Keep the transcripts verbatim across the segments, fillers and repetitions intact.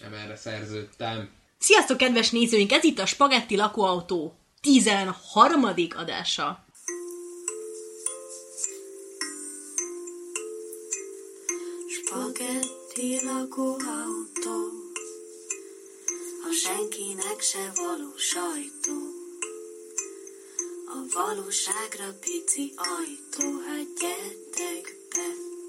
nem erre szerződtem. Sziasztok, kedves nézőink! Ez itt a Spagetti lakóautó tizenharmadik adása. Spagetti lakóautó, a senkinek se való sajtó, a valóságra pici ajtó, hát gyertek be.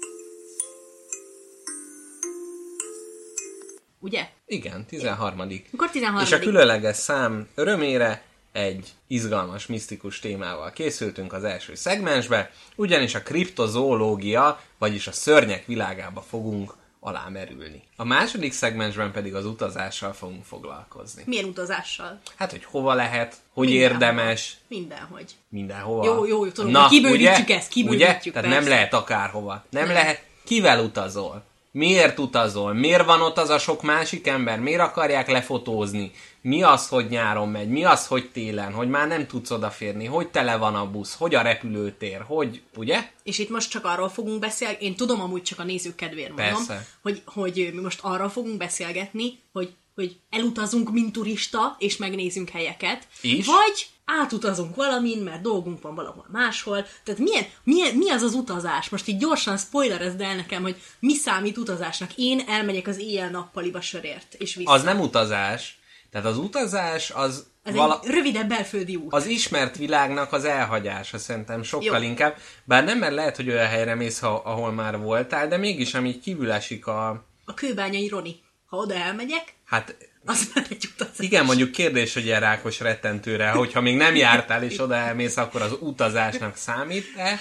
Ugye? Igen, tizenharmadik. Akkor tizenharmadik. És a különleges szám örömére egy izgalmas, misztikus témával készültünk az első szegmensbe, ugyanis a kriptozoológia, vagyis a szörnyek világába fogunk alámerülni. A második szegmensben pedig az utazással fogunk foglalkozni. Milyen utazással? Hát, hogy hova lehet, hogy Mindenhova. érdemes. Mindenhogy. Mindenhova. Jó, jó, tudom, Na, kibővítjük ugye? ezt, kibővítjük, ugye? Tehát persze. nem lehet akárhova. Nem, Nem. lehet. Kivel utazol? Miért utazol? Miért van ott az a sok másik ember? Miért akarják lefotózni? Mi az, hogy nyáron megy? Mi az, hogy télen? Hogy már nem tudsz odaférni? Hogy tele van a busz? Hogy a repülőtér? Hogy, ugye? És itt most csak arról fogunk beszélni, én tudom amúgy csak a nézők kedvéért mondom, Persze. hogy, hogy mi most arról fogunk beszélgetni, hogy, hogy elutazunk, mint turista, és megnézünk helyeket, És? vagy átutazunk valamin, mert dolgunk van valahol máshol. Tehát milyen, milyen, mi az az utazás? Most így gyorsan spoilerezd el nekem, hogy mi számít utazásnak. Én elmegyek az éjjel-nappaliba sörért, és vissza. Az nem utazás. Tehát az utazás az... Ez vala... egy rövidebb belföldi út. Az ismert világnak az elhagyása szerintem sokkal Jó. inkább. Bár nem, mert lehet, hogy olyan helyre mész, ha, ahol már voltál, de mégis, ami kívül esik a... A kőbányai Roni. Ha oda elmegyek, Hát az már egy utazás. igen, mondjuk kérdés, hogy ilyen rákos rettentőre, hogyha még nem jártál és oda elmész, akkor az utazásnak számít-e?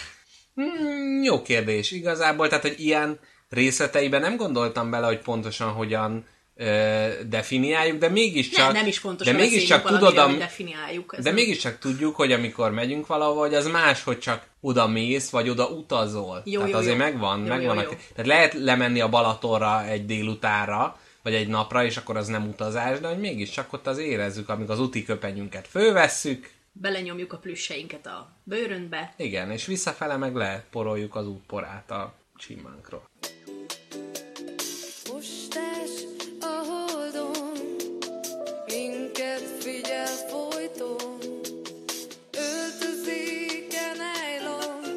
Hmm, jó kérdés igazából, tehát hogy ilyen részleteiben nem gondoltam bele, hogy pontosan hogyan ö, definiáljuk, de mégiscsak... Nem, nem is fontos, de hogy mégiscsak beszéljünk tudod, valamiről, am- hogy definiáljuk. Ez de nem- mégiscsak tudjuk, hogy amikor megyünk valahova, hogy az más, hogy csak oda mész, vagy oda utazol. Jó, tehát jó, azért jó. megvan, Jó, megvan jó, a... jó. Tehát lehet lemenni a Balatonra egy délutánra, vagy egy napra, és akkor az nem utazás, de hogy mégiscsak ott az érezzük, amíg az úti köpenyünket fölvesszük. Belenyomjuk a plüsseinket a bőröndbe. Igen, és visszafele meg leporoljuk az útporát a csimánkról. Postás a holdon, minket figyel folyton, öltözéke nájlon,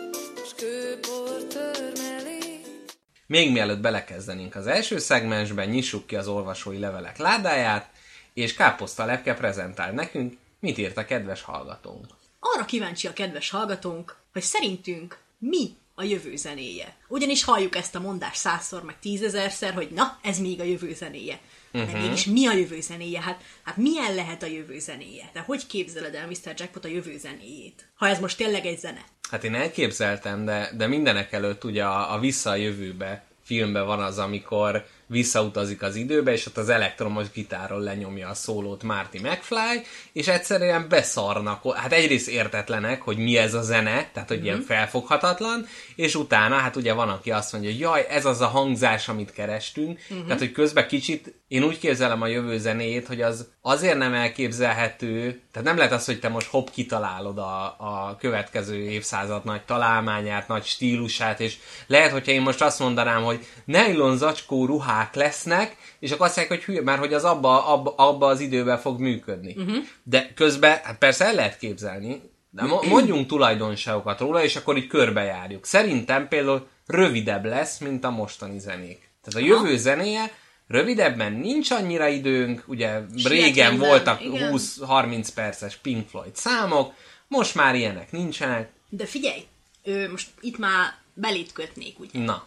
s kőbor törmeli. Még mielőtt belekezdenénk az első szegmensben, nyissuk ki az olvasói levelek ládáját, és Káposzta Lepke prezentál nekünk, mit írt a kedves hallgatónk. Arra kíváncsi a kedves hallgatónk, hogy szerintünk mi a jövő zenéje. Ugyanis halljuk ezt a mondást százszor, meg tízezerszer, hogy na, ez még a jövő zenéje. Uh-huh. De mégis mi a jövő zenéje? Hát, hát milyen lehet a jövő zenéje? De hogy képzeled el miszter Jackpot a jövő zenéjét? Ha ez most tényleg egy zene. Hát én elképzeltem, de, de mindenek előtt ugye a, a Vissza a jövőbe filmben van az, amikor visszautazik az időbe, és ott az elektromos gitáron lenyomja a szólót Marty McFly, és egyszerűen beszarnak. Hát egyrészt értetlenek, hogy mi ez a zene, tehát hogy mm-hmm. ilyen felfoghatatlan, és utána, hát ugye van, aki azt mondja, hogy jaj, ez az a hangzás, amit kerestünk, mm-hmm. tehát hogy közben kicsit, én úgy képzelem a jövő zenéjét, hogy az azért nem elképzelhető, tehát nem lehet az, hogy te most hopp kitalálod a, a következő évszázad nagy találmányát, nagy stílusát, és lehet, hogyha én most azt mondanám, hogy nylon zacskó ruhák lesznek, és akkor azt mondják, hogy hülye, mert hogy az abba, abba, abba az időben fog működni. Uh-huh. De közben, hát persze el lehet képzelni, de mondjunk tulajdonságokat róla, és akkor így körbejárjuk. Szerintem például rövidebb lesz, mint a mostani zenék. Tehát a jövő zenéje rövidebben nincs annyira időnk, ugye régen Sietlenben, voltak igen. húsz-harminc perces Pink Floyd számok, most már ilyenek nincsenek. De figyelj, ő, most itt már belét kötnék, ugye? Na.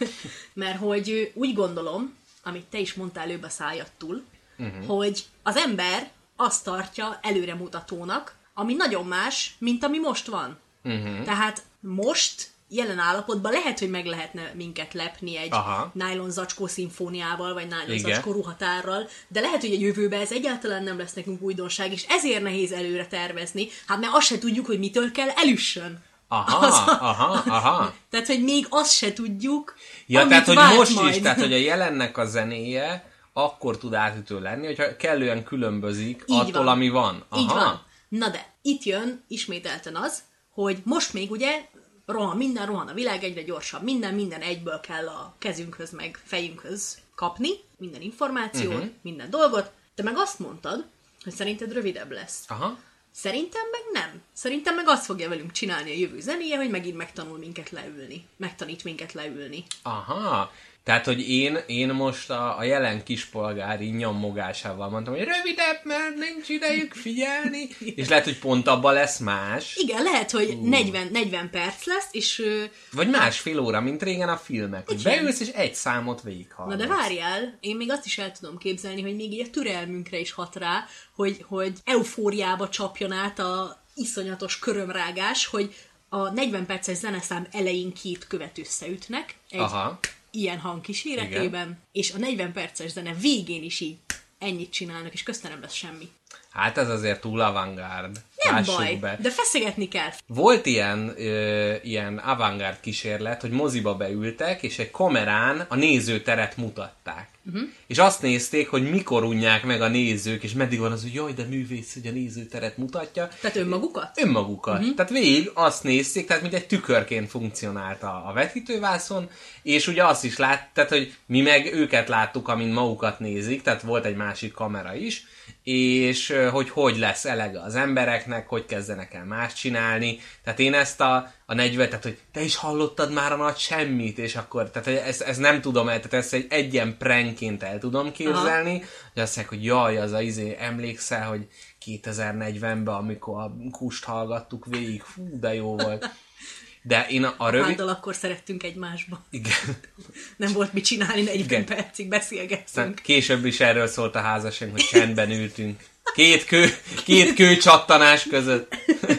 Mert hogy ő, úgy gondolom, amit te is mondtál előbb a szájadtul, uh-huh. hogy az ember azt tartja előremutatónak, ami nagyon más, mint ami most van. Uh-huh. Tehát most, jelen állapotban lehet, hogy meg lehetne minket lepni egy Aha. nylon zacskó szimfóniával, vagy nylon Igen. zacskó ruhatárral, de lehet, hogy a jövőben ez egyáltalán nem lesz nekünk újdonság, és ezért nehéz előre tervezni, hát mert azt se tudjuk, hogy mitől kell elüssön. Aha, Az a... aha, aha. Tehát, hogy még azt se tudjuk, Ja, amit tehát, hogy várt most majd. is, tehát, hogy a jelennek a zenéje akkor tud átütő lenni, hogyha kellően különbözik Így attól, van. ami van. Aha. Így van. Na de, itt jön ismételten az, hogy most még ugye rohan minden, rohan a világ, egyre gyorsabb minden, minden egyből kell a kezünkhöz, meg fejünkhöz kapni, minden információt, uh-huh. minden dolgot. Te meg azt mondtad, hogy szerinted rövidebb lesz. Aha. Szerintem meg nem. Szerintem meg azt fogja velünk csinálni a jövő zenéje, hogy megint megtanul minket leülni. Megtanít minket leülni. Aha. Tehát, hogy én, én most a, a jelen kispolgári nyommogásával mondtam, hogy rövidebb, mert nincs idejük figyelni, és lehet, hogy pont abban lesz más. Igen, lehet, hogy uh. negyven, negyven perc lesz, és... Vagy másfél óra, mint régen a filmek. Hogy beülsz, és egy számot végighallgatsz. Na de várjál, én még azt is el tudom képzelni, hogy még így a türelmünkre is hat rá, hogy, hogy eufóriába csapjon át a iszonyatos körömrágás, hogy a negyven perces zeneszám elején két követ összeütnek. Egy Aha. ilyen hangkíséretében, igen. És a negyven perces zene végén is így ennyit csinálnak, és közben nem lesz semmi. Hát ez azért túl avantgárd. Nem Lássuk baj, be. de feszegetni kell. Volt ilyen, ö, ilyen avantgárd kísérlet, hogy moziba beültek, és egy kamerán a nézőteret mutatták. Uh-huh. És azt nézték, hogy mikor unják meg a nézők, és meddig van az, hogy jaj, de művész, hogy a nézőteret mutatja. Tehát önmagukat? Önmagukat. Uh-huh. Tehát végig azt nézték, tehát mint egy tükörként funkcionált a, a vetítővászon, és ugye azt is lát, tehát, hogy mi meg őket láttuk, amint magukat nézik, tehát volt egy másik kamera is, és hogy hogy lesz elege az embereknek, hogy kezdenek el más csinálni. Tehát én ezt a, a negyven, tehát hogy te is hallottad már a nagy semmit, és akkor, tehát ez, ez nem tudom el, tehát ezt egy, egy ilyen prankként el tudom képzelni, aha. Hogy azt mondják, hogy jaj, az a izé, emlékszel, hogy kétezer-negyvenben, amikor a Kust hallgattuk végig, fú, de jó volt. De én a, a rövid... Apáddal akkor szerettünk egymásba. Igen. Nem volt mit csinálni, negyven percig beszélgettünk. Később is erről szólt a házasság, hogy csendben ültünk. Két kő, két kő csattanás között.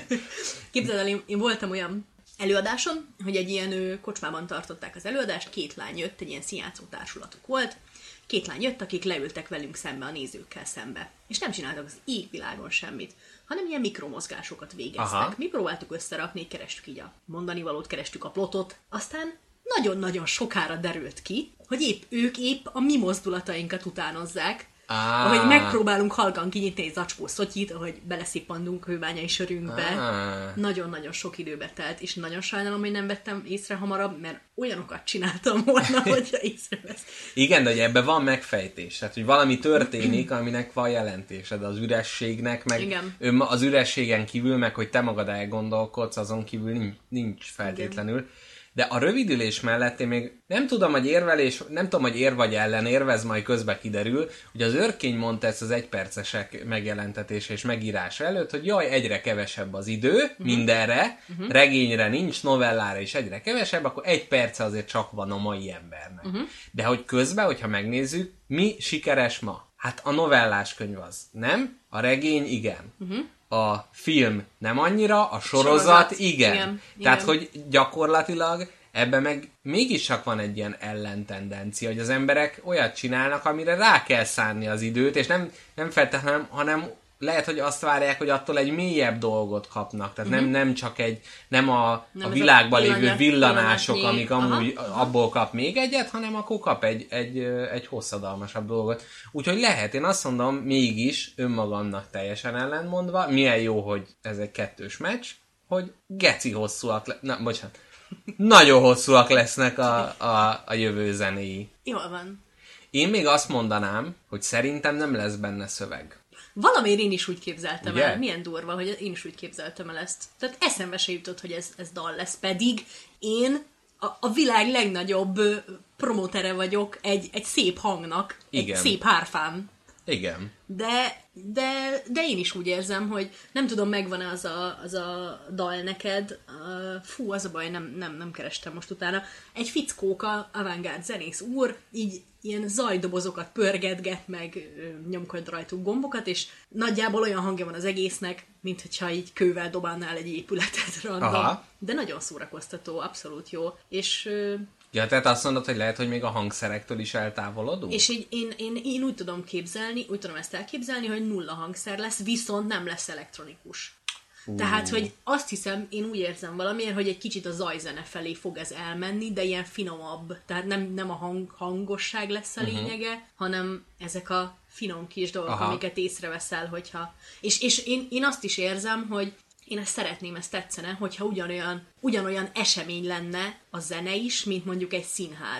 Képzeld el, én, én voltam olyan előadáson, hogy egy ilyen ő, kocsmában tartották az előadást, két lány jött, egy ilyen színjátszó társulatuk volt, két lány jött, akik leültek velünk szembe, a nézőkkel szembe. És nem csináltak az égvilágon semmit, hanem ilyen mikromozgásokat végeztek. Aha. Mi próbáltuk összerakni, kerestük így a mondani valót, kerestük a plotot, aztán nagyon-nagyon sokára derült ki, hogy épp ők épp a mi mozdulatainkat utánozzák, ah. ahogy megpróbálunk halkan kinyitni egy zacskó szotyit, ahogy beleszippandunk hőbányai sörünkbe. Ah. Nagyon-nagyon sok időbe telt, és nagyon sajnálom, hogy nem vettem észre hamarabb, mert olyanokat csináltam volna, hogyha észrevesz. Igen, de hogy ebben van megfejtés. Tehát, hogy valami történik, aminek van jelentése, de az ürességnek, meg igen. Az ürességen kívül, meg hogy te magad elgondolkodsz, azon kívül nincs, nincs feltétlenül. Igen. De a rövidülés mellett én még nem tudom, hogy érvelés, nem tudom, hogy ér vagy ellen érvez, majd közben kiderül, hogy az Örkény mondta ezt az egypercesek megjelentetése és megírása előtt, hogy jaj, egyre kevesebb az idő uh-huh. mindenre, uh-huh. regényre nincs, novellára is egyre kevesebb, akkor egy perce azért csak van a mai embernek. Uh-huh. De hogy közben, hogyha megnézzük, mi sikeres ma? Hát a novellás könyv az, nem? A regény igen. Uh-huh. A film nem annyira, a sorozat, sorozat igen. igen. Tehát, igen. hogy gyakorlatilag ebben meg mégis csak van egy ilyen ellentendencia, hogy az emberek olyat csinálnak, amire rá kell szánni az időt, és nem, nem feltétlenül, hanem lehet, hogy azt várják, hogy attól egy mélyebb dolgot kapnak. Tehát uh-huh. nem, nem csak egy, nem a, nem a világban a lévő villanások, villanás, amik amúgy aha. abból kap még egyet, hanem akkor kap egy, egy, egy hosszadalmasabb dolgot. Úgyhogy lehet, én azt mondom, mégis önmagamnak teljesen ellentmondva, milyen jó, hogy ez egy kettős meccs, hogy geci hosszúak, le- na, bocsánat, nagyon hosszúak lesznek a, a, a jövő zenéi. Jól van. Én még azt mondanám, hogy szerintem nem lesz benne szöveg. Valamiért én is úgy képzeltem ugye? el. Milyen durva, hogy én is úgy képzeltem el ezt. Tehát eszembe se jutott, hogy ez, ez dal lesz. Pedig én a, a világ legnagyobb promotere vagyok egy, egy szép hangnak, igen. egy szép hárfán. Igen. De, de, de én is úgy érzem, hogy nem tudom, megvan-e az a, az a dal neked. Uh, fú, az a baj, nem, nem, nem kerestem most utána. Egy fickóka, avantgárd zenész úr, így ilyen zajdobozokat pörgetget, meg ö, nyomkod rajtuk gombokat, és nagyjából olyan hangja van az egésznek, mint hogyha így kővel dobálnál egy épületet random. Aha. De nagyon szórakoztató, abszolút jó. És... Ö, ja, tehát azt mondod, hogy lehet, hogy még a hangszerektől is eltávolodunk? És így én, én, én úgy tudom képzelni, úgy tudom ezt elképzelni, hogy nulla hangszer lesz, viszont nem lesz elektronikus. Uh. Tehát, hogy azt hiszem, én úgy érzem valamiért, hogy egy kicsit a zajzene felé fog ez elmenni, de ilyen finomabb. Tehát nem, nem a hang, hangosság lesz a lényege, uh-huh. hanem ezek a finom kis dolgok, aha. amiket észreveszel, hogyha... És, és én, én azt is érzem, hogy én ezt szeretném, ezt tetszene, hogyha ugyanolyan, ugyanolyan esemény lenne a zene is, mint mondjuk egy színház.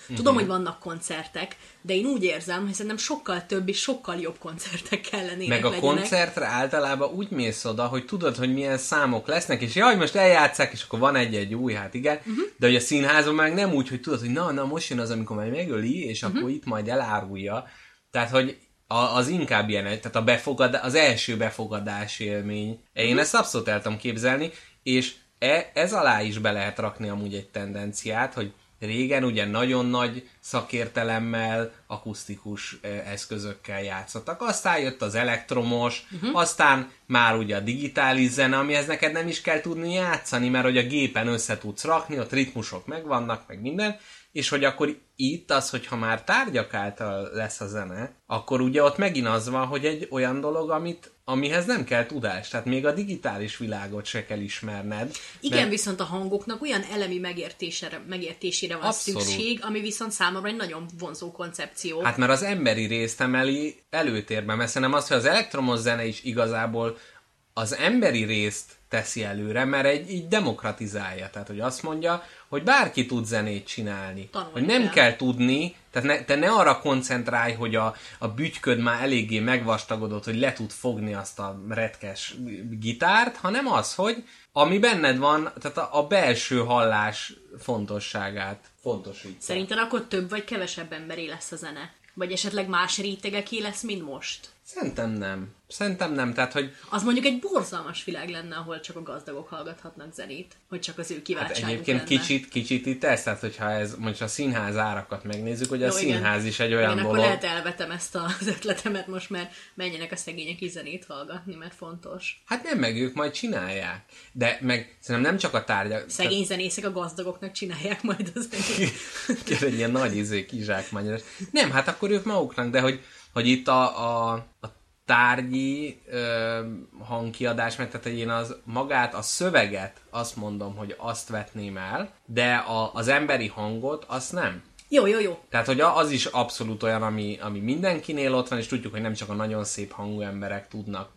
Tudom, uh-huh. hogy vannak koncertek, de én úgy érzem, hogy szerintem sokkal több és sokkal jobb koncertek kellenének Meg a legyenek. koncertre általában úgy mész oda, hogy tudod, hogy milyen számok lesznek, és jaj, most eljátszák, és akkor van egy-egy új, hát igen, uh-huh. de hogy a színházban meg nem úgy, hogy tudod, hogy na, na, most jön az, amikor majd megöli, és uh-huh. akkor itt majd elárulja. Tehát, hogy a, az inkább ilyen, tehát a befogadás, az első befogadás élmény. Én uh-huh. ezt abszolút el tudom képzelni, és e, ez alá is be lehet rakni amúgy egy tendenciát, hogy régen ugye nagyon nagy szakértelemmel, akusztikus eszközökkel játszottak. Aztán jött az elektromos, uh-huh. aztán már ugye a digitális zene, amihez neked nem is kell tudni játszani, mert hogy a gépen össze tudsz rakni, ott ritmusok megvannak, meg minden, és hogy akkor itt az, hogyha már tárgyak által lesz a zene, akkor ugye ott megint az van, hogy egy olyan dolog, amit, amihez nem kell tudás, tehát még a digitális világot se kell ismerned. Igen, mert... viszont a hangoknak olyan elemi megértésére, megértésére van Abszolút. szükség, ami viszont számomra egy nagyon vonzó koncepció. Hát mert az emberi részt emeli előtérben, mert szerintem az, hogy az elektromos zene is igazából az emberi részt teszi előre, mert egy, így demokratizálja. Tehát, hogy azt mondja, hogy bárki tud zenét csinálni. Tanulni hogy nem kell. kell tudni, tehát ne, te ne arra koncentrálj, hogy a, a bütyköd már eléggé megvastagodott, hogy le tud fogni azt a retkes gitárt, hanem az, hogy ami benned van, tehát a, a belső hallás fontosságát fontosítja. Szerinted akkor több vagy kevesebb emberé lesz a zene? Vagy esetleg más rétegeké lesz, mint most? Szerintem nem. Szerintem nem, tehát hogy... Az mondjuk egy borzalmas világ lenne, ahol csak a gazdagok hallgathatnak zenét, hogy csak az ő Hát kiváltságuk egyébként lenne. kicsit, kicsit itt ez, tehát hogyha ez, mondjuk a színház árakat megnézzük, hogy a Jó, színház igen. is egy olyan igen, dolog... akkor lehet elvetem ezt az ötletemet most, mert menjenek a szegények is zenét hallgatni, mert fontos. Hát nem, meg ők majd csinálják. De meg szerintem nem csak a tárgyak... Szegény zenészek a gazdagoknak csinálják majd a zenét. Kell egy ilyen nagy izé kizsákmányos. Nem, hát akkor ők maguknak, de hogy, hogy itt a, a, a tárgyi ö, hangkiadás, mert tehát én az magát, a szöveget azt mondom, hogy azt vetném el, de a, az emberi hangot azt nem. Jó, jó, jó. Tehát, hogy az is abszolút olyan, ami, ami mindenkinél ott van, és tudjuk, hogy nem csak a nagyon szép hangú emberek tudnak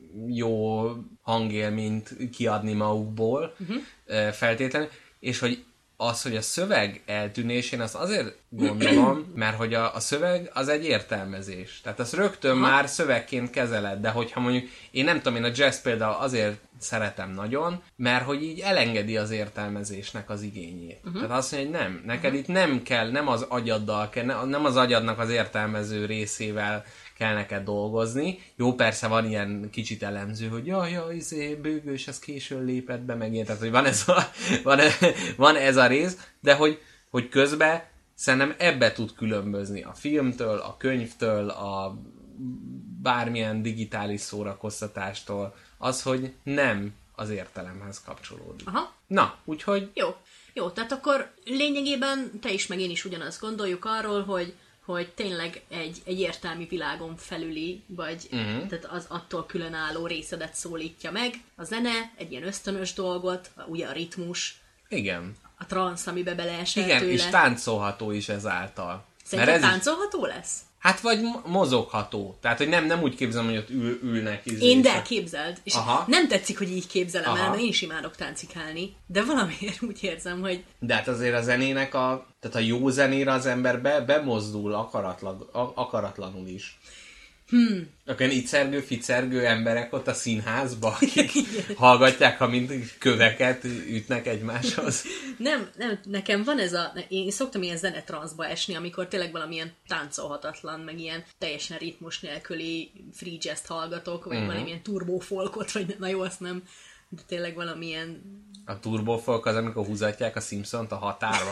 jó hangélményt kiadni magukból uh-huh. feltétlenül, és hogy az, hogy a szöveg eltűnésén, azt azért gondolom, mert hogy a, a szöveg az egy értelmezés. Tehát azt rögtön Aha. már szövegként kezeled, de hogyha mondjuk, én nem tudom, én a jazz például azért szeretem nagyon, mert hogy így elengedi az értelmezésnek az igényét. Uh-huh. Tehát azt mondja, hogy nem, neked uh-huh. itt nem kell, nem az agyaddal kell, nem az agyadnak az értelmező részével kell neked dolgozni. Jó, persze van ilyen kicsit elemző, hogy jaj, jaj, izé, bőgős, ez későn lépett be, meg ilyen, tehát hogy van ez a, van, van ez a rész, de hogy, hogy közben szerintem ebbe tud különbözni a filmtől, a könyvtől, a bármilyen digitális szórakoztatástól, az, hogy nem az értelemhez kapcsolódik. Aha. Na, úgyhogy... Jó, jó, tehát akkor lényegében te is, meg én is ugyanazt gondoljuk arról, hogy hogy tényleg egy, egy értelmi világon felüli, vagy uh-huh. tehát az attól különálló részedet szólítja meg. A zene, egy ilyen ösztönös dolgot, ugye a ritmus, igen. a transz, amibe beleesel igen, tőle. És táncolható is ezáltal. Szerintem táncolható is... lesz? Hát vagy mozogható. Tehát, hogy nem, nem úgy képzelem, hogy ott ül, ülnek. Izé, én de, képzeld. És Aha. nem tetszik, hogy így képzelem Aha. el, mert én is imádok táncikálni. De valamiért úgy érzem, hogy... De hát azért a zenének a... Tehát a jó zenére az ember be, bemozdul akaratlan, akaratlanul is. Hmm. Akkor icergő, ficergő emberek ott a színházba, akik hallgatják, amint köveket ütnek egymáshoz. Nem, nem, nekem van ez a... Én szoktam ilyen zenetranszba esni, amikor tényleg valamilyen táncolhatatlan, meg ilyen teljesen ritmus nélküli free jazz-t hallgatok, vagy uh-huh. valamilyen turbofolkot, vagy na jó, azt nem, de tényleg valamilyen... A turbofolk az, amikor húzatják a Simpsont a határba.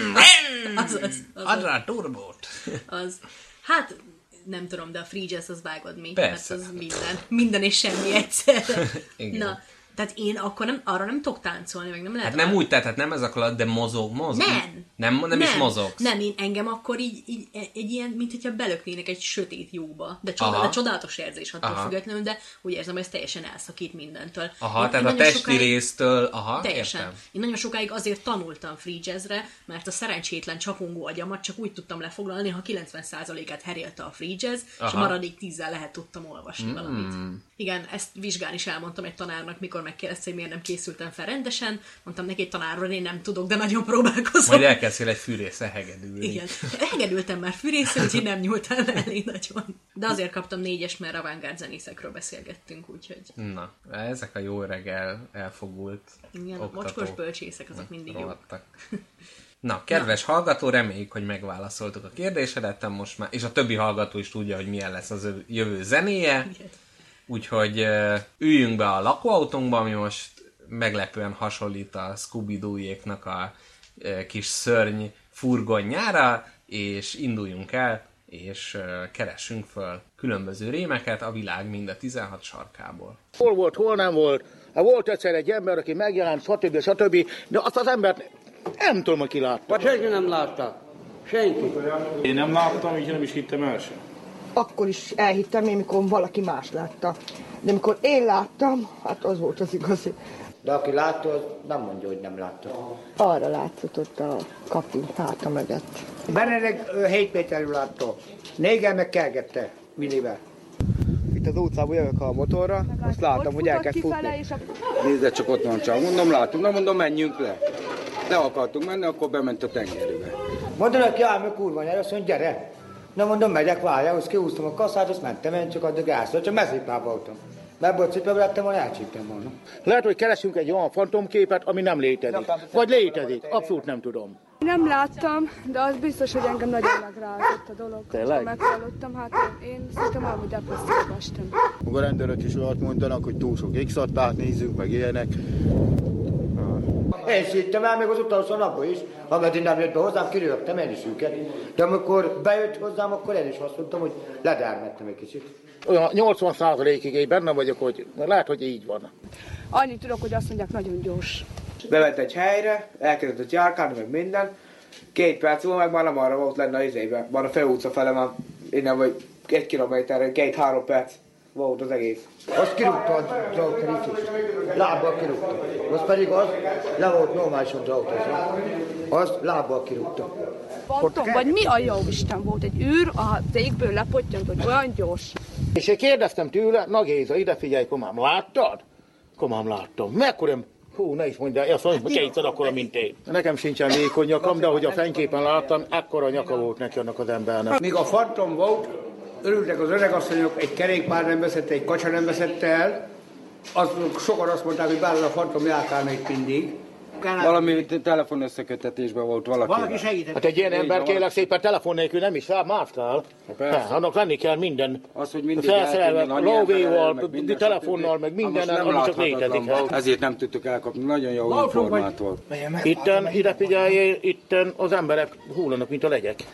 az, az, az, Add rá a turbót! Az. Hát... Nem tudom, de a free jazz az vágod mi. Persze. Hát az minden. Minden és semmi egyszer. Igen. Na, tehát én akkor nem, arra nem tudok táncolni, meg nem lehet... Hát nem arra... úgy, tehát hát nem ez a kladd, de mozog, mozog. Nem. Nem, nem, nem is mozogsz. Nem, én engem akkor így, így egy ilyen, mint hogyha belöknének egy sötét lyukba. De, csoda, de csodálatos érzés attól aha. függetlenül, de úgy érzem, hogy ez teljesen elszakít mindentől. Aha, én, tehát én a testi sokáig, résztől, aha, teljesen. Értem. Én nagyon sokáig azért tanultam free jazzre, mert a szerencsétlen csapongó agyamat csak úgy tudtam lefoglalni, ha kilencven százalékát herélte a free jazz, aha. és a maradék tízzel lehet tudtam olvasni mm. valamit. Igen, ezt vizsgán is elmondtam egy tanárnak, mikor megkérdezte, hogy miért nem készültem fel rendesen. Mondtam neki, tanárról én nem tudok, de nagyon próbálkozom. Majd elkezdtél egy fűrészre hegedülni. Igen. Hegedültem már fűrészre, úgyhogy nem nyúltál elég nagyon. De azért kaptam négyes, mert avantgárd zenészekről beszélgettünk, úgyhogy... Na, ezek a jó öreg el, elfogult igen, oktatók. mocskos bölcsészek, azok mindig jó. Na, kedves Na. hallgató, reméljük, hogy megválaszoltuk a kérdésedet, most már, és a többi hallgató is tudja, hogy milyen lesz az jövő zenéje. Igen. Úgyhogy üljünk be a lakóautónkba, ami most meglepően hasonlít a Scooby-Doo-jéknak a kis szörny furgonjára, és induljunk el, és keressünk föl különböző rémeket a világ mind a tizenhat sarkából. Hol volt, hol nem volt. Volt egyszer egy ember, aki megjelent, stb. stb. De azt az embert nem tudom, aki látta. Senki nem látta. Senki. Én nem láttam, így nem is hittem el sem. Akkor is elhittem én, mikor valaki más látta. De amikor én láttam, hát az volt az igazi. De aki látta, az nem mondja, hogy nem látta. Arra látszott ott a kapu háta mögött. Benedek hét méterül látta. Négel meg kergette millivel. Itt az utcában jövök a motorra, azt látom, hogy elkezd futni. A... Nézd, csak ott van csak. Mondom, látom, na mondom, menjünk le. Le akartunk menni, akkor bement a tengerbe. Mondom neki, áll meg kurva, azt mondja, gyere. Na mondom, megyek, várjál, azt kihúztam a kasszát, azt mentem, én csak addig gászol, csak mezőpába voltam. Mert ebből cipőbe lettem volna, elcsíptem volna. Lehet, hogy keresünk egy olyan fantomképet, ami nem létezik. Vagy létezik, abszolút nem tudom. Nem láttam, de az biztos, hogy engem nagyon megrázott a dolog. Tényleg? Meghallottam, hát én, én szerintem amúgy depresszióba estem. A rendőrök is olyat mondanak, hogy túl sok X-attát nézzünk, meg ilyenek. Én szittem el még az utolsó napban is, ameddig nem jött be hozzám, kirögtem én is őket. De amikor bejött hozzám, akkor én is azt mondtam, hogy ledármettem egy kicsit. Olyan nyolcvan százalékig én benne vagyok, hogy lehet, hogy így van. Annyit tudok, hogy azt mondják, nagyon gyors. Bevett egy helyre, elkezdett járkálni, meg minden. Két perc múlva meg már nem arra volt lenne az izében. Már a főutca fele már innen vagy egy kilométerre, két-három perc volt az egész. Azt kirúgta az autót, lábbal kirúgta. Az pedig az, le volt normálisan az autózva. Az lábbal kirúgta. Fantom, vagy mi a jó Isten volt? Egy űr a égből lepottyant, hogy olyan gyors. És én kérdeztem tőle, na Géza, ide figyelj, komám, láttad? Komám, láttam. Mekkora, hú, ne is mondj, de azt mondja, hogy kétszer akkora, mint én. Nekem sincsen vékony nyakam, de ahogy a fényképen láttam, ekkora nyaka volt neki annak az embernek. Míg a Fantom volt, örültek az öregasszonyok, egy kerékpár nem veszette, egy kacsa nem veszette el. Az, sokan azt mondták, hogy bár a Fantom járkál még mindig. Valami telefon összekötetésben volt valaki. Valaki segített. Hát egy ilyen ember kérlek szépen telefon nélkül nem is mászkál. Hát, annak lenni kell minden. Az, hogy mindig felszerelve, lóvéval, telefonnal, meg mindennel, ami csak létezik. Ezért nem tudtuk elkapni. Nagyon jó informált volt. Itten, ide figyeljél, itten az emberek hullanak, mint a legyek.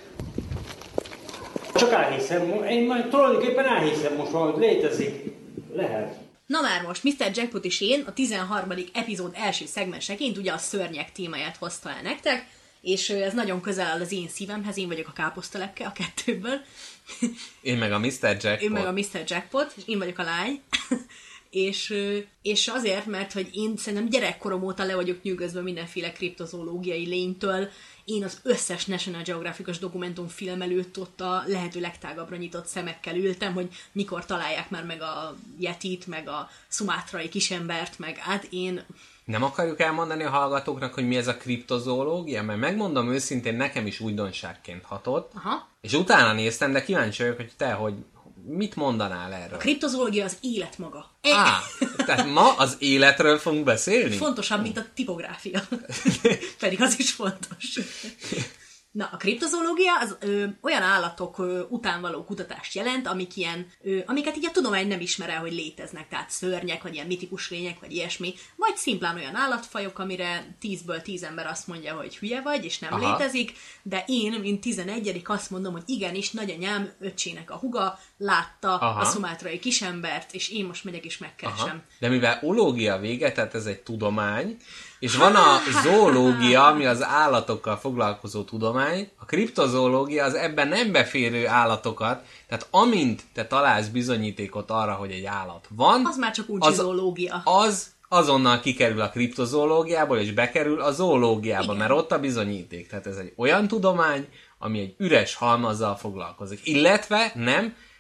Csak elhiszem, én majd tulajdonképpen elhiszem most valahogy létezik. Lehet. Na már most, miszter Jackpot és én a tizenharmadik epizód első szegmenseként ugye a szörnyek témáját hozta el nektek, és ez nagyon közel áll az én szívemhez, én vagyok a káposztalepke a kettőből. Én meg a miszter Jackpot. Én meg a miszter Jackpot, és én vagyok a lány. és, és azért, mert hogy én szerintem gyerekkorom óta le vagyok nyűgözve mindenféle kriptozoológiai lénytől. Én az összes National Geographic-os dokumentumfilm előtt ott a lehető legtágabbra nyitott szemekkel ültem, hogy mikor találják már meg a Yetit, meg a szumátrai kisembert, meg hát én... Nem akarjuk elmondani a hallgatóknak, hogy mi ez a kriptozoológia? Mert megmondom őszintén, nekem is újdonságként hatott. Aha. És utána néztem, de kíváncsi vagyok, hogy te, hogy mit mondanál erről? A kriptozoológia az élet maga. Á, tehát ma az életről fogunk beszélni? Fontosabb, mint a tipográfia. Pedig az is fontos. Na, a kriptozoológia az ö, olyan állatok ö, után való kutatást jelent, amik ilyen, ö, amiket így a tudomány nem ismer el, hogy léteznek, tehát szörnyek, vagy ilyen mitikus lények, vagy ilyesmi, vagy szimplán olyan állatfajok, amire tízből tíz ember azt mondja, hogy hülye vagy, és nem Aha. létezik, de én, mint tizenegyedik azt mondom, hogy igenis, nagyanyám öccsének a huga látta Aha. a szumátrai kisembert, és én most megyek és megkeresem. Aha. De mivel ológia vége, tehát ez egy tudomány, és van a zoológia, ami az állatokkal foglalkozó tudomány, a kriptozoológia az ebben nem beférő állatokat, tehát amint te találsz bizonyítékot arra, hogy egy állat van, az már csak uncsi zoológia. Az azonnal kikerül a kriptozoológiából, és bekerül a zoológiába, Igen. mert ott a bizonyíték. Tehát ez egy olyan tudomány, ami egy üres halmazzal foglalkozik. Illetve nem,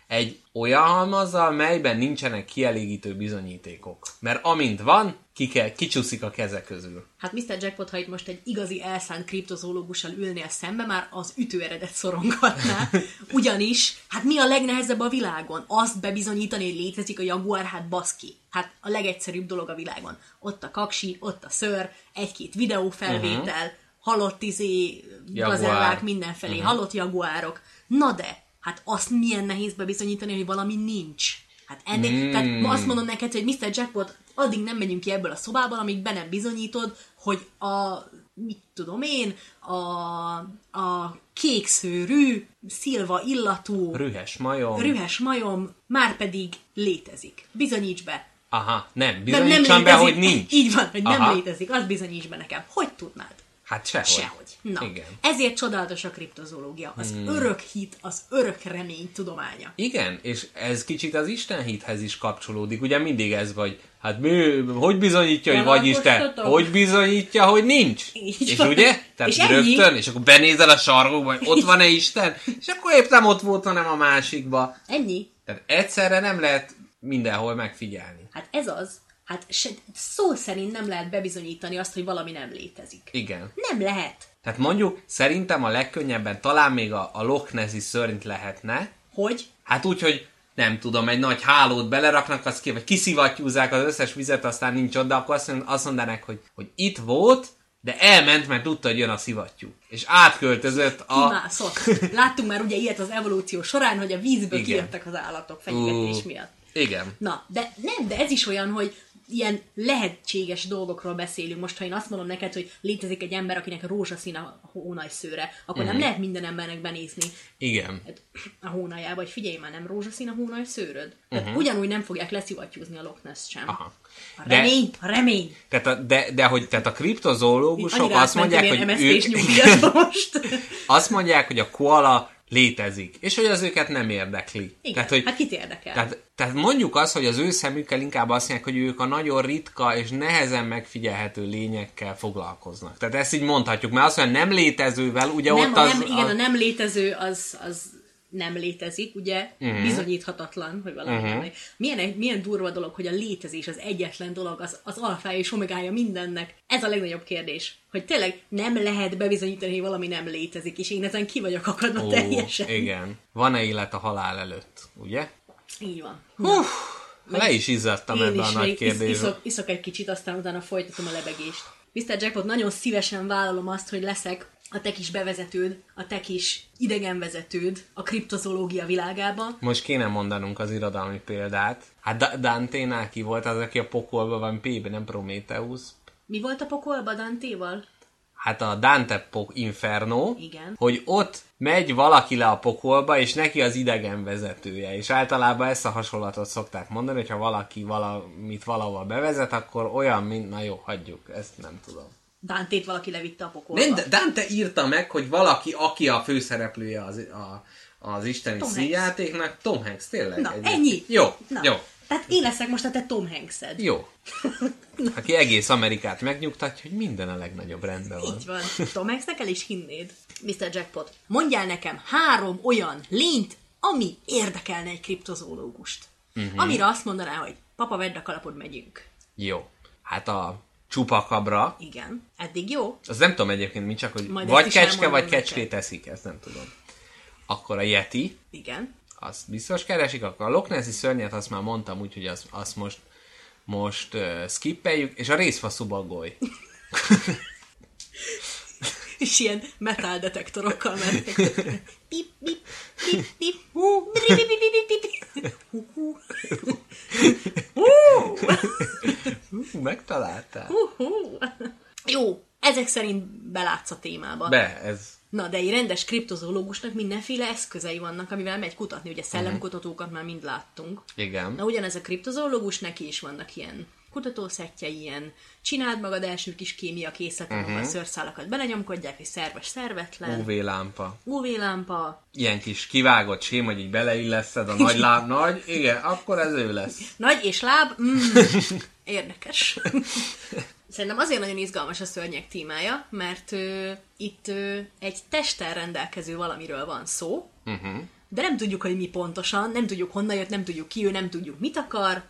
egy olyan halmazzal, melyben nincsenek kielégítő bizonyítékok. Mert amint van, ki kell, kicsúszik a keze közül. Hát miszter Jackpot, ha itt most egy igazi elszánt kriptozoológussal ülnél szembe, már az ütőeredet szorongatná. Ugyanis, hát mi a legnehezebb a világon? Azt bebizonyítani, hogy létezik a jaguár, hát baszki. Hát a legegyszerűbb dolog a világon. Ott a kaksi, ott a szőr, egy-két videófelvétel, uh-huh. halott izé, gazellák mindenfelé, uh-huh. halott jaguárok. Na de, hát azt milyen nehéz bebizonyítani, hogy valami nincs. Hát ennél, mm. tehát azt mondom neked, hogy miszter Jackpot, addig nem megyünk ki ebből a szobából, amíg be nem bizonyítod, hogy a, mit tudom én, a, a kékszőrű, szilva illatú, rühes majom, rühes majom már pedig létezik. Bizonyíts be. Aha, nem, bizonyítsam be, hogy nincs. Így van, hogy nem Aha. létezik, azt bizonyíts be nekem. Hogy tudnád? Hát sehogy. Sehogy. Na, igen. Ezért csodálatos a kriptozoológia. Az hmm. örök hit, az örök remény tudománya. Igen, és ez kicsit az Isten hithez is kapcsolódik. Ugye mindig ez vagy, hát mi, hogy bizonyítja, hogy vagy Isten? Hogy bizonyítja, hogy nincs? Így és van. ugye? Tehát és rögtön, ennyi? és akkor benézel a sarkokba, hogy ott van-e Isten? És akkor épp nem ott volt, hanem a másikba. Ennyi. Tehát egyszerre nem lehet mindenhol megfigyelni. Hát ez az. Hát se, szó szerint nem lehet bebizonyítani azt, hogy valami nem létezik. Igen. Nem lehet. Tehát mondjuk szerintem a legkönnyebben talán még a, a Loch Nessi szörnyt lehetne. Hogy? Hát úgy, hogy nem tudom, egy nagy hálót beleraknak, azt ki, vagy kiszivattyúzzák az összes vizet, aztán nincs ott, de akkor azt, azt mondanák, hogy, hogy itt volt, de elment, mert tudta, hogy jön a szivattyú. És átköltözött a... Kimászott. Láttunk már ugye ilyet az evolúció során, hogy a vízből kijöttek az állatok fenyegetés uh, miatt. Igen. Na, de nem, de ez is olyan, hogy ilyen lehetséges dolgokról beszélünk. Most, ha én azt mondom neked, hogy létezik egy ember, akinek rózsaszín a hónajszőre, akkor uh-huh. nem lehet minden embernek benézni. Igen. A hónajjába, hogy figyelj már, nem rózsaszín a hónajszőröd? Tehát uh-huh. ugyanúgy nem fogják leszivattyúzni a Loch Ness sem. Aha. A remény, de, a remény. Tehát a, de, de hogy tehát a kriptozoológusok azt mondják, hogy ők... most. azt mondják, hogy a koala létezik, és hogy az őket nem érdekli. Igen, tehát, hogy, hát kit érdekel? Tehát, tehát mondjuk azt, hogy az ő szemükkel inkább azt mondják, hogy ők a nagyon ritka és nehezen megfigyelhető lényekkel foglalkoznak. Tehát ezt így mondhatjuk, mert azt, hogy nem létezővel, ugye nem, ott a az... Nem, igen, a... a nem létező az, az nem létezik, ugye? Uh-huh. Bizonyíthatatlan, hogy valami uh-huh. nem. Milyen, milyen durva dolog, hogy a létezés az egyetlen dolog, az, az alfája és omegája mindennek. Ez a legnagyobb kérdés. Hogy tényleg nem lehet bebizonyítani, hogy valami nem létezik, és én ezen ki vagyok akadva Ó, teljesen. Igen. Van-e élet a halál előtt, ugye? Így van. Uff, le is izzadtam ebbe a nagy kérdésbe. Is, iszok, iszok egy kicsit, aztán utána folytatom a lebegést. miszter Jackpot, nagyon szívesen vállalom azt, hogy leszek a te kis bevezetőd, a te kis idegenvezetőd a kriptozoológia világába. Most kéne mondanunk az irodalmi példát. Hát Dante-nál ki volt az, aki a pokolba van P-ben, nem Prometheus. Mi volt a pokolba Dantéval? Hát a Dante Inferno, igen. Hogy ott megy valaki le a pokolba, és neki az idegen vezetője. És általában ezt a hasonlatot szokták mondani, hogyha valaki valamit valahol bevezet, akkor olyan, mint... Na jó, hagyjuk, ezt nem tudom. Dantét valaki levitte a pokolba. Nem, Dante írta meg, hogy valaki, aki a főszereplője az, a, az isteni színjátéknak, Tom Hanks, tényleg. Na, egy ennyi. Jó, Na. jó. Tehát én leszek most a te Tom Hanksed. Jó. Aki egész Amerikát megnyugtatja, hogy minden a legnagyobb rendben van. Így van. Tom Hanksnek el is hinnéd. miszter Jackpot, mondjál nekem három olyan lényt, ami érdekelne egy kriptozoológust. Uh-huh. Amire azt mondaná, hogy papa, vedd a kalapod, megyünk. Jó. Hát a csupakabra. Igen. Eddig jó? Az nem tudom egyébként mi, csak hogy majd vagy kecske, vagy kecskét eszik, ezt nem tudom. Akkor a Yeti. Igen. Azt biztos keresik, akkor a Loch Nessi szörnyet azt már mondtam, úgyhogy azt, azt most, most uh, skippeljük, és a részfaszú bagoly. És ilyen metal detektorokkal mennek. Pip, pip, pip, pip, hú, pip, pip, pip, pip, hú, hú. Hú, megtaláltál. Hú, hú. Jó, ezek szerint belátsz a témába. Be, ez... Na, de egy rendes kriptozoológusnak mindenféle eszközei vannak, amivel megy kutatni. Ugye szellemkutatókat uh-huh. már mind láttunk. Igen. Na, ugyanez a kriptozoológus, neki is vannak ilyen kutatószettjei, ilyen csináld magad első kis kémia készletet, uh-huh. ahol a szőrszálakat belenyomkodják, és szerves, szervetlen. ú vé-lámpa. ú vé-lámpa. Ilyen kis kivágott sém, hogy így beleilleszted a nagy láb, nagy, igen, akkor ez ő lesz. Nagy és láb, mm, érdekes. Szerintem azért nagyon izgalmas a szörnyek témája, mert ö, itt ö, egy testtel rendelkező valamiről van szó, uh-huh. de nem tudjuk, hogy mi pontosan, nem tudjuk honnan jött, nem tudjuk ki ő, nem tudjuk mit akar.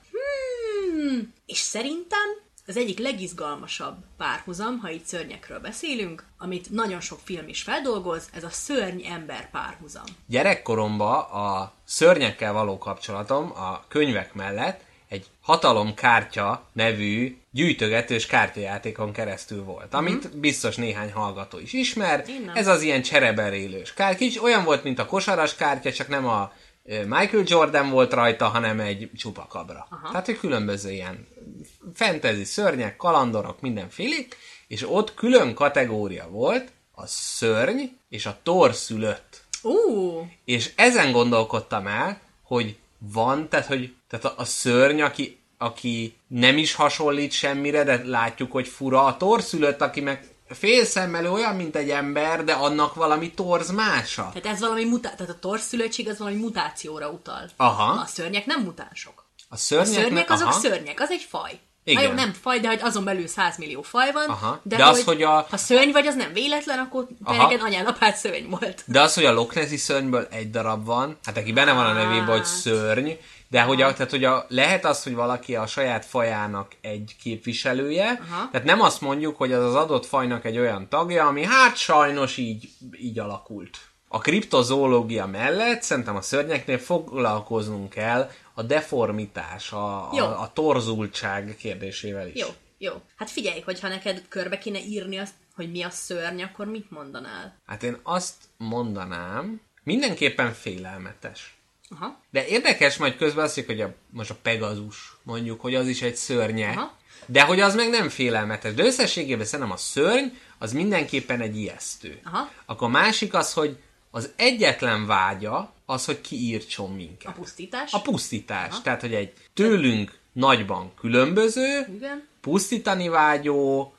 Hmm. És szerintem az egyik legizgalmasabb párhuzam, ha itt szörnyekről beszélünk, amit nagyon sok film is feldolgoz, ez a szörny-ember párhuzam. Gyerekkoromban a szörnyekkel való kapcsolatom a könyvek mellett egy hatalomkártya nevű gyűjtögetős kártyajátékon keresztül volt, amit mm-hmm. biztos néhány hallgató is ismer. Ez az ilyen csereberélős kártya, olyan volt, mint a kosaras kártya, csak nem a Michael Jordan volt rajta, hanem egy csupakabra. Aha. Tehát, hogy különböző ilyen fantasy szörnyek, kalandorok, mindenfélék, és ott külön kategória volt a szörny és a torszülött. Uh. És ezen gondolkodtam el, hogy van, tehát, hogy tehát a, a szörny, aki, aki nem is hasonlít semmire, de látjuk, hogy fura, a torszülött, aki meg félszemmel olyan, mint egy ember, de annak valami torz mása. Tehát ez valami mutá- tehát a torszülöttség az valami mutációra utal. Aha. Na, a szörnyek nem mutánsok. A szörnyek, a szörnyek ne- azok aha. szörnyek, az egy faj. Igen. Na jó, nem faj, de hogy azon belül száz millió faj van. Aha. De, de hogy, az, hogy a... ha szörny vagy, az nem véletlen, akkor te neked anyád apád szörny volt. De az, hogy a Loch Nessi szörnyből egy darab van, hát aki benne van a nevében, hogy szörny, de hogy, a, tehát, hogy a, lehet az, hogy valaki a saját fajának egy képviselője, aha. Tehát nem azt mondjuk, hogy az az adott fajnak egy olyan tagja, ami hát sajnos így, így alakult. A kriptozoológia mellett szerintem a szörnyeknél foglalkoznunk kell a deformitás, a, a, a torzultság kérdésével is. Jó, jó. Hát figyelj, hogyha neked körbe kéne írni azt, hogy mi a szörny, akkor mit mondanál? Hát én azt mondanám, mindenképpen félelmetes. Aha. De érdekes, majd közben azt mondjuk, hogy a, most a Pegazus, mondjuk, hogy az is egy szörnye, aha. De hogy az meg nem félelmetes. De összességében szerintem a szörny, az mindenképpen egy ijesztő. Aha. Akkor a másik az, hogy az egyetlen vágya az, hogy kiírtson minket. A pusztítás? A pusztítás. Aha. Tehát, hogy egy tőlünk nagyban különböző, igen. Pusztítani vágyó,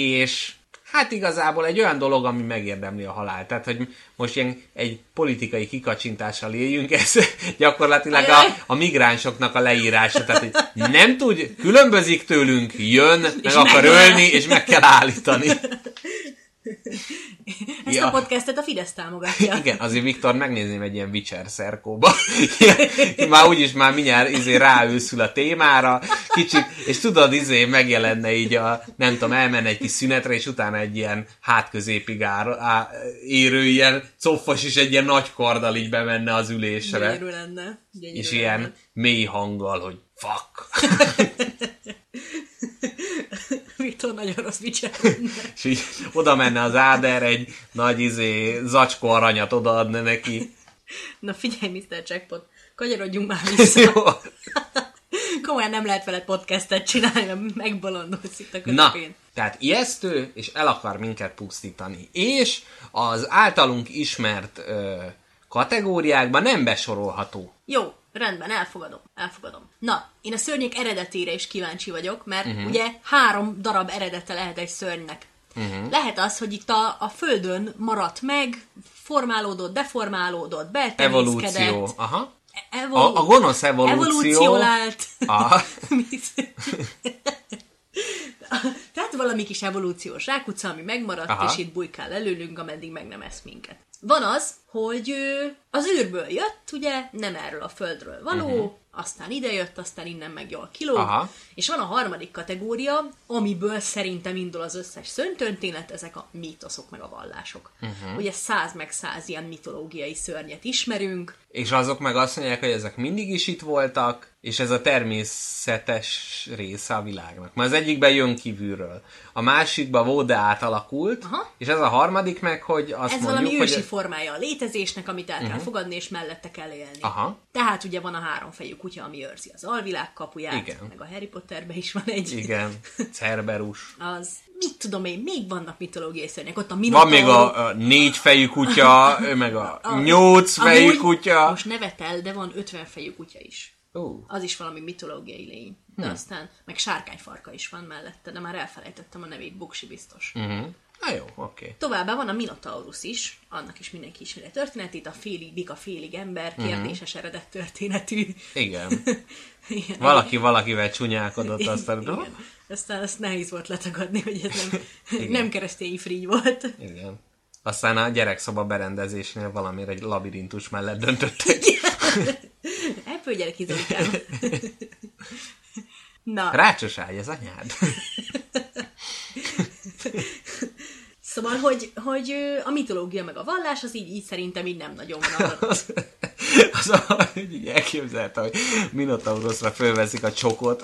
és hát igazából egy olyan dolog, ami megérdemli a halált. Tehát, hogy most ilyen egy politikai kikacsintással éljünk, ez gyakorlatilag a, a migránsoknak a leírása. Tehát, hogy nem tud, különbözik tőlünk, jön, meg és akar meg ölni, és meg kell állítani. Ezt ja. a podcastet a Fidesz támogatja. Igen, azért Viktor megnézném egy ilyen Witcher szerkóba. Már úgyis már mindjárt izé ráőszül a témára, kicsit, és tudod, izé megjelenne így a, nem tudom, elmenne egy kis szünetre, és utána egy ilyen hátközépig áll, á, érő, ilyen coffos, és egy ilyen nagy karddal így bemenne az ülésre. Gyönyörű lenne. Gyönyörű és lenne. ilyen mély hanggal, hogy fuck. Viktor nagyon rossz Witcher. És így oda menne az Áder, egy nagy izé, zacskó aranyat odaadna neki. Na figyelj, miszter Jackpot, kanyarodjunk már vissza. Komolyan nem lehet veled podcastet csinálni, mert megbolondulsz itt a közepén. Na, tehát ijesztő, és el akar minket pusztítani. És az általunk ismert ö, kategóriákban nem besorolható. Jó, rendben, elfogadom, elfogadom. Na, én a szörnyek eredetére is kíváncsi vagyok, mert uh-huh. ugye három darab eredete lehet egy szörnynek. Uh-huh. Lehet az, hogy itt a, a földön maradt meg, formálódott, deformálódott, beltemészkedett. Evolúció, aha. Evol- a, a gonosz evolúció. Evolúciólált. Aha. Tehát valami kis evolúciós rákutca, ami megmaradt, aha. és itt bujkál előlünk, ameddig meg nem esz minket. Van az, hogy az űrből jött, ugye, nem erről a földről való, uh-huh. aztán ide jött, aztán innen meg jól kilóg, aha. és van a harmadik kategória, amiből szerintem indul az összes szörnytörténet, ezek a mítoszok meg a vallások. Uh-huh. Ugye száz meg száz ilyen mitológiai szörnyet ismerünk. És azok meg azt mondják, hogy ezek mindig is itt voltak, és ez a természetes része a világnak. Mert az egyikben jön kívülről, a másikban volt, de átalakult, aha. és ez a harmadik meg, hogy azt ez mondjuk, valami ősi hogy... formája a létezésnek, amit el uh-huh. kell fogadni, és mellette kell élni. Aha. Tehát ugye van a háromfejű kutya, ami őrzi az alvilág kapuját, igen. meg a Harry Potterben is van egy. Igen, Cerberus. Az, mit tudom én, még vannak mitológiai szörnyek, ott a Minotaur. Van még a, a négyfejű kutya, meg a, a nyolcfejű kutya. Most nevetel, de van ötvenfejű kutya is. Uh. Az is valami mitológiai lény. De hmm. aztán, meg sárkányfarka is van mellette, de már elfelejtettem a nevét, Buksi biztos. Uh-huh. Na jó, oké. Okay. Továbbá van a Minotaurus is, annak is mindenki ismeri a történetét, a félig bika, félig ember, kérdéses uh-huh. eredet történetű. Igen. Igen. Valaki valakivel csúnyálkodott, aztán... Igen. Aztán azt nehéz volt letagadni, hogy ez nem, nem keresztény frígy volt. Igen. Aztán a gyerekszoba berendezésnél valamire egy labirintus mellett döntöttek. Ebből gyere ki, Zolikám. Na. Rácsos ágy, ez anyád. Szóval, hogy, hogy a mitológia meg a vallás, az így, így szerintem így nem nagyon van. az, az, hogy így elképzelte, hogy Minotaurusra fölveszik a csokot.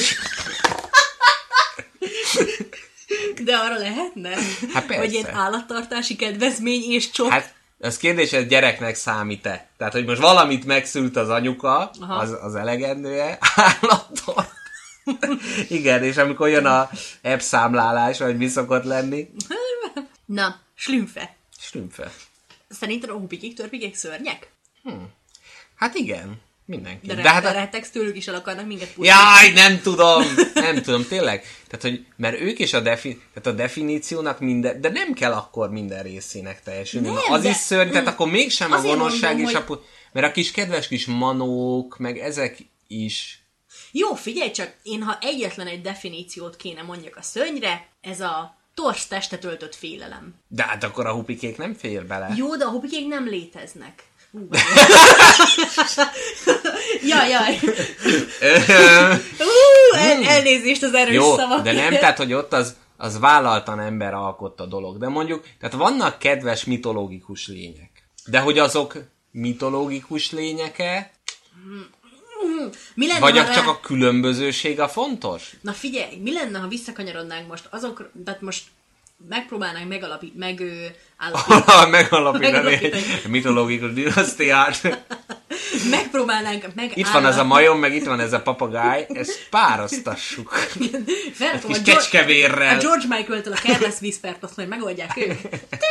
De arra lehetne? Hát persze. Hogy ilyen állattartási kedvezmény és csok. Hát az kérdés, ez gyereknek számít-e? Tehát, hogy most valamit megszült az anyuka, az, az elegendő-e? Állattól. Igen, és amikor jön a app számlálás, vagy mi szokott lenni? Na, slümfe. Slümfe. Szerinted a hupikik, törpikik szörnyek? Hmm. Hát igen, mindenki. De, de hát a... retex tőlük is el akarnak minket pusztítani. Jaj, nem tudom, nem tudom, tényleg. Tehát, hogy, mert ők is a, defi... tehát a definíciónak minden, de nem kell akkor minden részének teljesülni. Nem, az de... is szörny, tehát akkor mégsem a gonoszság mondom, is hogy... a... Mert a kis kedves kis manók, meg ezek is... Jó, figyelj csak, én ha egyetlen egy definíciót kéne mondjak a szörnyre, ez a torz testet öltött félelem. De hát akkor a hupikék nem fér bele. Jó, de a hupikék nem léteznek. jaj, jaj. El, elnézést az erős jó, szavak. De nem, tehát, hogy ott az, az vállaltan ember alkotta dolog. De mondjuk, tehát vannak kedves mitológikus lények. De hogy azok mitológikus lényeke, mi lenne, vagy ha csak rá... a különbözőség a fontos? Na figyelj, mi lenne, ha visszakanyarodnánk most azok, tehát most megpróbálnánk megalapít, meg állapítani. megalapítani egy mitológikus dinasztiát. Megpróbálnánk meg Itt van ez a majom, meg itt van ez a papagáj, ezt pároztassuk. Egy kis kecskevérrel. A George Michael-től a Careless Whisper-t azt majd megoldják ők.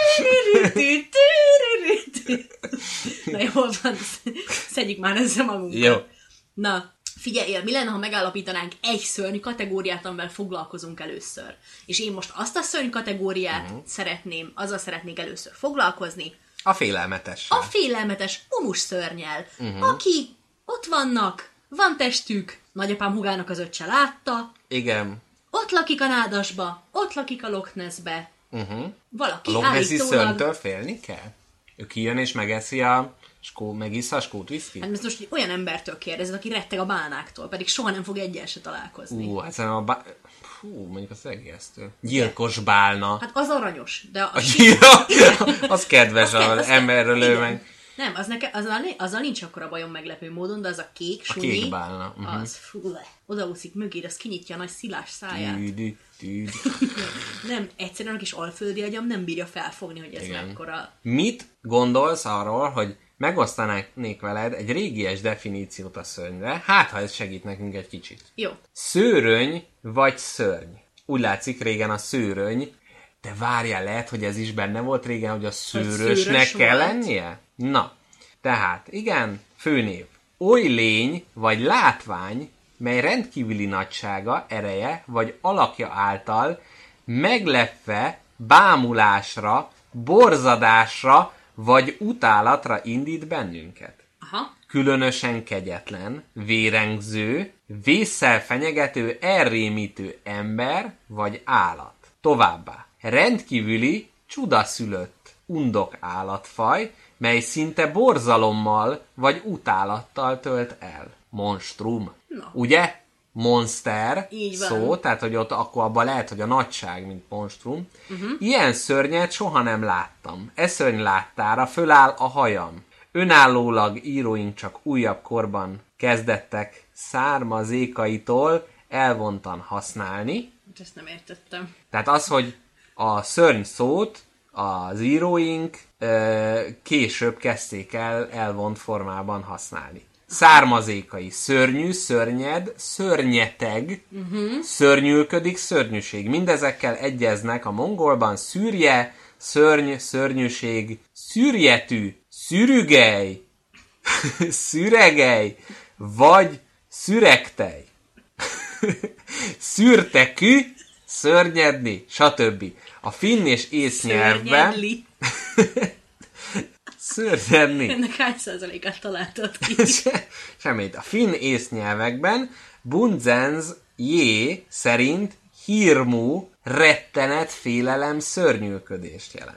Na jó, van, szedjük már ezzel magunkat. Jó. Na, figyelj, mi lenne, ha megállapítanánk egy szörny kategóriát, amivel foglalkozunk először. És én most azt a szörny kategóriát uh-huh. szeretném, azzal szeretnék először foglalkozni. A félelmetes. A félelmetes mumus szörnyel, uh-huh. aki ott vannak, van testük, nagyapám hugának az öccse látta. Igen. Ott lakik a nádasba, ott lakik a Loch Nessbe. Uh-huh. Valaki a Loch Nessi állítólag... szörnytől félni kell? Ő kijön és megeszi a skó, megissza a skót viszkit? Hát most olyan embertől kérdezed, aki retteg a bálnáktól, pedig soha nem fog egyel se találkozni. Ú, hát a bá... Hú, mondjuk az egésztől. Gyilkos bálna. Hát az aranyos, de a... a gyilka, az kedves az emberről ő meg. Nem, az neke, azzal, azzal nincs akkora bajom meglepő módon, de az a kék sunyi, a kék bálna. Uh-huh. Az, fú, le, odaúszik mögé, az kinyitja a nagy szilás száját. Tűdi, tűdi. Nem, egyszerűen a kis alföldi agyam nem bírja felfogni, hogy ez igen. mekkora... Mit gondolsz arról, hogy megosztanék veled egy régies definíciót a szörnyre, hát ha ez segít nekünk egy kicsit. Jó. Szőröny vagy szörny. Úgy látszik régen a szőröny, de várjál, lehet, hogy ez is benne volt régen, hogy a szőrösnek kell volt. lennie? Na, tehát igen, főnév. Oly lény vagy látvány, mely rendkívüli nagysága, ereje vagy alakja által meglepve bámulásra, borzadásra vagy utálatra indít bennünket. Aha. Különösen kegyetlen, vérengző, vésszel fenyegető, elrémítő ember vagy állat. Továbbá, rendkívüli, csudaszülött, undok állatfaj, mely szinte borzalommal vagy utálattal tölt el. Monstrum. Na. Ugye? Monster így van. Szó, tehát hogy ott akkor abban lehet, hogy a nagyság, mint monstrum. Uh-huh. Ilyen szörnyet soha nem láttam. E szörny láttára föláll a hajam. Önállólag íróink csak újabb korban kezdettek származékaitól elvontan használni. Ezt nem értettem. Tehát az, hogy a szörny szót az íróink ö, később kezdték el elvont formában használni. Származékai: szörnyű, szörnyed, szörnyeteg, uh-huh. szörnyűködik, szörnyűség. Mindezekkel egyeznek a mongolban szűrje, szörny, szörnyűség, szűrjetű, szürügely, szüregely, vagy szüregtej, szürtekű, szörnyedni, stb. A finn és ész nyelvben... Szörnyedni. Ennek hány százalékát találtad ki? Semmit. A finn észnyelvekben Bundzens J szerint hírmú, rettenet, félelem, szörnyűködést jelent.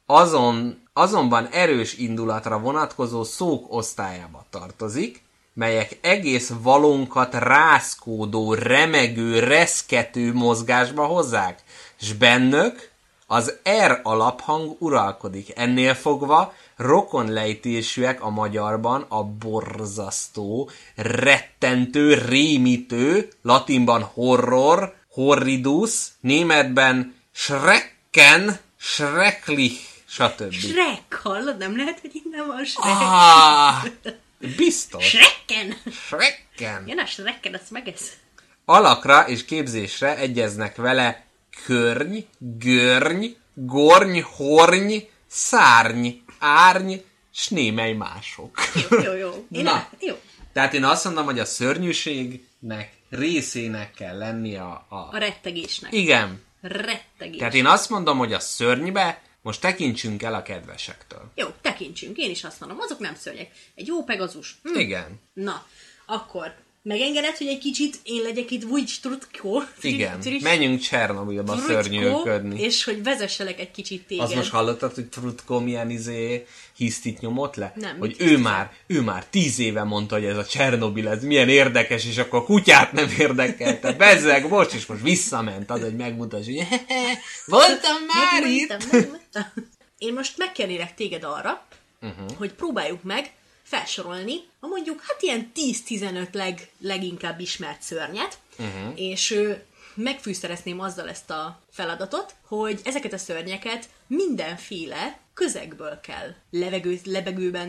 azon, azonban erős indulatra vonatkozó szók osztályába tartozik, melyek egész valónkat rázkódó, remegő, reszkető mozgásba hozzák, s bennök az R alaphang uralkodik. Ennél fogva rokonlejtésűek a magyarban a borzasztó, rettentő, rémítő, latinban horror, horridus, németben schrecken, schrecklich, stb. Schreck, hallod? Nem lehet, hogy innen van Schreck. Ah, biztos. Schrecken. Schrecken. Jön a Schrecken, azt megesz. Alakra és képzésre egyeznek vele körny, görny, gorny, horny, szárny, árny, s némely mások. Jó, jó, jó. Én Na, el, jó. tehát én azt mondom, hogy a szörnyűségnek részének kell lenni a... A, a rettegésnek. Igen. Rettegés. Tehát én azt mondom, hogy a szörnybe most tekintsünk el a kedvesektől. Jó, tekintsünk. Én is azt mondom, azok nem szörnyek. Egy jó Pegazus. Hm. Igen. Na, akkor megengeded, hogy egy kicsit én legyek itt Vujcs Trutko. Igen, menjünk Csernobilba szörnyűködni. És hogy vezesselek egy kicsit téged. Azt most hallottad, hogy Trutko milyen izé hisztit nyomott le? Nem, hogy ő már, ő már tíz éve mondta, hogy ez a Csernobil, ez milyen érdekes, és akkor a kutyát nem érdekelte. Bezzeg, bocs, és most visszament az, hogy megmutasd, hogy voltam már itt. Én most megkérnélek téged arra, uh-huh. hogy próbáljuk meg felsorolni a mondjuk, hát ilyen tíz-tizenöt leg, leginkább ismert szörnyet, uh-huh. és ö, megfűszerezném azzal ezt a feladatot, hogy ezeket a szörnyeket mindenféle közegből kell. Levegő, levegőben,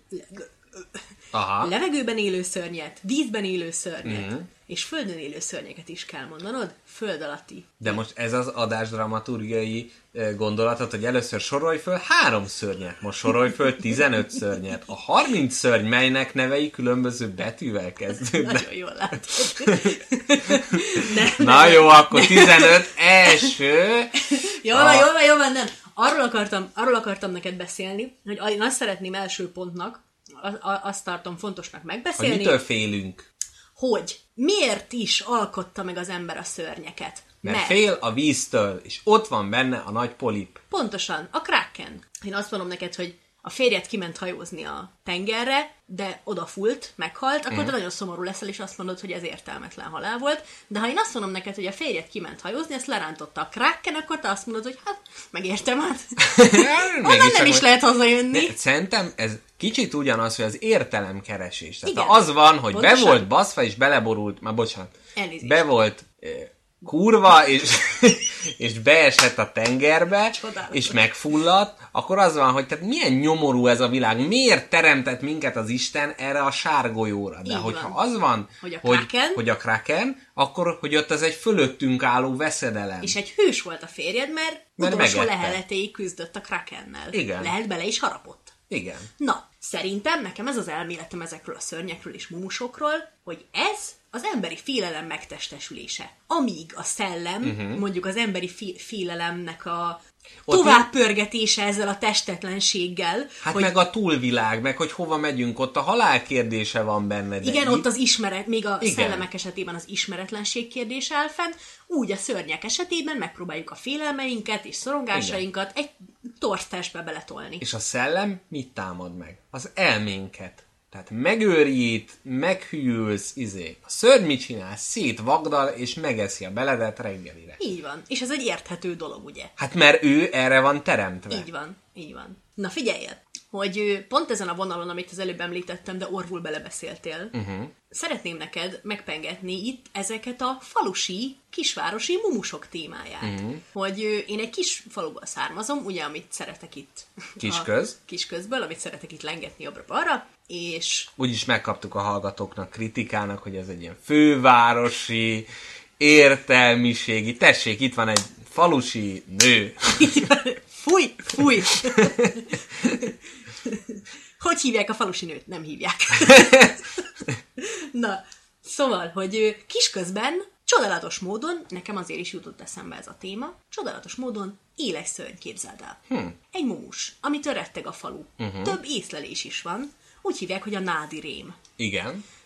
Aha. levegőben élő szörnyet, vízben élő szörnyet, uh-huh. és földön élő szörnyeket is kell mondanod, föld alatti. De most ez az adás dramaturgiai gondolatot, hogy először sorolj föl három szörnyet, most sorolj föl tizenöt szörnyet. A harminc szörny, melynek nevei különböző betűvel kezdődnek. Nagyon jól látod. Nem, Na nem, jó, akkor tizenöt első. Jól van, jól van, jól van, nem. Arról akartam, arról akartam neked beszélni, hogy én azt szeretném első pontnak, azt tartom fontosnak megbeszélni. Hogy mitől félünk? Hogy miért is alkotta meg az ember a szörnyeket? Mert, Mert fél a víztől, és ott van benne a nagy polip. Pontosan, a kraken. Én azt mondom neked, hogy a férjed kiment hajózni a tengerre, de odafult, meghalt, akkor mm. te nagyon szomorú leszel, és azt mondod, hogy ez értelmetlen halál volt. De ha én azt mondom neked, hogy a férjed kiment hajózni, ezt lerántotta a kraken, akkor te azt mondod, hogy hát, megértem hát. Onnan nem is lehet hazajönni. De, szerintem ez kicsit ugyanaz, hogy az értelemkeresés. Tehát igen. Az van, hogy Pontosan. Be volt baszva, és beleborult, már bocsánat, Elnézést. be volt eh, kurva, és, és beesett a tengerbe, Csodálatos. És megfulladt, akkor az van, hogy tehát milyen nyomorú ez a világ, miért teremtett minket az Isten erre a sárgolyóra. De így hogyha van. az van, hogy a hogy, kraken, hogy a kraken, akkor hogy ott az egy fölöttünk álló veszedelem. és egy hős volt a férjed, mert, Mert utolsó megette. leheletéig küzdött a krakennel. Igen. Lehet bele is harapott. Igen. Na, szerintem nekem ez az elméletem ezekről a szörnyekről és mumusokról, hogy ez az emberi félelem megtestesülése. Amíg a szellem, uh-huh. mondjuk az emberi fi- félelemnek a továbbpörgetése ezzel a testetlenséggel. Hát hogy meg a túlvilág, meg hogy hova megyünk, ott a halál kérdése van benne. De igen, így... ott az ismeret, még a igen. szellemek esetében az ismeretlenség kérdése áll fenn, úgy a szörnyek esetében megpróbáljuk a félelmeinket és szorongásainkat igen. egy torztestbe beletolni. És a szellem mit támad meg? Az elménket. Tehát megőrít, meghűlsz, izé. A szörny mit csinál? Szétvagdal, és megeszi a beledet reggelire. Így van. És ez egy érthető dolog, ugye? Hát mert ő erre van teremtve. Így van. Így van. Na figyelj, hogy pont ezen a vonalon, amit az előbb említettem, de orvul belebeszéltél, uh-huh. szeretném neked megpengetni itt ezeket a falusi, kisvárosi mumusok témáját. Uh-huh. Hogy én egy kis faluból származom, ugye, amit szeretek itt. Kisköz. Kisközből, amit szeretek itt lengetni jobbra-balra, és... Úgyis megkaptuk a hallgatóknak kritikának, hogy ez egy ilyen fővárosi, értelmiségi... Tessék, itt van egy falusi nő. Fúj, fúj! Hogy hívják a falusi nőt? Nem hívják. Na, szóval, hogy kisközben csodálatos módon, nekem azért is jutott eszembe ez a téma, csodálatos módon éles szörny, képzeld el. Hmm. Egy mumus, amitől retteg a falu. Uh-huh. Több észlelés is van, úgy hívják, hogy a nádi rém. Igen.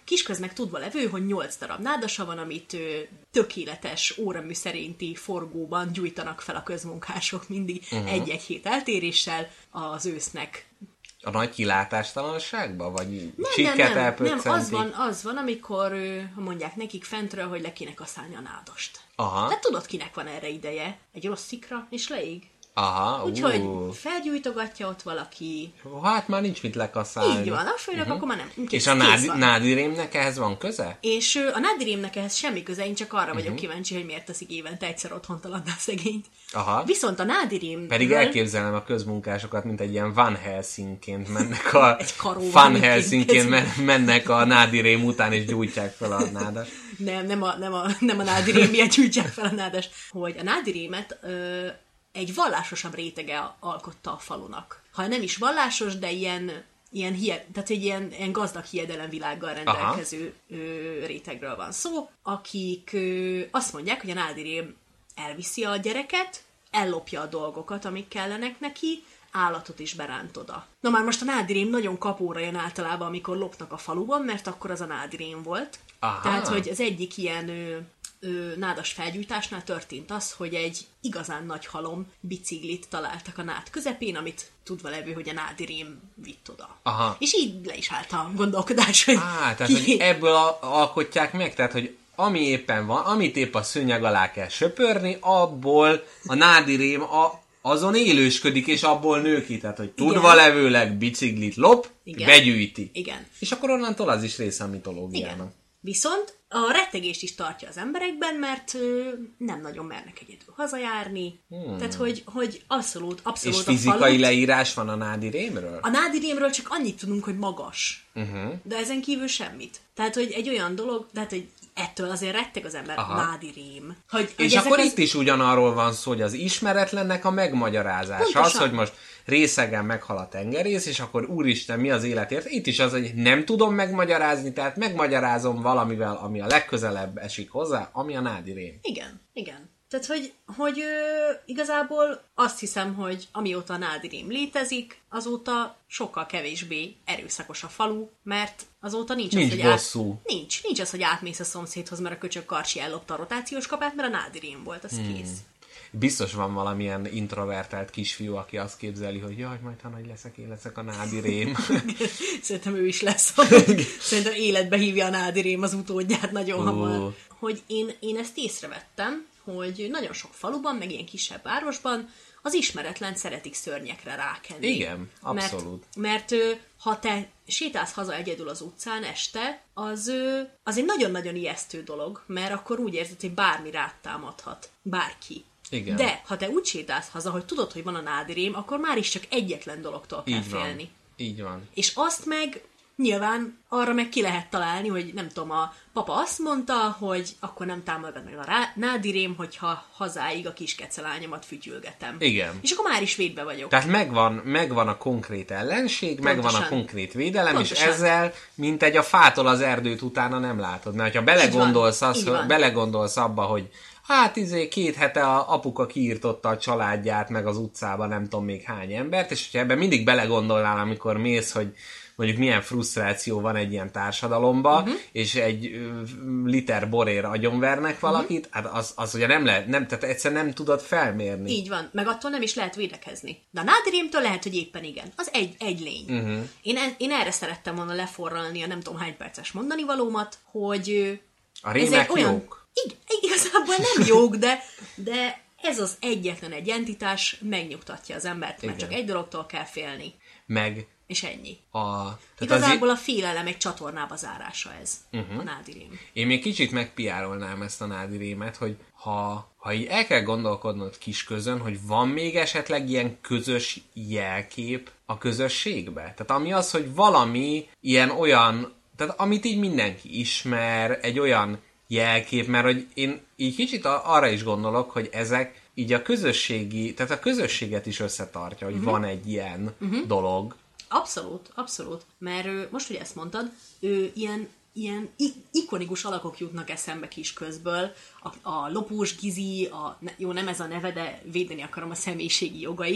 Kisköz meg tudva levő, hogy nyolc darab nádasa van, amit ö, tökéletes óramű szerinti forgóban gyújtanak fel a közmunkások mindig uh-huh. egy-egy hét eltéréssel az ősznek. A nagy kilátástalanságban? Vagy nem, csikket nem, nem, nem, az elpöccentik? van, az van, amikor ö, mondják nekik fentről, hogy le kéne kaszálni a nádast. Aha. De tudod, kinek van erre ideje? Egy rossz szikra, és leég. Aha, Úgyhogy ú. felgyújtogatja ott valaki. Hát már nincs mit lekaszálni. Így van, a főnök uh-huh. akkor már nem. Kész, És a nádi, nádirémnek ehhez van köze? És ö, a nádirémnek ehhez semmi köze, én csak arra uh-huh. vagyok Mhm. kíváncsi, hogy miért teszik évente egyszer otthontalanná szegényt. Aha. Viszont a nádirém... Pedig elképzelem a közmunkásokat, mint egy ilyen Van Helsingként mennek a... Van Van Helsingként men- mennek a nádirém után, és gyújtják fel a nádas. Nem, nem a, nem a, nem a nádirém miatt gyújtják fel a nádas. Hogy a nádirémet ö, egy vallásosabb rétege alkotta a falunak. Ha nem is vallásos, de ilyen, ilyen, hie, tehát egy ilyen, ilyen gazdag hiedelemvilággal rendelkező ö, rétegről van szó, akik ö, azt mondják, hogy a nádirém elviszi a gyereket, ellopja a dolgokat, amik kellenek neki, állatot is beránt oda. Na már most a nádirém nagyon kapóra jön általában, amikor lopnak a faluban, mert akkor az a nádirém volt. Aha. Tehát, hogy az egyik ilyen ö, ö, nádas felgyújtásnál történt az, hogy egy igazán nagy halom biciklit találtak a nád közepén, amit tudva levő, hogy a nádirém vitt oda. Aha. És így le is állt a gondolkodás, hogy... Á, tehát hogy ebből a- alkotják meg, tehát hogy ami éppen van, amit épp a szőnyeg alá kell söpörni, abból a nádirém a, azon élősködik, és abból nő ki. Tehát, hogy tudva levőleg biciklit lop, Igen. begyűjti. Igen. És akkor onnantól az is része a mitológiának. Igen. Viszont a rettegést is tartja az emberekben, mert ö, nem nagyon mernek egyedül hazajárni. Hmm. Tehát, hogy, hogy abszolút, abszolút És a fizikai falut... leírás van a nádirémről? A nádirémről csak annyit tudunk, hogy magas. Uh-huh. De ezen kívül semmit. Tehát, hogy egy olyan dolog, tehát, hogy ettől azért retteg az ember, Aha. nádirém. Hogy, És hogy akkor ezek itt is ugyanarról van szó, hogy az ismeretlennek a megmagyarázása. Pontosan. Az, hogy most részegen meghal a tengerész, és akkor úristen, mi az életért? Itt is az, hogy nem tudom megmagyarázni, tehát megmagyarázom valamivel, ami a legközelebb esik hozzá, ami a nádirém. Igen, igen. Tehát, hogy, hogy ö, igazából azt hiszem, hogy amióta a nádirém létezik, azóta sokkal kevésbé erőszakos a falu, mert azóta nincs, Nincs az, hogy bosszú. Át, nincs, nincs az, hogy átmész a szomszédhoz, mert a köcsög Karcsi ellopta a rotációs kapát, mert a nádirém volt, az Hmm. kész. Biztos van valamilyen introvertált kisfiú, aki azt képzeli, hogy jaj, majd ha nagy leszek, én leszek a nádirém. Szerintem ő is lesz. Szerintem életbe hívja a nádirém az utódját nagyon Ó. hamar. Hogy én, én ezt észrevettem, hogy nagyon sok faluban, meg ilyen kisebb városban az ismeretlen szeretik szörnyekre rákenni. Igen, abszolút. Mert, mert ö, ha te sétálsz haza egyedül az utcán este, az, ö, az egy nagyon-nagyon ijesztő dolog, mert akkor úgy érzed, hogy bármi rád támadhat. Bárki. Igen. De ha te úgy sétálsz haza, hogy tudod, hogy van a nádirém, akkor már is csak egyetlen dologtól kell Így van. félni. Így van. És azt meg nyilván arra meg ki lehet találni, hogy nem tudom, a papa azt mondta, hogy akkor nem támogat meg a rá- nádirém, hogyha hazáig a kis kecelányomat fütyülgetem. Igen. És akkor már is védve vagyok. Tehát megvan, megvan a konkrét ellenség, Pontosan. megvan a konkrét védelem, Pontosan. és ezzel, mint egy a fától az erdőt utána nem látod. Mert ha belegondolsz, van, az, így hogy van. belegondolsz abba, hogy hát izé két hete a apuka kiírtotta a családját, meg az utcába nem tudom még hány embert, és hogyha ebben mindig belegondolnál, amikor mész, hogy mondjuk milyen frusztráció van egy ilyen társadalomba, Mhm. és egy ö, liter borér agyonvernek valakit, hát az, az ugye nem lehet, nem, tehát egyszerűen nem tudod felmérni. Így van, meg attól nem is lehet védekezni. De a nádirémtől lehet, hogy éppen igen. Az egy, egy lény. Uh-huh. Én, e- én erre szerettem volna leforralni a nem tudom hány perces mondani valómat, hogy ö, A rémek olyan... jók. Igen, igazából nem jók, de, de ez az egyetlen egy entitás megnyugtatja az embert, mert Igen. csak egy dologtól kell félni. Meg És ennyi. a... tehát Igazából a félelem egy csatornába zárása ez, Uh-huh. a nádirém. Én még kicsit megpiárolnám ezt a nádirémet, hogy ha, ha így el kell gondolkodnod kisközön, hogy van még esetleg ilyen közös jelkép a közösségbe? Tehát ami az, hogy valami ilyen olyan, tehát amit így mindenki ismer, egy olyan jelkép, mert hogy én így kicsit arra is gondolok, hogy ezek így a közösségi, tehát a közösséget is összetartja, hogy Uh-huh. van egy ilyen Uh-huh. dolog. Abszolút, abszolút. Mert ő, most, hogy ezt mondtad, ő ilyen, ilyen i- ikonikus alakok jutnak eszembe Kisközből. A, a lopós Gizi, a, ne- jó, nem ez a neve, de védeni akarom a személyiségi jogait.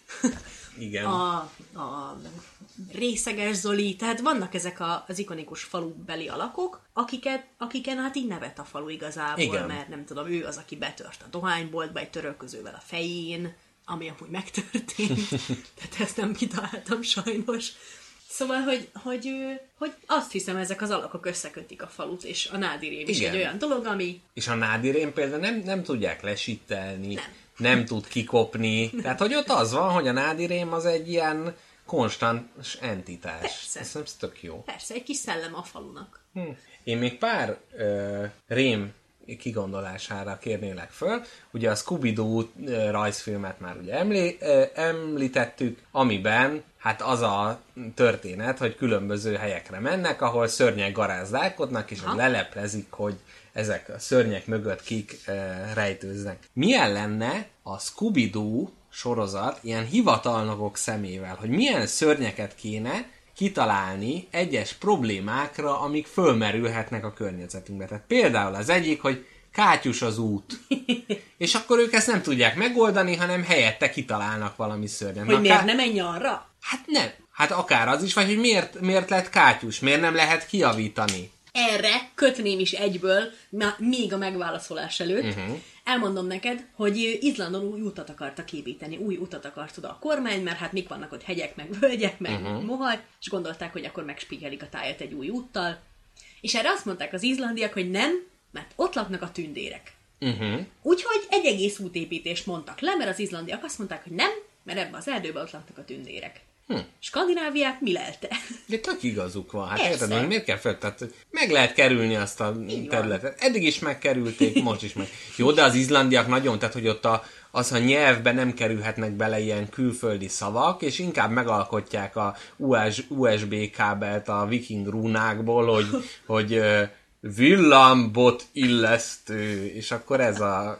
Igen. A, a Részeges Zoli, tehát vannak ezek a, az ikonikus falubeli alakok, akiket, akiken hát így nevet a falu igazából, igen. Mert nem tudom, ő az, aki betört a dohányboltba egy törölközővel a fején, ami amúgy megtörtént, tehát ezt nem kitaláltam sajnos. Szóval, hogy, hogy, hogy azt hiszem, ezek az alakok összekötik a falut, és a nádirém is egy olyan dolog, ami... És a nádirém például nem, nem tudják lesittelni, nem. nem tud kikopni. Tehát, hogy ott az van, hogy a nádirém az egy ilyen konstans entitás. Persze. Ez, ez tök jó. Persze, egy kis szellem a falunak. Hm. Én még pár ö, rém kigondolására kérnélek föl. Ugye a Scooby-Doo rajzfilmet már ugye emlé, említettük, amiben hát az a történet, hogy különböző helyekre mennek, ahol szörnyek garázdálkodnak, és ha. leleplezik, hogy ezek a szörnyek mögött kik e, rejtőznek. Milyen lenne a Scooby-Doo sorozat ilyen hivatalnokok szemével, hogy milyen szörnyeket kéne kitalálni egyes problémákra, amik fölmerülhetnek a környezetünkbe. Tehát például az egyik, hogy kátyus az út. És akkor ők ezt nem tudják megoldani, hanem helyette kitalálnak valami szörnyet. Hogy Na, miért ká... nem menj arra? Hát nem. Hát akár az is, vagy hogy miért, miért lett kátyus, miért nem lehet kijavítani. Erre kötném is egyből, még a megválaszolás előtt. Uh-huh. Elmondom neked, hogy Izlandon új utat akartak építeni, új utat akart oda a kormány, mert hát mik vannak ott hegyek, meg völgyek, meg uh-huh. mohaj, és gondolták, hogy akkor megspígelik a tájat egy új úttal. És erre azt mondták az izlandiak, hogy nem, mert ott laknak a tündérek. Uh-huh. Úgyhogy egy egész útépítést mondtak le, mert az izlandiak azt mondták, hogy nem, mert ebben az erdőben ott laknak a tündérek. Hm. Skandináviát mi lelte? De tök igazuk van. Hát érted, hogy miért kell fel? Tehát meg lehet kerülni azt a így területet. Van. Eddig is megkerülték, most is meg. Jó, de az izlandiak nagyon, tehát hogy ott a, az a nyelvben nem kerülhetnek bele ilyen külföldi szavak, és inkább megalkotják a u es bé kábelt a viking rúnákból, hogy, hogy villámbot illesztő, és akkor ez a...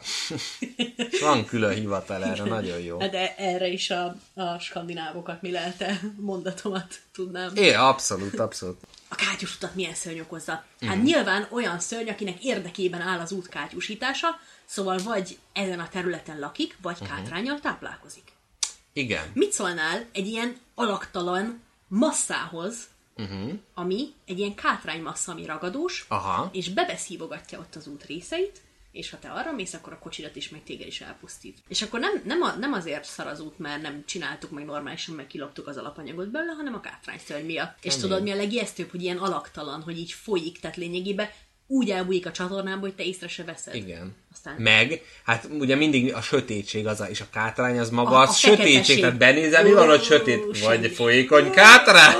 van külön hivatal erre, nagyon jó. De erre is a, a skandinávokat mi lelte mondatomat tudnám. É, abszolút, abszolút. A kátyus utat milyen szörny okozza? Hát mm. nyilván olyan szörny, akinek érdekében áll az út kátyusítása, szóval vagy ezen a területen lakik, vagy uh-huh. kátránnyal táplálkozik. Igen. Mit szólnál egy ilyen alaktalan masszához, Uh-huh. ami egy ilyen kátránymassza, ami ragadós, aha. és bebeszívogatja ott az út részeit, és ha te arra mész, akkor a kocsidat is, meg téged is elpusztít. És akkor nem, nem, a, nem azért szar az út, mert nem csináltuk meg normálisan, meg kiloptuk az alapanyagot belőle, hanem a kátrányszörny miatt. És tudod, mi a legijesztőbb, hogy ilyen alaktalan, hogy így folyik, tehát lényegében úgy elbújik a csatornába, hogy te észre se veszed. Igen. Aztán... Meg, hát ugye mindig a sötétség az a, és a kátrány az maga, a, az a sötétség, tehát benézel, mi van ott sötét? Vagy folyékony kátrány?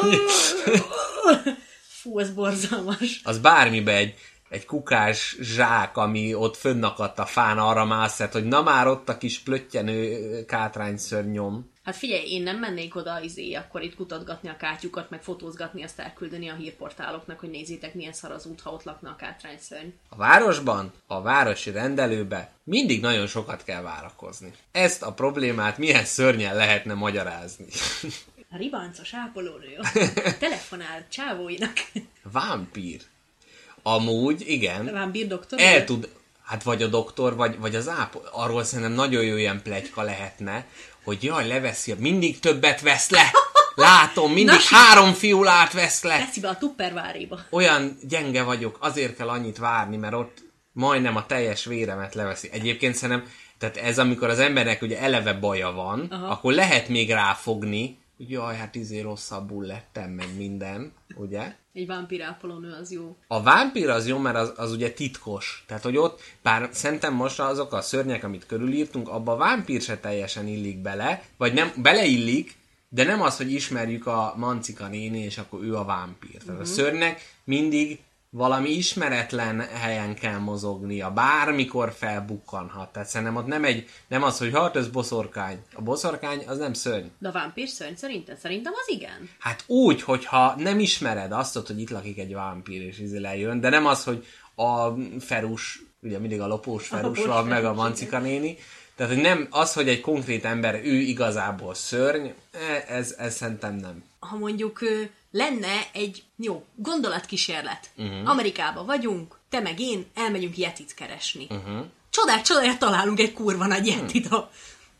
Fú, ez borzalmas. Az bármibe egy, egy kukás zsák, ami ott fönnakadt a fán, arra mászett, hogy na már ott a kis plöttyenő kátrányszörny nyom. Hát figyelj, én nem mennék oda izé, akkor itt kutatgatni a kátyukat, meg fotózgatni, azt elküldeni a hírportáloknak, hogy nézzétek, milyen szar az út, ha ott lakna a kátrányszörny. A városban, a városi rendelőbe mindig nagyon sokat kell várakozni. Ezt a problémát milyen szörnyen lehetne magyarázni? A ribancos ápolónő telefonál csávóinak. Vámpír. Amúgy, igen. Vámpír doktor? El tud, hát vagy a doktor, vagy, vagy az ápoló. Arról szerintem nagyon jó ilyen pletyka lehetne, hogy jaj, leveszi, mindig többet vesz le. Látom, mindig Na, három fiulát vesz le. Veszi be a Tupperváréba. Olyan gyenge vagyok, azért kell annyit várni, mert ott majdnem a teljes véremet leveszi. Egyébként szerintem, tehát ez amikor az embernek ugye eleve baja van, aha. akkor lehet még ráfogni, hogy jaj, hát izé rosszabbul lettem, meg minden, ugye? Egy vámpírápolónő az jó. A vámpír az jó, mert az, az ugye titkos. Tehát, hogy ott, bár szerintem most azok a szörnyek, amit körülírtunk, abba a vámpír se teljesen illik bele, vagy nem, beleillik, de nem az, hogy ismerjük a Mancika néni, és akkor ő a vámpír. Tehát uh-huh. a szörnynek mindig valami ismeretlen helyen kell mozognia, bármikor felbukkanhat. Tehát szerintem ott nem, egy, nem az, hogy hát ez boszorkány. A boszorkány az nem szörny. De a vámpír szörny szerinted? Szerintem az igen. Hát úgy, hogyha nem ismered azt, hogy itt lakik egy vámpír, és izé lejön, de nem az, hogy a Ferus, ugye mindig a lopós Ferus a van, meg a Mancika néni. Tehát hogy nem az, hogy egy konkrét ember, ő igazából szörny, ez, ez szerintem nem. Ha mondjuk lenne egy, jó, gondolatkísérlet. Uh-huh. Amerikában vagyunk, te meg én elmegyünk yetit keresni. Uh-huh. Csodát, csodáját találunk egy kurva nagy yetit a,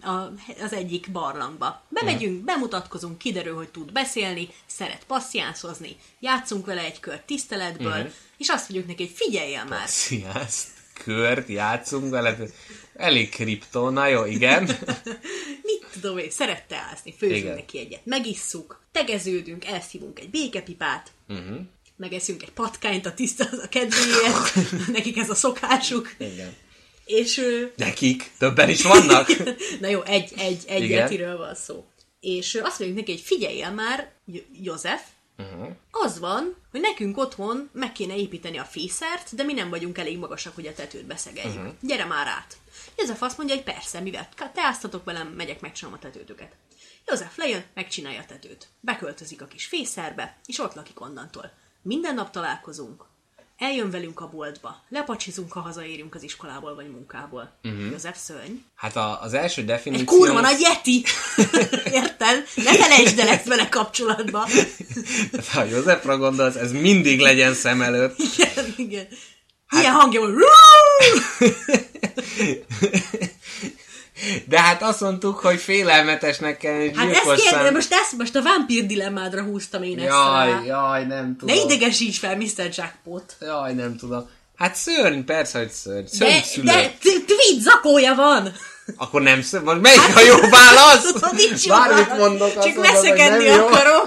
a, az egyik barlangba. Bemegyünk, Mhm. bemutatkozunk, kiderül, hogy tud beszélni, szeret passzjánszozni, játszunk vele egy kört tiszteletből, Mhm. és azt mondjuk neki, hogy figyeljél már. Sziaszt, kört, játszunk vele. Elég kriptó, na jó, igen. Mit tudom én, szerette ázni, főzünk Igen. neki egyet, megisszuk, tegeződünk, elszívunk egy békepipát, Uh-huh. megeszünk egy patkányt a tiszta a kedvéért, nekik ez a szokásuk, Igen. és... ö, Nekik? Többen is vannak? Na jó, egy, egy, egy Igen. Yetiről van szó. És ö, azt mondjuk neki, hogy figyeljél már, J- József, Uh-huh. az van, hogy nekünk otthon meg kéne építeni a fészert, de mi nem vagyunk elég magasak, hogy a tetőt beszegeljük. Mhm. Uh-huh. Gyere már át. József azt mondja, hogy persze, mivel te áztatok velem, megyek, megcsinálom a tetőtöket. József lejön, megcsinálja a tetőt. Beköltözik a kis fészerbe, és ott lakik onnantól. Minden nap találkozunk. Eljön velünk a boltba. Lepacsizunk, ha hazaérünk az iskolából vagy munkából. Mhm. Uh-huh. József szörny. Hát a, az első Egy definíció... kurva nagy Yeti! Érted? Ne felejtsd el ezt vele kapcsolatba. Ha Józsefra gondolsz, ez mindig legyen szem előtt. Igen, igen. Ilyen hangja van. De hát azt mondtuk, hogy félelmetesnek kell, és Hát ezt gyilkos kérdez, szem... most, ezt, most a vámpír dilemmádra húztam én ezt Jaj, rá. jaj, nem tudom. Ne idegesíts fel, miszter Jackpot. Jaj, nem tudom. Hát szörny, persze, hogy szörny. Szörny De, szülő. de t- tweet zakója van. Akkor nem szörny. Most melyik a jó válasz? Tudod, nincs jó Bármit válasz. mondok, azt Csak mondom, hogy veszekedni nem jó. akarok.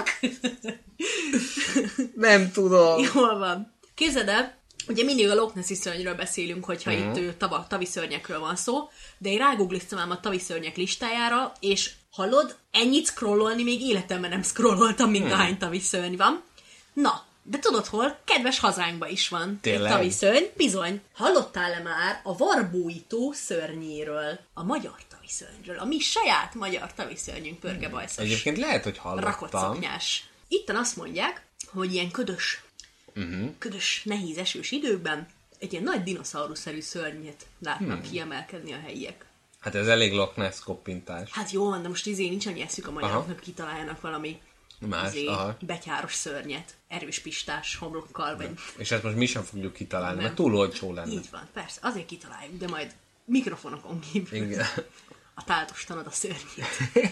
Nem tudom. Jól van. Képzeld el, ugye mindig a Loch Nessi szörnyről beszélünk, hogyha Mhm. uh-huh. itt ö, tava, tavi szörnyekről van szó, de én rágoogliztam ám a tavi szörnyek listájára, és hallod, ennyit scrollolni még életemben nem scrolloltam, mint Hmm. ahány tavi szörny van. Na, de tudod hol? Kedves hazánkban is van Tényleg? egy tavi szörny. Bizony. Hallottál-e már a Varbóitó szörnyéről? A magyar tavi szörnyről. A mi saját magyar tavi szörnyünk, pörgebajszos. Egyébként lehet, hogy Rakott hallottam. szoknyás. Itten azt mondják, hogy ilyen ködös, Uh-huh. ködös, nehéz esős időkben egy ilyen nagy dinoszauruszerű szörnyet látnak Hmm. kiemelkedni a helyiek. Hát ez elég Loch Ness koppintás. Hát jó van, de most izé nincs annyi eszük a magyaroknak, kitaláljanak valami Más, izé, aha. betyáros szörnyet, erős pistás homlokkal, vagy És ezt most mi sem fogjuk kitalálni, Nem. mert túl olcsó lenne. így van, persze, azért kitaláljuk, de majd mikrofonokon kívül Igen. a táltostanod a szörnyét.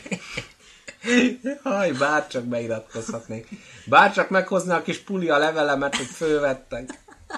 Haj, bárcsak beiratkozhatnék. Bárcsak meghozna a kis puli a levelemet, hogy fölvettek.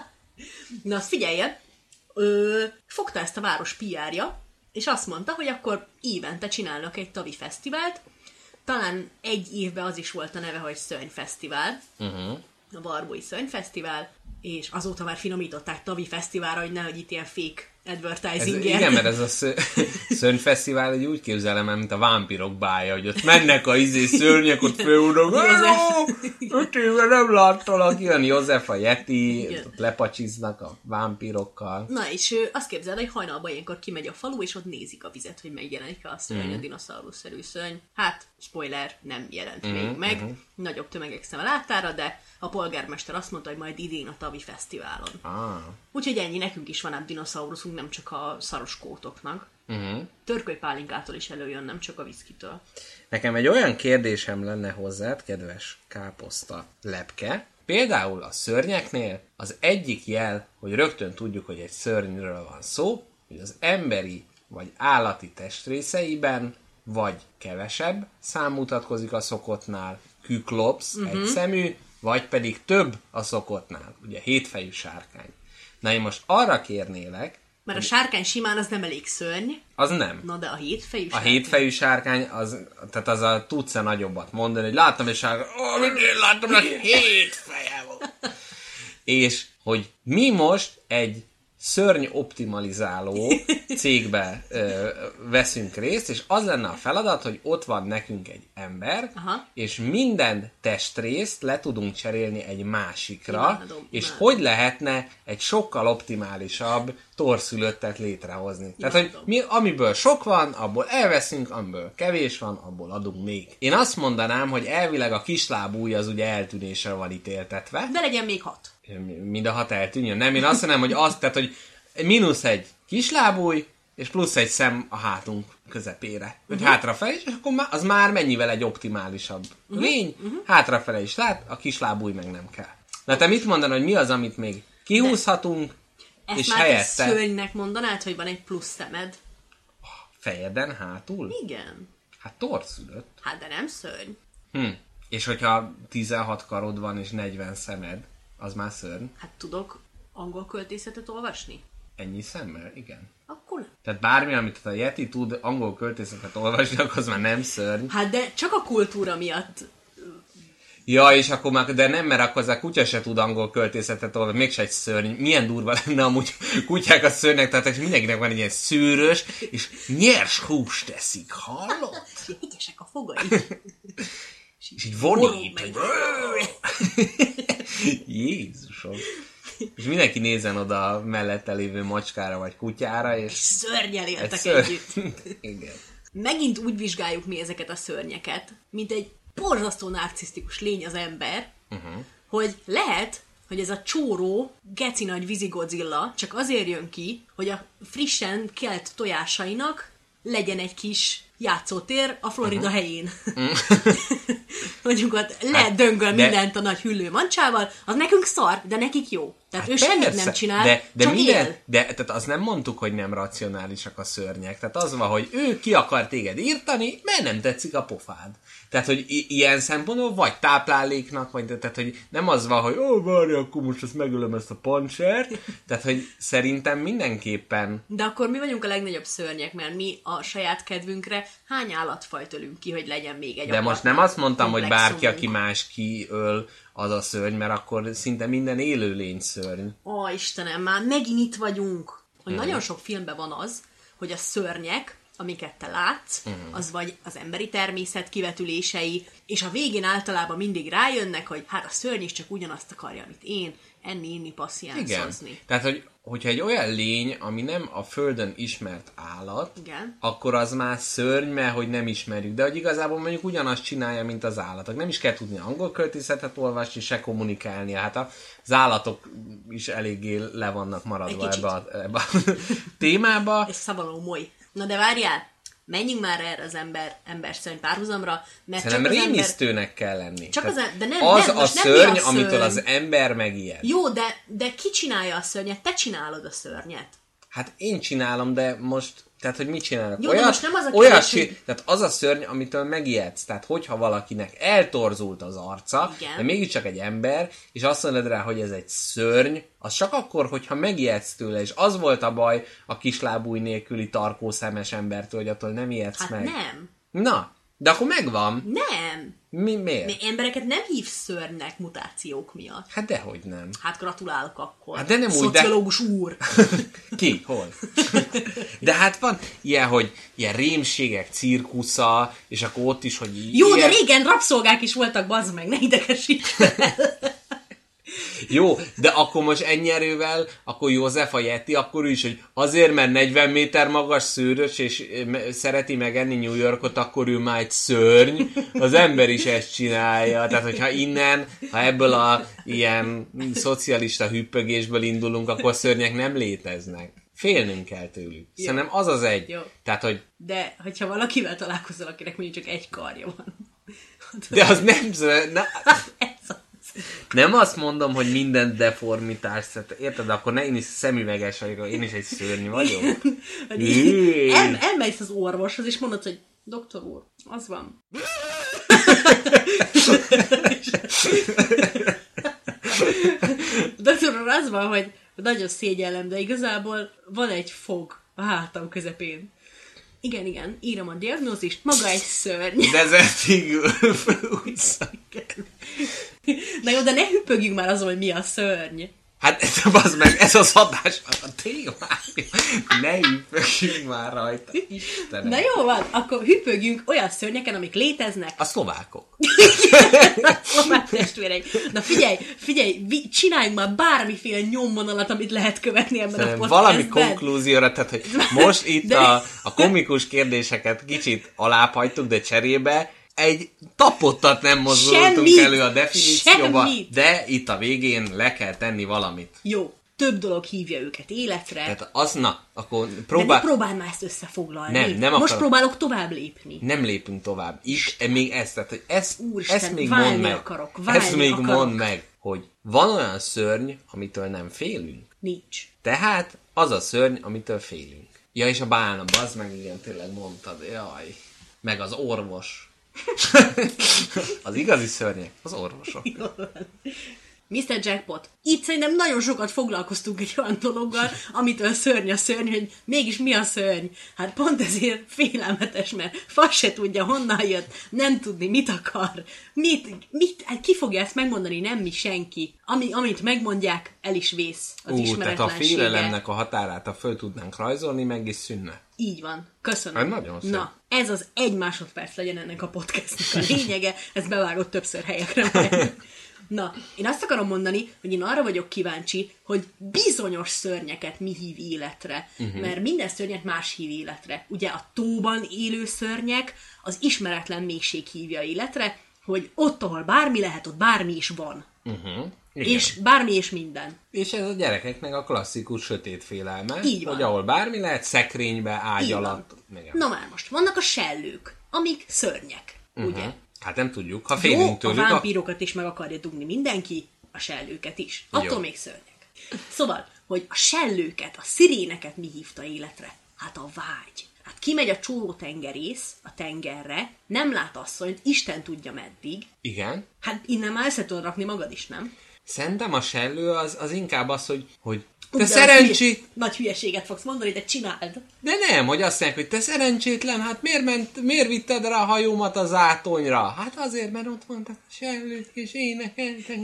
Na azt figyelje, ö, fogta ezt a város pé er-ja, és azt mondta, hogy akkor évente csinálnak egy tavi fesztivált, talán egy évben az is volt a neve, hogy Szörnyfesztivál, Uh-huh. a Varbói Szörnyfesztivál, és azóta már finomították tavi fesztiválra, hogy nehogy itt ilyen fake Ez, advertising igen, mert ez a ször, szörnyfesztivál, hogy úgy képzelem el, mint a vámpirok bája, hogy ott mennek a izé szörnyek, ott fölúrnak, hello, öt éve nem láttalak, jön József a Yeti, Igen. ott lepacsiznak a vámpirokkal. Na, és ő azt képzeld, hogy hajnalban ilyenkor kimegy a falu, és ott nézik a vizet, hogy megjelenik a szörny, Mhm. a dinoszauruszerű szörny. Hát, spoiler, nem jelent Mhm, még meg. mhm. Nagyobb tömegek szeme láttára, de a polgármester azt mondta, hogy majd idén a tavi fesztiválon. Ah. Úgyhogy ennyi, nekünk is van ám dinoszauruszunk, nem csak a szaroskótoknak. Uh-huh. Törkölypálinkától is előjön, nem csak a viszkitől. Nekem egy olyan kérdésem lenne hozzád, kedves káposzta lepke. Például a szörnyeknél az egyik jel, hogy rögtön tudjuk, hogy egy szörnyről van szó, hogy az emberi vagy állati testrészeiben vagy kevesebb szám mutatkozik a szokottnál, küklopsz, Mhm. egy szemű, vagy pedig több a szokottnál, ugye hétfejű sárkány. Na én most arra kérnélek, Mert a sárkány simán az nem elég szörny, az nem. na de a hétfejű A sárkány... hétfejű sárkány, az, tehát az a tudsz-e nagyobbat mondani, hogy láttam egy sárkány, ó, mit én láttam, hogy hét feje volt. És hogy mi most egy szörny optimalizáló cégbe ö, veszünk részt, és az lenne a feladat, hogy ott van nekünk egy ember, Aha. és minden testrészt le tudunk cserélni egy másikra, Imádom, és imádom. hogy lehetne egy sokkal optimálisabb torszülöttet létrehozni. Tehát, hogy mi, amiből sok van, abból elveszünk, amiből kevés van, abból adunk még. Én azt mondanám, hogy elvileg a kislábúj az ugye eltűnésre van ítéltetve. De legyen még hat. Mind a hat eltűnjön. Nem, én azt mondom, hogy azt, tehát, hogy mínusz egy kislábúj, és plusz egy szem a hátunk közepére. Vagy Mhm. hátrafelé, és akkor má- az már mennyivel egy optimálisabb Mhm, lény. mhm. Hátrafele is lát, a kislábúj meg nem kell. Na te mit mondanod, hogy mi az, amit még kihúzhatunk, Ezt és már te helyette szörnynek mondanád, hogy van egy plusz szemed? fejeden hátul? Igen. Hát torszülött. Hát de nem szörny. Hm. És hogyha tizenhat karod van és negyven szemed, az már szörny? Hát tudok angol költészetet olvasni? Ennyi szemmel? Igen. Akkor nem. Tehát bármi, amit a Yeti tud angol költészetet olvasni, akkor az már nem szörny. Hát de csak a kultúra miatt. Ja, és akkor már, de nem, mert akkor az a kutya se tud angol költészetet olvasni, mégse egy szörny. Milyen durva lenne amúgy kutyák a szörnyek, tehát mindenkinek van egy ilyen szűrös, és nyers húst teszik, hallod? Jégesek a fogai. És így vonít. Jézusom. És mindenki nézzen oda a mellette lévő macskára vagy kutyára, és... Szörnyel éltek ször... együtt. Igen. Megint úgy vizsgáljuk mi ezeket a szörnyeket, mint egy borzasztó narcisztikus lény az ember, uh-huh. hogy lehet, hogy ez a csóró, geci nagy vízigodzilla csak azért jön ki, hogy a frissen kelt tojásainak legyen egy kis játszótér a Florida uh-huh. helyén. Mondjuk ott ledöngöl de... mindent a nagy hüllő mancsával, az nekünk szar, de nekik jó. Tehát hát ő persze, semmit nem csinál, de, de csak minden, él. De tehát azt nem mondtuk, hogy nem racionálisak a szörnyek. Tehát az van, hogy ő ki akar téged írtani, mert nem tetszik a pofád. Tehát, hogy i- ilyen szempontból vagy tápláléknak, vagy tehát, hogy nem az van, hogy ó, várj, akkor most ezt megölöm ezt a pancsert. Tehát, hogy szerintem mindenképpen... De akkor mi vagyunk a legnagyobb szörnyek, mert mi a saját kedvünkre hány állatfajt ölünk ki, hogy legyen még egy De most nem azt mondtam, hogy bárki, aki más kiöl, az a szörny, mert akkor szinte minden élőlény szörny. Ó, Istenem, már megint itt vagyunk. Hogy Hmm. nagyon sok filmben van az, hogy a szörnyek, amiket te látsz, Hmm. az vagy az emberi természet kivetülései, és a végén általában mindig rájönnek, hogy hát a szörny is csak ugyanazt akarja, amit én, enni, inni, passziánszozni. Igen. Tehát, hogy, hogyha egy olyan lény, ami nem a Földön ismert állat, Igen. akkor az már szörny, mert hogy nem ismerjük. De hogy igazából mondjuk ugyanazt csinálja, mint az állatok. Nem is kell tudni angol költészetet olvasni, se kommunikálnia. Hát az állatok is eléggé le vannak maradva ebbe a, ebbe a témába. És szavaló moly. Na de várjál, menjünk már erre az ember, ember-szörny párhuzamra, mert Szerintem csak az rémisztőnek ember... kell lenni. Csak az, de nem, az nem, a most szörny, nem mi a szörny, amitől az ember megijed. Jó, de, de ki csinálja a szörnyet? Te csinálod a szörnyet. Hát én csinálom, de most, tehát hogy mit csinálok? Jó, olyat, de most nem az a olyat kérdés, csin- hogy... Tehát az a szörny, amitől megijedsz. Tehát hogyha valakinek eltorzult az arca, Igen. de mégiscsak egy ember, és azt mondod rá, hogy ez egy szörny, az csak akkor, hogyha megijedsz tőle, és az volt a baj a kislábúj nélküli tarkószemes embertől, hogy attól nem ijedsz Hát meg. nem. Na, de akkor megvan. Nem. Mi, miért? Mi embereket nem hívsz szörnynek mutációk miatt. Hát dehogy nem. Hát gratulálok akkor. Hát de nem úgy, de... Szociológus úr. Ki? Hol? De hát van ilyen, hogy ilyen rémségek cirkusza, és akkor ott is, hogy... Jó, ilyen... de régen rabszolgák is voltak, bazd meg, ne idegesíts fel. Jó, de akkor most ennyi erővel, akkor József a Yeti, akkor ő is, hogy azért, mert negyven méter magas szőrös, és szereti megenni New Yorkot, akkor ő már egy szörny. Az ember is ezt csinálja. Tehát, hogyha innen, ha ebből a ilyen szocialista hüppögésből indulunk, akkor szörnyek nem léteznek. Félnünk kell tőlük. Jó. Szerintem az az egy. Jó. Tehát, hogy... De, hogyha valakivel találkozol, akinek mondjuk csak egy karja van. De az nem... Na... Nem azt mondom, hogy minden deformitás, érted? Akkor ne, én is szemüveges vagyok, én is egy szörny vagyok. El, elmegy az orvoshoz, és mondod, hogy doktor úr, az van. Doktor úr, az van, hogy nagyon szégyellem, de igazából van egy fog a hátam közepén. Igen, igen, írom a diagnózist, maga egy szörny. Desertigül felúszak. Na jó, de ne hüppögjünk már azon, hogy mi a szörny. Hát ez, az meg, ez az adás a témája. Ne hüppögjünk már rajta. Istenem. Na jó van, akkor hüppögjünk olyan szörnyeken, amik léteznek. A szlovákok. A szlovák testvéreink. Na figyelj, figyelj, vi- csináljunk már bármiféle nyomvonalat, amit lehet követni ebben Szerintem a podcastben. valami konklúzióra, tehát hogy most itt de... a, a komikus kérdéseket kicsit alább hagytuk, de cserébe egy tapottat nem mozdultunk Semmit. elő a definícióba, Semmit. de itt a végén le kell tenni valamit. Jó, több dolog hívja őket életre. Tehát az, na, akkor De próbál... ne próbálj már ezt összefoglalni. Nem, nem Most akarok. próbálok tovább lépni. Nem lépünk tovább. Itt még ezt, tehát, hogy ezt, Úristen, ezt még válni mondd meg. akarok, válni ezt még akarok. mondd meg, hogy van olyan szörny, amitől nem félünk. Nincs. Tehát az a szörny, amitől félünk. Ja, és a bálna, bazd meg, igen, tényleg mondtad, jaj. Meg az orvos. Az igazi szörnyek, az orvosok. miszter Jackpot. Itt szerintem nagyon sokat foglalkoztunk egy olyan dologgal, amitől szörny a szörny, hogy mégis mi a szörny. Hát pont ezért félelmetes, mert fasz se tudja, honnan jött, nem tudni, mit akar, mit, mit, hát ki fogja ezt megmondani, nem mi, senki. Ami, amit megmondják, el is vész az Ú, ismeretlensége. tehát a félelemnek a határát, ha föl tudnánk rajzolni, meg is szűnne. Így van. Köszönöm. Hát nagyon szép. Na, ez az egy másodperc legyen ennek a podcastnak a lényege, ez bevágott többször helyekre majd. Na, én azt akarom mondani, hogy én arra vagyok kíváncsi, hogy bizonyos szörnyeket mi hív életre. Uh-huh. Mert minden szörnyet más hív életre. Ugye a tóban élő szörnyek az ismeretlen mélység hívja életre, hogy ott, ahol bármi lehet, ott bármi is van. Uh-huh. És bármi és minden. És ez a gyerekeknek a klasszikus sötét félelme. Így van. Hogy ahol bármi lehet, szekrénybe, ágy Így alatt. Na már most, vannak a sellők, amik szörnyek, uh-huh. ugye? Hát nem tudjuk, ha félünk Jó, tőlük. a vámpírokat is meg akarja dugni mindenki, a sellőket is. Attól Jó. még szörnyek. Szóval, hogy a sellőket, a sziréneket mi hívta életre? Hát a vágy. Hát kimegy a csóró tengerész a tengerre, nem lát asszonyt, Isten tudja meddig. Igen. Hát innen már össze tudod rakni magad is, nem? Szerintem a sellő az, az inkább az, hogy, hogy te Ugye, szerencsét... Hülye, nagy hülyeséget fogsz mondani, de csináld. De nem, hogy azt mondják, hogy te szerencsétlen, hát miért, ment, miért vitted rá a hajómat a zátonyra? Hát azért, mert ott vannak a sellők, és énekeltek.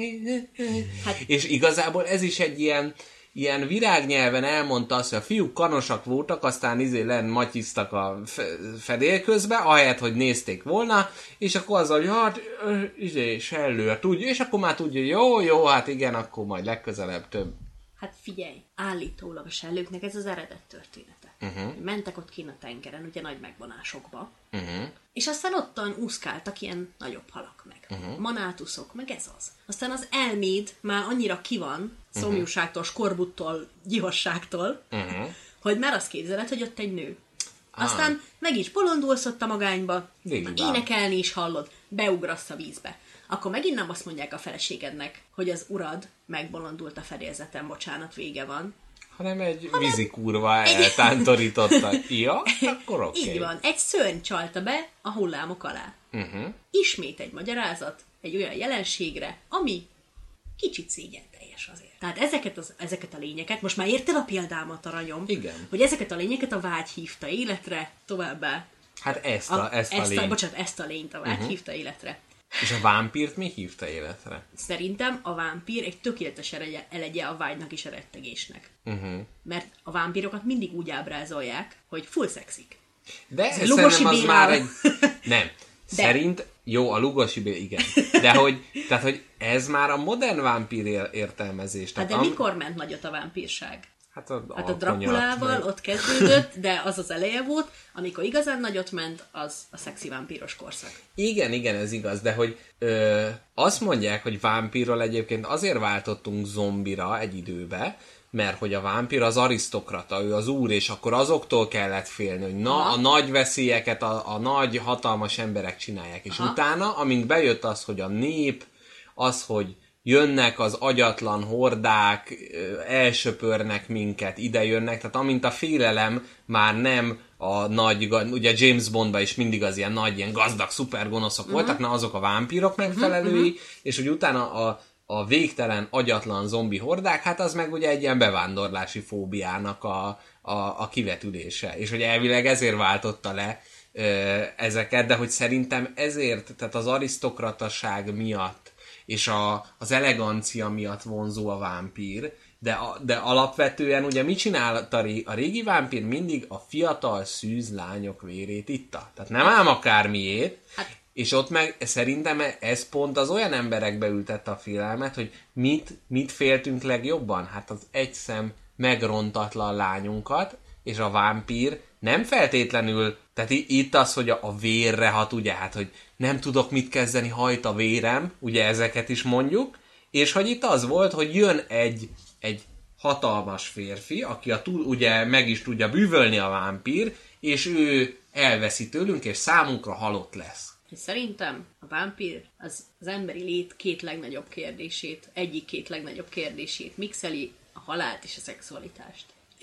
Hát. És igazából ez is egy ilyen, ilyen virágnyelven elmondta azt, hogy a fiúk kanosak voltak, aztán izé len matyiztak a fedél közbe, ahelyett, hogy nézték volna, és akkor azzal, hogy hát, izé, sellő, hát tudja, és akkor már tudja, jó, jó, hát igen, akkor majd legközelebb több. Hát figyelj, állítólag a sellőknek ez az eredet története. Uh-huh. Mentek ott kint a tengeren, ugye nagy megvonásokba, uh-huh. és aztán ottan úszkáltak ilyen nagyobb halak meg. Uh-huh. Manátuszok, meg ez az. Aztán az elméd már annyira ki van, szomjúságtól, skorbuttól, gyihosságtól, uh-huh. hogy már azt képzeled, hogy ott egy nő. Aztán ah. meg is bolondulsz ott a magányba, énekelni is hallod, beugrasz a vízbe. Akkor megint nem azt mondják a feleségednek, hogy az urad megbolondult a fedélzeten, bocsánat, vége van. Hanem egy hanem... vízikurva eltántorította. Ja, akkor oké. Okay. Így van, egy szörny csalta be a hullámok alá. Uh-huh. Ismét egy magyarázat egy olyan jelenségre, ami kicsit szégyenteljes azért. Tehát ezeket, az, ezeket a lényeket, most már érted a példámat, aranyom? Igen. Hogy ezeket a lényeket a vágy hívta életre, továbbá. Hát ezt a, a, ezt a ezt lényt. A, bocsánat, ezt a lényt a vágy uh-huh. hívta életre. És a vámpírt mi hívta életre? Szerintem a vámpír egy tökéletes elegye a vágynak és a rettegésnek. Uh-huh. Mert a vámpírokat mindig úgy ábrázolják, hogy full szexik. De ez szerintem az már egy... Nem. De. Szerint... Jó, a Lugosi Béla, igen. De hogy, tehát, hogy ez már a modern vámpír értelmezés. Hát de am... mikor ment nagyot a vámpírság? Hát a, hát a Drakulával ott kezdődött, de az az eleje volt, amikor igazán nagyot ment, az a szexi vámpíros korszak. Igen, igen, ez igaz, de hogy ö, azt mondják, hogy vámpírról egyébként azért váltottunk zombira egy időbe, mert hogy a vámpír az arisztokrata, ő az úr, és akkor azoktól kellett félni, hogy na, a nagy veszélyeket a, a nagy, hatalmas emberek csinálják. És Aha. utána, amint bejött az, hogy a nép, az, hogy jönnek az agyatlan hordák, elsöpörnek minket, ide jönnek, tehát amint a félelem már nem a nagy, ugye James Bondban is mindig az ilyen nagy, ilyen gazdag, szupergonoszok uh-huh. voltak, na azok a vámpírok megfelelői, uh-huh. és hogy utána a, a végtelen, agyatlan zombi hordák, hát az meg ugye egy ilyen bevándorlási fóbiának a, a, a kivetülése, és hogy elvileg ezért váltotta le ö, ezeket, de hogy szerintem ezért, tehát az arisztokrataság miatt, és a, az elegancia miatt vonzó a vámpír, de, a, de alapvetően ugye mit csinál a, ré, a régi vámpír? Mindig a fiatal szűz lányok vérét itta. Tehát nem ám akármiét, hát. És ott meg szerintem ez pont az olyan emberekbe ültette a félelmet, hogy mit, mit féltünk legjobban? Hát az egy szem megrontatlan lányunkat, és a vámpír nem feltétlenül, tehát itt az, hogy a vérre hat, ugye, hát, hogy nem tudok mit kezdeni, hajt a vérem, ugye ezeket is mondjuk, és hogy itt az volt, hogy jön egy, egy hatalmas férfi, aki a túl, ugye meg is tudja bűvölni a vámpír, és ő elveszi tőlünk, és számunkra halott lesz. Szerintem a vámpír az, az emberi lét két legnagyobb kérdését, egyik két legnagyobb kérdését mixeli, a halált és a szexualitást.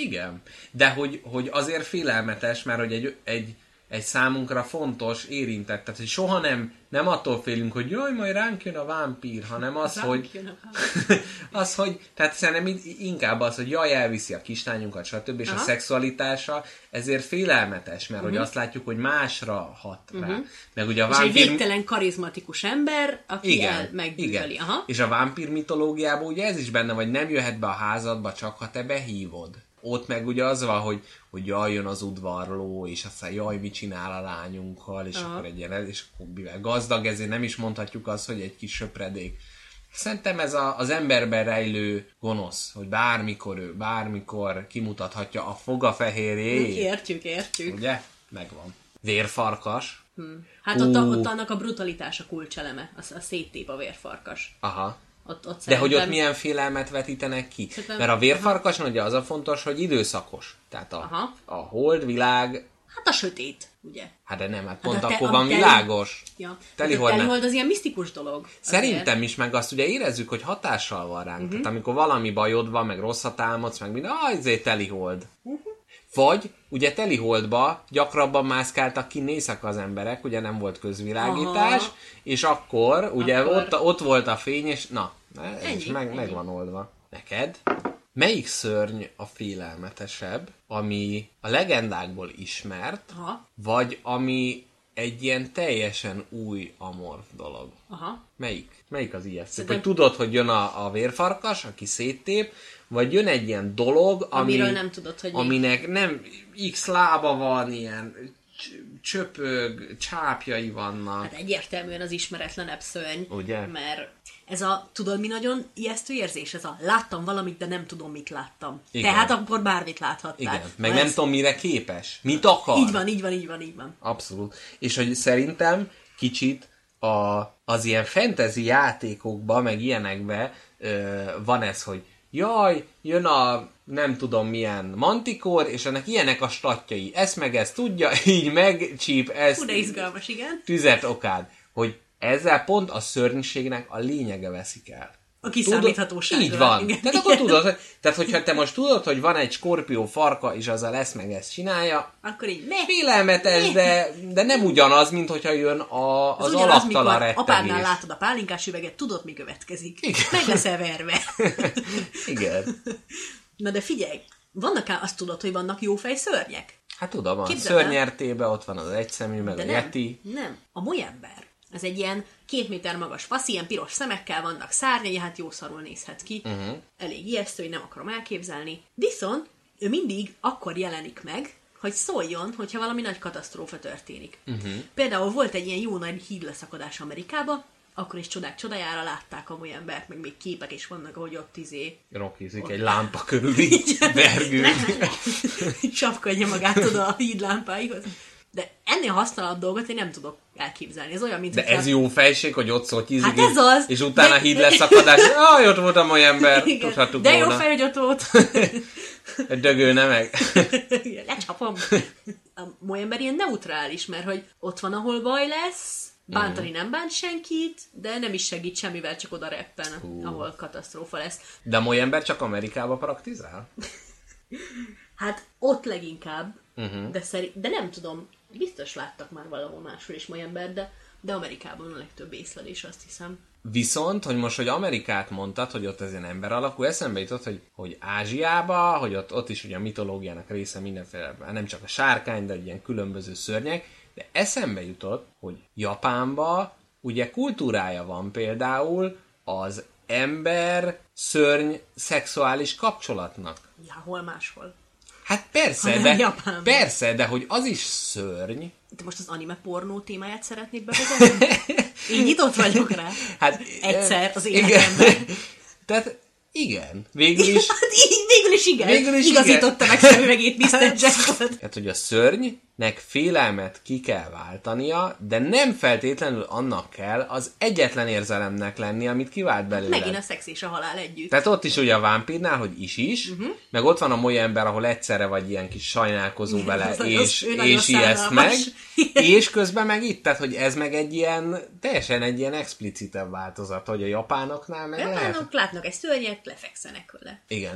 Igen, de hogy, hogy azért félelmetes, mert hogy egy, egy, egy számunkra fontos érintett, tehát hogy soha nem, nem attól félünk, hogy jaj, majd ránk jön a vámpír, hanem az, ránk hogy az, hogy, tehát szerintem inkább az, hogy jaj, elviszi a kislányunkat, stb. És aha. a szexualitása ezért félelmetes, mert uh-huh. hogy azt látjuk, hogy másra hat rá. Uh-huh. Meg ugye a és vámpír... egy végtelen karizmatikus ember, aki igen, el megbűvöli. Aha. És a vámpír mitológiában ugye ez is benne, vagy nem jöhet be a házadba, csak ha te behívod. Ott meg ugye az van, hogy, hogy jaj, jön az udvarló, és aztán jaj, mit csinál a lányunkkal, és aha. akkor egy ilyen, és akkor mivel gazdag, ezért nem is mondhatjuk azt, hogy egy kis söpredék. Szerintem ez a, az emberben rejlő gonosz, hogy bármikor ő, bármikor kimutathatja a fogafehérjét. Értjük, értjük. Ugye? Megvan. Vérfarkas. Hmm. Hát ott, a, ott annak a brutalitása kulcseleme, a, a széttép a vérfarkas. Aha. Ott, ott de szerintem... hogy ott milyen félelmet vetítenek ki? Szerintem... Mert a vérfarkason ugye az a fontos, hogy időszakos. Tehát a, a holdvilág... Hát a sötét, ugye? Hát de nem, hát pont hát akkor te, van teli... világos. Ja. Telihold, a telihold az ilyen misztikus dolog. Szerintem azért. is, meg azt ugye érezzük, hogy hatással van ránk. Uh-huh. Tehát amikor valami bajod van, meg rosszat álmodsz, meg minden, ah, ezért telihold. Uh-huh. Vagy ugye teliholdba gyakrabban mászkáltak ki éjszaka az emberek, ugye nem volt közvilágítás, aha. és akkor ugye akkor... Ott, ott volt a fény, és na, ez ennyi, meg, ennyi. meg van oldva. Neked? Melyik szörny a félelmetesebb, ami a legendákból ismert, aha. vagy ami egy ilyen teljesen új amorf dolog? Aha. Melyik? Melyik az ijesztő? Szerintem... Hogy tudod, hogy jön a, a vérfarkas, aki széttép, vagy jön egy ilyen dolog, ami, amiről nem tudod, hogy aminek nem x lába van, ilyen csöpög, csápjai vannak. Hát egyértelműen az ismeretlenebb szörny. Ugye? Mert ez a, tudod mi nagyon ijesztő érzés? Ez a láttam valamit, de nem tudom, mit láttam. Igen. Tehát akkor bármit láthattál. Igen, meg ha nem ez... tudom, mire képes. Mit akar. Így van, így van, így van, így van. Abszolút. És hogy szerintem kicsit a, az ilyen fantasy játékokban, meg ilyenekben ö, van ez, hogy jaj, jön a nem tudom milyen mantikor, és ennek ilyenek a statjai. Ezt meg ezt tudja, így megcsíp, ezt... Fú, de izgalmas, igen. Tüzet okád. Hogy ezzel pont a szörnyűségnek a lényege veszik el. A kiszámíthatóságról. Így van. Igen, tehát igen. Akkor tudod, hogy, tehát hogyha te most tudod, hogy van egy skorpió farka, és azzal ezt meg ezt csinálja, akkor így me, félelmetes, me. De, de nem ugyanaz, mint hogyha jön a, az alaptalan rettegés. Apádnál látod a pálinkás üveget, tudod, mi következik. Igen. Meg leszel verve. Igen. Na de figyelj, vannak ám, azt tudod, hogy vannak jófej szörnyek? Hát tudom, a szörnyertében ott van az egyszemű, meg de a nem, yeti. Nem, a molyember. Ez egy ilyen két méter magas fasz, ilyen piros szemekkel vannak szárnyai, hát jó szarul nézhet ki. Uh-huh. Elég ijesztő, hogy nem akarom elképzelni. Viszont ő mindig akkor jelenik meg, hogy szóljon, hogyha valami nagy katasztrófa történik. Uh-huh. Például volt egy ilyen jó nagy hídleszakadás Amerikába, akkor is csodák csodájára látták a embert, meg még képek is vannak, ahogy ott izé... Rokizik egy lámpa körül így vergő. Csapkodja magát oda a hídlámpáihoz. De ennél használhatóbb dolgot én nem tudok elképzelni. Ez olyan, mint... De ez jó fejség, hogy ott szólt tízig, hát ez az, és utána de... híd leszakadás. Aj, ott volt a mai ember, tudhattuk de volna. jó fej, hogy ott volt. Egy dögölne meg. Lecsapom. A mai ember ilyen neutrális, mert hogy ott van, ahol baj lesz, bántani mm. nem bánt senkit, de nem is segít semmivel, csak oda reppen, uh. ahol katasztrófa lesz. De a mai ember csak Amerikába praktizál? Hát ott leginkább, uh-huh. de, szerint, de nem tudom, biztos láttak már valahol máshol is mai ember, de, de Amerikában a legtöbb észlelés, azt hiszem. Viszont, hogy most, hogy Amerikát mondtad, hogy ott ez ilyen ember alakú, eszembe jutott, hogy, hogy Ázsiába, hogy ott, ott is ugye a mitológiának része mindenféle, nem csak a sárkány, de ilyen különböző szörnyek, de eszembe jutott, hogy Japánba ugye kultúrája van például az ember szörny szexuális kapcsolatnak. Ja, hol máshol. Hát persze, de, persze, de hogy az is szörny. Te most az anime pornó témáját szeretnéd bevezetni? Én nyitott vagyok rá. Hát, egyszer az életemben. Tehát igen, végül is. Hát így, végül is igen. Végül is igazította meg szemüvegét miszter Jackpot. Tehát, hogy a szörnynek félelmet ki kell váltania, de nem feltétlenül annak kell az egyetlen érzelemnek lenni, amit kivált belőle. Megint a szex és a halál együtt. Tehát ott is ugye a vámpírnál, hogy is is, uh-huh. meg ott van a moly ember, ahol egyszerre vagy ilyen kis sajnálkozó vele, és, és ijeszt meg, és közben meg itt, tehát, hogy ez meg egy ilyen, teljesen egy ilyen explicitebb változat, hogy a japánoknál meg a japánok lehet. látnak egy szörnyet, lefekszenek vele. Igen, de ezt majd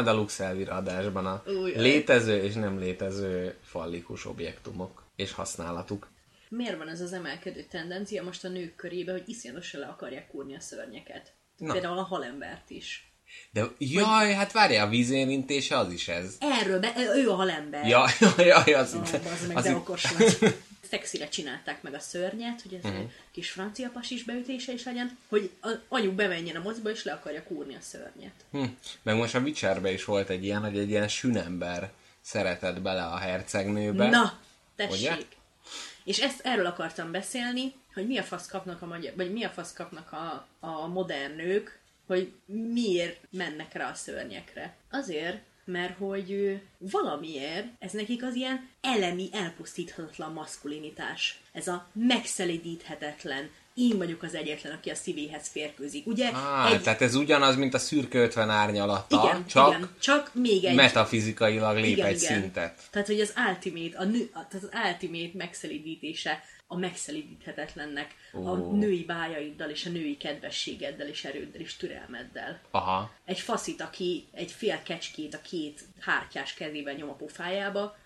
majd a Lux Elvira adásban a Új, létező és nem létező fallikus objektumok és használatuk. Miért van ez az emelkedő tendencia most a nők körébe, hogy iszonyatosan le akarják kúrni a szörnyeket? Na. Például a halembert is. De jaj, hát várjál, a vízérintése az is ez. Erről, be, ő a halember. Ja, jaj, az oh, itt. Az meg, az de itt. okos vagy. Szexire csinálták meg a szörnyet, hogy ez Mhm. egy kis francia pasis beütése is legyen, hogy a anyuk bemenjen a mocba, és le akarja kúrni a szörnyet. Hm. Meg most a Witcherben is volt egy ilyen, hogy egy ilyen sünember szeretett bele a hercegnőbe. Na, tessék! Ugye? És ezt, erről akartam beszélni, hogy mi a fasz kapnak a magyar, vagy mi a fasz kapnak a, a modern nők, hogy miért mennek rá a szörnyekre. Azért, mert hogy ő, valamiért ez nekik az ilyen elemi, elpusztíthatatlan maszkulinitás. Ez a megszelidíthetetlen. Én vagyok az egyetlen, aki a szívéhez férkőzik. Ugye? Á, egy... tehát ez ugyanaz, mint a szürke ötven árnyalata, Igen, csak, igen, csak még egy... metafizikailag lép igen, egy igen. szintet. Tehát, hogy az ultimate, a nő, a, tehát az ultimate megszelidítése a megszelidíthetetlennek, Ó. a női bájaiddal és a női kedvességeddel és erőddel és türelmeddel. Aha. Egy faszit, aki egy fél kecskét a két hártyás kezében nyom a pofájába.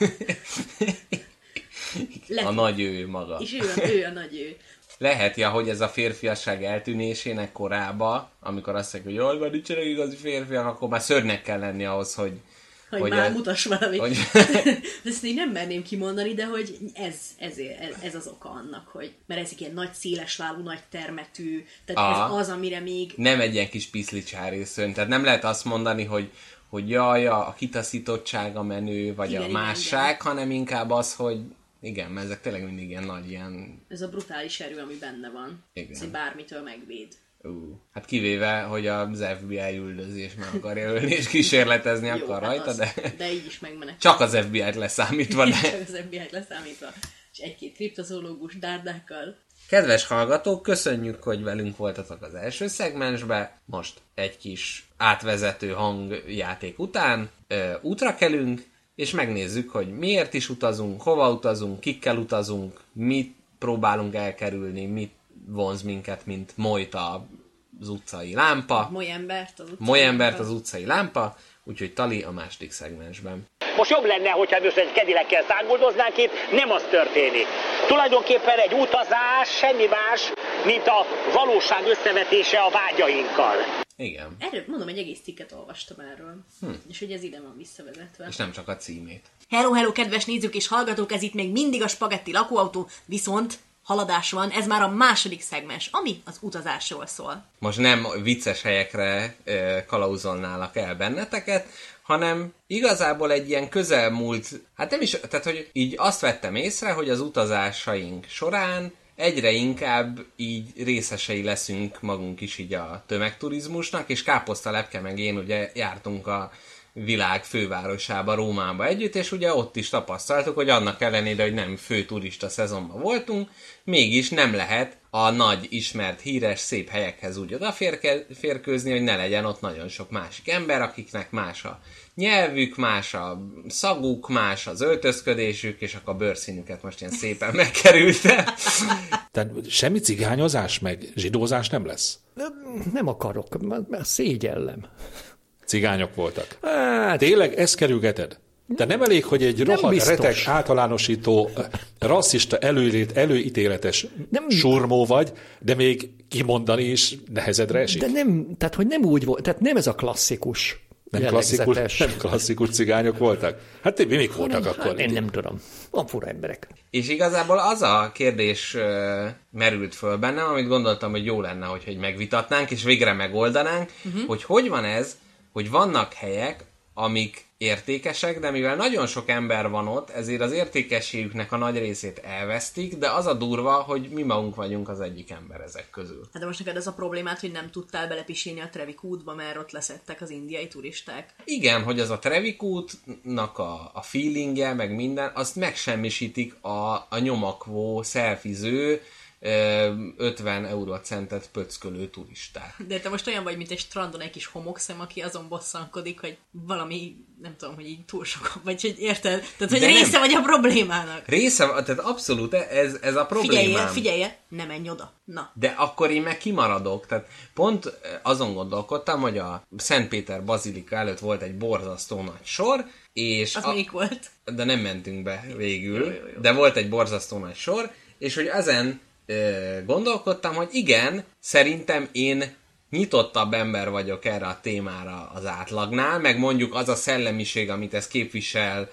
A nagy ő maga. És ő, ő a nagy ő. Lehet, ja, hogy ez a férfiasság eltűnésének korába, amikor azt mondják, hogy jaj, már nincsenek igazi férfiak, akkor már szörnynek kell lenni ahhoz, hogy... Hogy, hogy már ez, mutass valami. Hogy... Ezt én nem merném kimondani, de hogy ez, ezért, ez, ez az oka annak, hogy mert ezek ilyen nagy széleslábú, nagy termetű, tehát Aha. ez az, amire még... Nem egy ilyen kis piszlicsári szörny, tehát nem lehet azt mondani, hogy, hogy jaj, a kitaszítottság a menő, vagy Igen, a igen, másság, igen. hanem inkább az, hogy igen, mert ezek tényleg mindig ilyen nagy ilyen... Ez a brutális erő, ami benne van. Igen. Ez, hogy bármitől megvéd. Ú, hát kivéve, hogy az ef bé i üldözi, és meg akarja ölni, és kísérletezni akar hát rajta, az, de... De így is megmenek. Csak az ef bé i-t leszámítva, de... Csak az ef bé i-t leszámítva. És egy-két kriptozoológus dárdákkal. Kedves hallgatók, köszönjük, hogy velünk voltatok az első szegmensbe. Most egy kis átvezető hangjáték után ö, útra kelünk, és megnézzük, hogy miért is utazunk, hova utazunk, kikkel utazunk, mit próbálunk elkerülni, mit vonz minket, mint Molyt az utcai lámpa. Molyembert az utcai Molyembert lámpa. az utcai lámpa, úgyhogy Tali a második szegmensben. Most jobb lenne, hogyha először egy kedilekkel szángoldoznánk itt, nem az történik. Tulajdonképpen egy utazás semmi más, mint a valóság összevetése a vágyainkkal. Igen. Erről, mondom, egy egész cikket olvastam erről. Hm. És hogy ez ide van visszavezetve. És nem csak a címét. Hello, hello, kedves nézők és hallgatók, ez itt még mindig a Spagetti lakóautó, viszont haladás van, ez már a második szegmens, ami az utazásról szól. Most nem vicces helyekre ö, kalauzolnálak el benneteket, hanem igazából egy ilyen közelmúlt, hát nem is, tehát hogy így azt vettem észre, hogy az utazásaink során egyre inkább így részesei leszünk magunk is így a tömegturizmusnak, és Káposzta Lepke meg én ugye jártunk a világ fővárosába, Rómába együtt, és ugye ott is tapasztaltuk, hogy annak ellenére, hogy nem fő turista szezonban voltunk, mégis nem lehet a nagy, ismert, híres, szép helyekhez úgy odaférkőzni, hogy ne legyen ott nagyon sok másik ember, akiknek más a nyelvük, más a szaguk, más az öltözködésük, és akkor a bőrszínüket most ilyen szépen megkerülte. Tehát semmi cigányozás, meg zsidózás nem lesz? Nem akarok, mert szégyellem. Cigányok voltak. Hát, tényleg ezt kerülgeted? De nem elég, hogy egy rohadt retek általánosító, rasszista előítélet, előítéletes nem, surmó vagy, de még kimondani is nehezedre esik. De nem, tehát hogy nem úgy volt, tehát nem ez a klasszikus nem klasszikus, nem klasszikus cigányok voltak? Hát mi mik voltak nem, akkor? Hát én nem tudom. Van fura emberek. És igazából az a kérdés uh, merült föl bennem, amit gondoltam, hogy jó lenne, hogy, hogy megvitatnánk, és végre megoldanánk, uh-huh. hogy hogy van ez, hogy vannak helyek, amik értékesek, de mivel nagyon sok ember van ott, ezért az értékességüknek a nagy részét elvesztik, de az a durva, hogy mi magunk vagyunk az egyik ember ezek közül. Hát de most neked ez a problémát, hogy nem tudtál belepisilni a Trevik útba, mert ott leszettek az indiai turisták. Igen, hogy az a Trevik útnak a, a feelingje, meg minden, azt megsemmisítik a, a nyomakvó, szelfiző, ötven eurocentet pöckölő turisták. De te most olyan vagy, mint egy strandon egy kis homokszem, aki azon bosszankodik, hogy valami, nem tudom, hogy így túl sok, vagy hogy érted? Tehát, hogy de része nem. Vagy a problémának. Része, tehát abszolút ez, ez a problémám. Figyelj, figyelj, ne menj oda. Na. De akkor én meg kimaradok. Tehát pont azon gondolkodtam, hogy a Szentpéter bazilika előtt volt egy borzasztó nagy sor, és... Az a... melyik volt? De nem mentünk be végül, jó, jó, jó. De volt egy borzasztó nagy sor, és hogy ezen gondolkodtam, hogy igen, szerintem én nyitottabb ember vagyok erre a témára az átlagnál, meg mondjuk az a szellemiség, amit ez képvisel,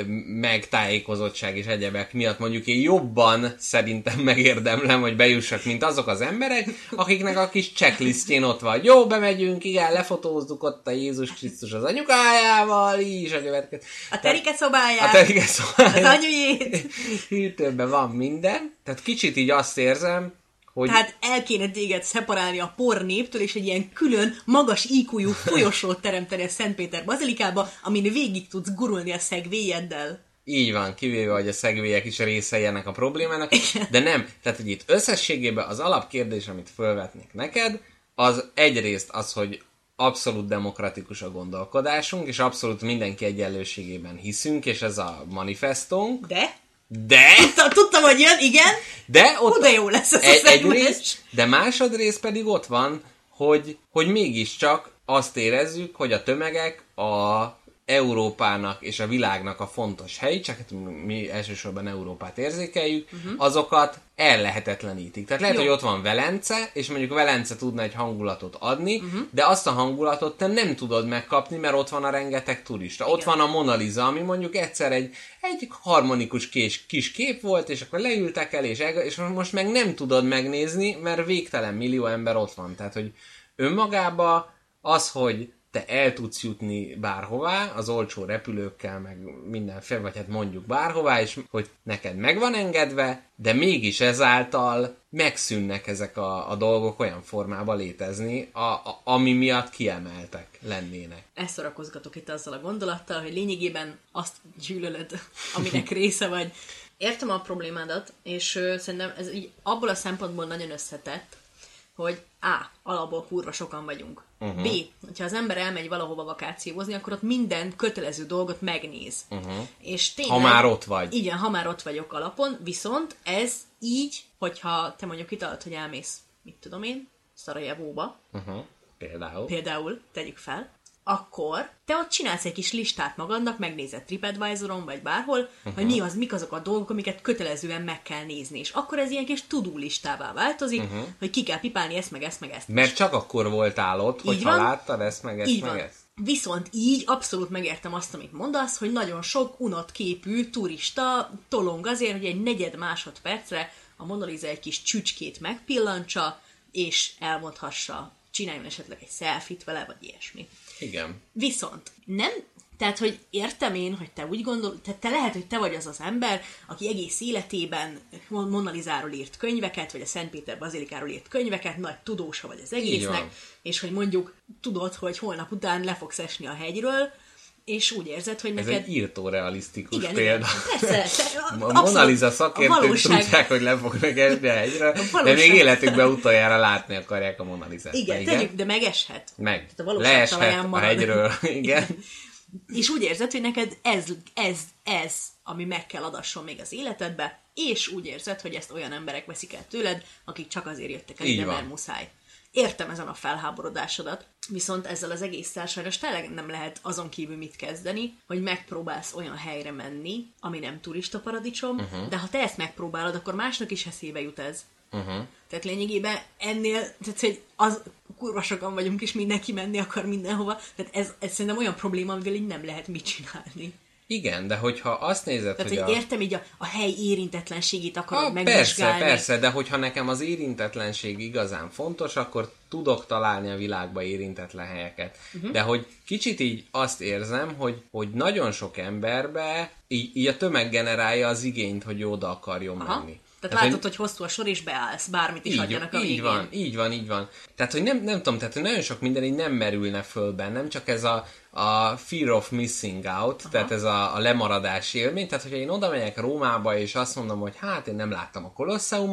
meg tájékozottság és egyebek miatt mondjuk én jobban szerintem megérdemlem, hogy bejussak, mint azok az emberek, akiknek a kis checklistjén ott van. Jó, bemegyünk, igen, lefotózzuk ott a Jézus Krisztus az anyukájával, így is a következő. A terike szobáját. A terike szobáját. Az anyujét. Hűtőben van minden. Tehát kicsit így azt érzem, hogy... Tehát el kéne téged szeparálni a pornéptől, és egy ilyen külön, magas íkújú folyosót teremteni a Szentpéter bazilikába, amin végig tudsz gurulni a szegvélyeddel. Így van, kivéve, hogy a szegvélyek is részei ennek a problémának, de nem. Tehát, hogy itt összességében az alapkérdés, amit fölvetnék neked, az egyrészt az, hogy abszolút demokratikus a gondolkodásunk, és abszolút mindenki egyenlőségében hiszünk, és ez a manifestónk. De? De? Tudtam, tudtam, hogy jön, igen. De ott oda jó lesz ez egy, a egyrészt, de másodrészt pedig ott van, hogy, hogy mégiscsak azt érezzük, hogy a tömegek a Európának és a világnak a fontos helyi, csak hát mi elsősorban Európát érzékeljük, uh-huh. azokat ellehetetlenítik. Tehát lehet, jó. hogy ott van Velence, és mondjuk Velence tudna egy hangulatot adni, uh-huh. de azt a hangulatot te nem tudod megkapni, mert ott van a rengeteg turista. Igen. Ott van a Mona Lisa, ami mondjuk egyszer egy, egy harmonikus kis, kis kép volt, és akkor leültek el, és, és most meg nem tudod megnézni, mert végtelen millió ember ott van. Tehát, hogy önmagában az, hogy te el tudsz jutni bárhová, az olcsó repülőkkel, meg mindenféle, vagy hát mondjuk bárhová, és hogy neked meg van engedve, de mégis ezáltal megszűnnek ezek a, a dolgok olyan formában létezni, a, a, ami miatt kiemeltek lennének. Ezt szórakozgatok itt azzal a gondolattal, hogy lényegében azt gyűlölöd, aminek része vagy. Értem a problémádat, és ö, szerintem ez így abból a szempontból nagyon összetett, hogy A. alapból kurva sokan vagyunk. Uh-huh. B. hogyha az ember elmegy valahova vakációzni, akkor ott minden kötelező dolgot megnéz. Uh-huh. És tényleg, ha már ott vagy. Igen, ha már ott vagyok alapon, viszont ez így, hogyha te mondjuk kitalálod, hogy elmész, mit tudom én, Szarajevóba. Uh-huh. Például. Például, tegyük fel. Akkor te ott csinálsz egy kis listát magadnak, megnézed TripAdvisoron, vagy bárhol, uh-huh. hogy mi az, mik azok a dolgok, amiket kötelezően meg kell nézni. És akkor ez ilyen kis to-do listává változik, uh-huh. hogy ki kell pipálni ezt, meg ezt, meg ezt. Mert csak akkor voltál ott, így hogyha van. Láttad ezt, meg ezt, így meg van. ezt. Viszont így abszolút megértem azt, amit mondasz, hogy nagyon sok unott képű turista tolong azért, hogy egy negyed másodpercre a Mona Lisa egy kis csücskét megpillantsa, és elmondhassa, csináljon esetleg egy selfie-t vele, vagy ilyesmi. Igen. Viszont nem, tehát, hogy értem én, hogy te úgy gondolod, tehát te lehet, hogy te vagy az az ember, aki egész életében Mona Lisáról írt könyveket, vagy a Szentpéter bazilikáról írt könyveket, nagy tudósa vagy az egésznek, és hogy mondjuk tudod, hogy holnap után le fogsz esni a hegyről, és úgy érzed, hogy neked... Ez egy írtó realisztikus igen, példa. Igen, persze. A Mona Lisa szakértők valóság... tudják, hogy le fognak esni a hegyre, valóság... de még életükben utoljára látni akarják a Mona Lisát. Igen, igen? Tegyük, de megeshet. Meg. Leeshet a hegyről. Igen. Igen. És úgy érzed, hogy neked ez, ez, ez, ami meg kell adasson még az életedbe, és úgy érzed, hogy ezt olyan emberek veszik el tőled, akik csak azért jöttek el ide, mert muszáj. Értem ezen a felháborodásodat, viszont ezzel az egésszel sajnos tényleg nem lehet azon kívül mit kezdeni, hogy megpróbálsz olyan helyre menni, ami nem turista paradicsom, uh-huh. de ha te ezt megpróbálod, akkor másnak is eszébe jut ez. Uh-huh. Tehát lényegében ennél, tehát hogy az kurva sokan vagyunk, és mindenki menni akar mindenhova, tehát ez, ez szerintem olyan probléma, amivel így nem lehet mit csinálni. Igen, de hogyha azt nézed, tehát, hogy, hogy a... értem, így a, a hely érintetlenségét akarod a, megvizsgálni. Persze, persze, de hogyha nekem az érintetlenség igazán fontos, akkor tudok találni a világba érintetlen helyeket. Uh-huh. De hogy kicsit így azt érzem, hogy, hogy nagyon sok emberbe így, így a tömeg generálja az igényt, hogy oda akarjon Aha. menni. Tehát látod, hogy hosszú a sor, és beállsz, bármit is így, adjanak a így végén. Van, így van, így van. Tehát, hogy nem, nem tudom, tehát, hogy nagyon sok minden így nem merülne föl bennem, csak ez a, a fear of missing out, aha. tehát ez a, a lemaradás élmény. Tehát, hogyha én oda megyek Rómába, és azt mondom, hogy hát én nem láttam a Kolosseumot,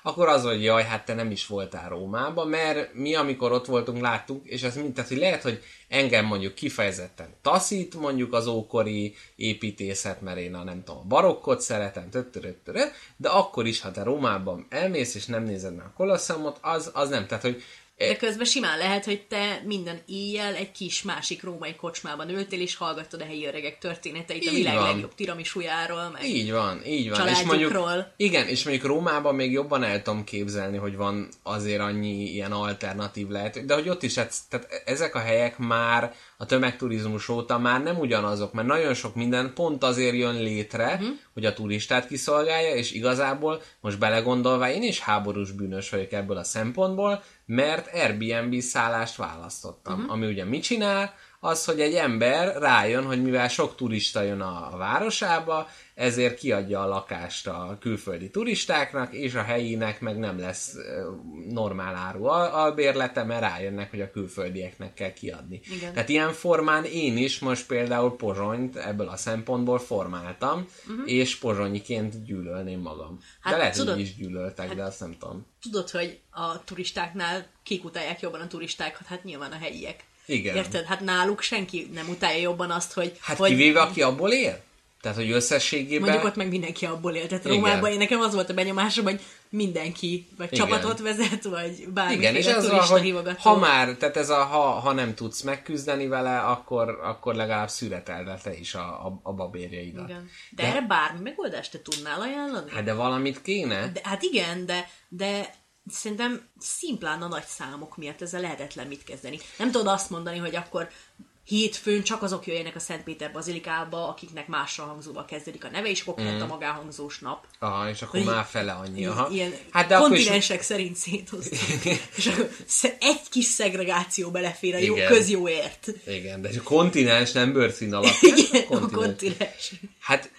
akkor az, hogy jaj, hát te nem is voltál Rómában, mert mi, amikor ott voltunk, láttuk, és ez mind, tehát, hogy lehet, hogy engem mondjuk kifejezetten taszít mondjuk az ókori építészet, mert én a nem tudom, a barokkot szeretem, tötöröttörö, de akkor is, ha te Rómában elmész, és nem nézed meg a Kolosseumot, az, az nem, tehát, hogy de közben simán lehet, hogy te minden éjjel egy kis másik római kocsmában ültél, és hallgattad a helyi öregek történeteit, így a világ van. legjobb tiramisújáról, meg így van, így van. És mondjuk, igen, és mondjuk Rómában még jobban el tudom képzelni, hogy van azért annyi ilyen alternatív lehető, de hogy ott is, tehát ezek a helyek már a tömegturizmus óta már nem ugyanazok, mert nagyon sok minden pont azért jön létre, uh-huh. hogy a turistát kiszolgálja, és igazából most belegondolva én is háborús bűnös vagyok ebből a szempontból, mert Airbnb szállást választottam. Uh-huh. Ami ugye mit csinál? Az, hogy egy ember rájön, hogy mivel sok turista jön a, a városába, ezért kiadja a lakást a külföldi turistáknak, és a helyinek meg nem lesz normál áru albérlete, mert rájönnek, hogy a külföldieknek kell kiadni. Igen. Tehát ilyen formán én is most például Pozsonyt ebből a szempontból formáltam, uh-huh. és pozsonyiként gyűlölném magam. Hát, de lehet, tudod, hogy is gyűlöltek, hát, de azt nem tudom. Tudod, hogy a turistáknál kik utálják jobban a turistákat? Hát nyilván a helyiek. Igen. Érted? Hát náluk senki nem utálja jobban azt, hogy... Hát hogy... kivéve, aki abból él? Tehát, hogy összességében... Mondjuk ott meg mindenki abból él. Tehát Rómában én nekem az volt a benyomásom, hogy mindenki, vagy igen. csapatot vezet, vagy bármiféle turista hívogató. Ha már, tehát ez a, ha, ha nem tudsz megküzdeni vele, akkor, akkor legalább szüreteld te is a, a, a babérjaidat. Igen. De, de erre bármi megoldást te tudnál ajánlani? Hát de valamit kéne. De, hát igen, de... de szerintem szimplán a nagy számok miatt ezzel lehetetlen mit kezdeni. Nem tudod azt mondani, hogy akkor hétfőn csak azok jöjjenek a Szentpéter bazilikába, akiknek másra hangzóval kezdődik a neve, és akkor mm. a magánhangzós nap. Aha, és akkor hogy már fele annyi. Aha. Ilyen hát de kontinensek is... szerint széthoztuk. És akkor egy kis szegregáció belefér a jó, közjóért. Igen, de a kontinens nem bőrszín alapján. Igen, a kontinens. kontinens. Hát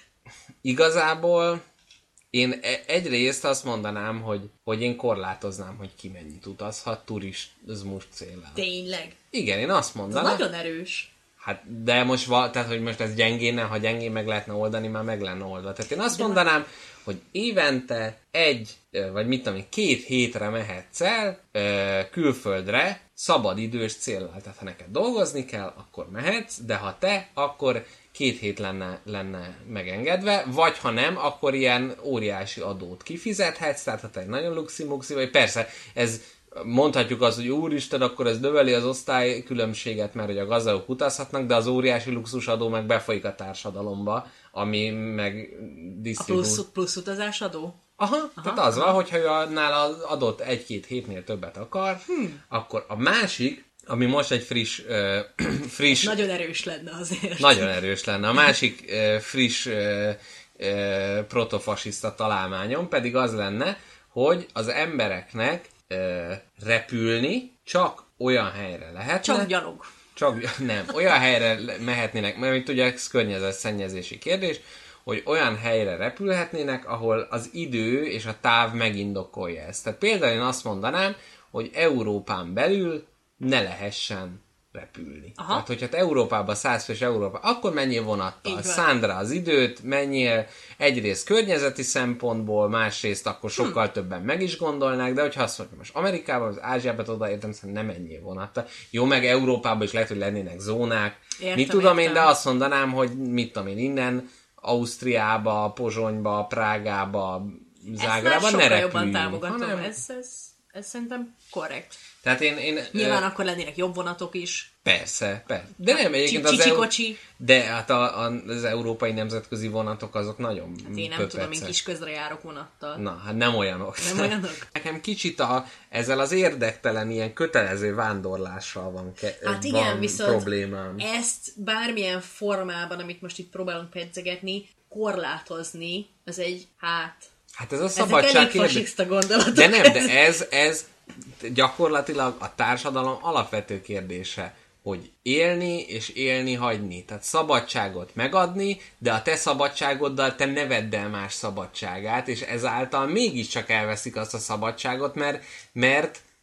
igazából én egyrészt azt mondanám, hogy, hogy én korlátoznám, hogy ki mennyit utazhat turizmus céllal. Tényleg? Igen, én azt mondanám. Ez nagyon erős. Hát, de most, tehát, hogy most ez gyengén, ha gyengén meg lehetne oldani, már meg lenne oldva. Tehát én azt de mondanám, hogy évente egy, vagy mit tudom én, két hétre mehetsz el külföldre szabadidős céllal. Tehát ha neked dolgozni kell, akkor mehetsz, de ha te, akkor két hét lenne, lenne megengedve, vagy ha nem, akkor ilyen óriási adót kifizethetsz, tehát ha te egy nagyon luxi-muxi vagy, persze, ez mondhatjuk azt, hogy úristen, akkor ez növeli az osztály különbséget, mert hogy a gazdagok utazhatnak, de az óriási luxusadó meg befolyik a társadalomba, ami meg disztribút. A plusz, plusz utazásadó? Aha, Aha, tehát az van, hogyha nála adott egy-két hétnél többet akar, hmm. akkor a másik, ami most egy friss... Uh, friss nagyon erős lenne azért. Nagyon erős lenne. A másik uh, friss uh, uh, protofasiszta találmányom pedig az lenne, hogy az embereknek uh, repülni csak olyan helyre lehetne... Csak gyalog. Csak, nem, olyan helyre mehetnének, mert itt ugye ez környezetszennyezési kérdés, hogy olyan helyre repülhetnének, ahol az idő és a táv megindokolja ezt. Tehát például én azt mondanám, hogy Európán belül ne lehessen repülni. Aha. Tehát, hogyha te Európában, százfős Európa, akkor menjél vonattal, szánd rá az időt, menjél egyrészt környezeti szempontból, másrészt akkor sokkal hm. többen meg is gondolnák, de hogyha azt mondjuk most Amerikában, az Ázsiában odaértem, szerintem nem menjél vonattal. Jó, meg Európában is lehet, hogy lennének zónák. Értem, mit tudom értem. Én, de azt mondanám, hogy mit tudom én, innen Ausztriába, Pozsonyba, Prágába, Zágrába ne repüljünk. Jobban támogatom, hanem... ez, ez, ez szerintem korrekt. Tehát én, én, Nyilván ö... akkor lennének jobb vonatok is. Persze, persze. De nem egyébként az, eu... de hát a, a, az európai nemzetközi vonatok azok nagyon hát én nem pöpecek. Tudom, én kis közre járok vonattal. Na, hát nem olyanok. Nem olyanok? Nekem kicsit a, ezzel az érdektelen ilyen kötelező vándorlással van, ke- hát igen, van viszont problémám. Ezt bármilyen formában, amit most itt próbálunk pedzegetni, korlátozni, az egy, hát... Hát ez a szabadság kérdés. De nem, de ez, ez gyakorlatilag a társadalom alapvető kérdése, hogy élni és élni hagyni. Tehát szabadságot megadni, de a te szabadságoddal te ne vedd el más szabadságát, és ezáltal mégiscsak elveszik azt a szabadságot, mert, mert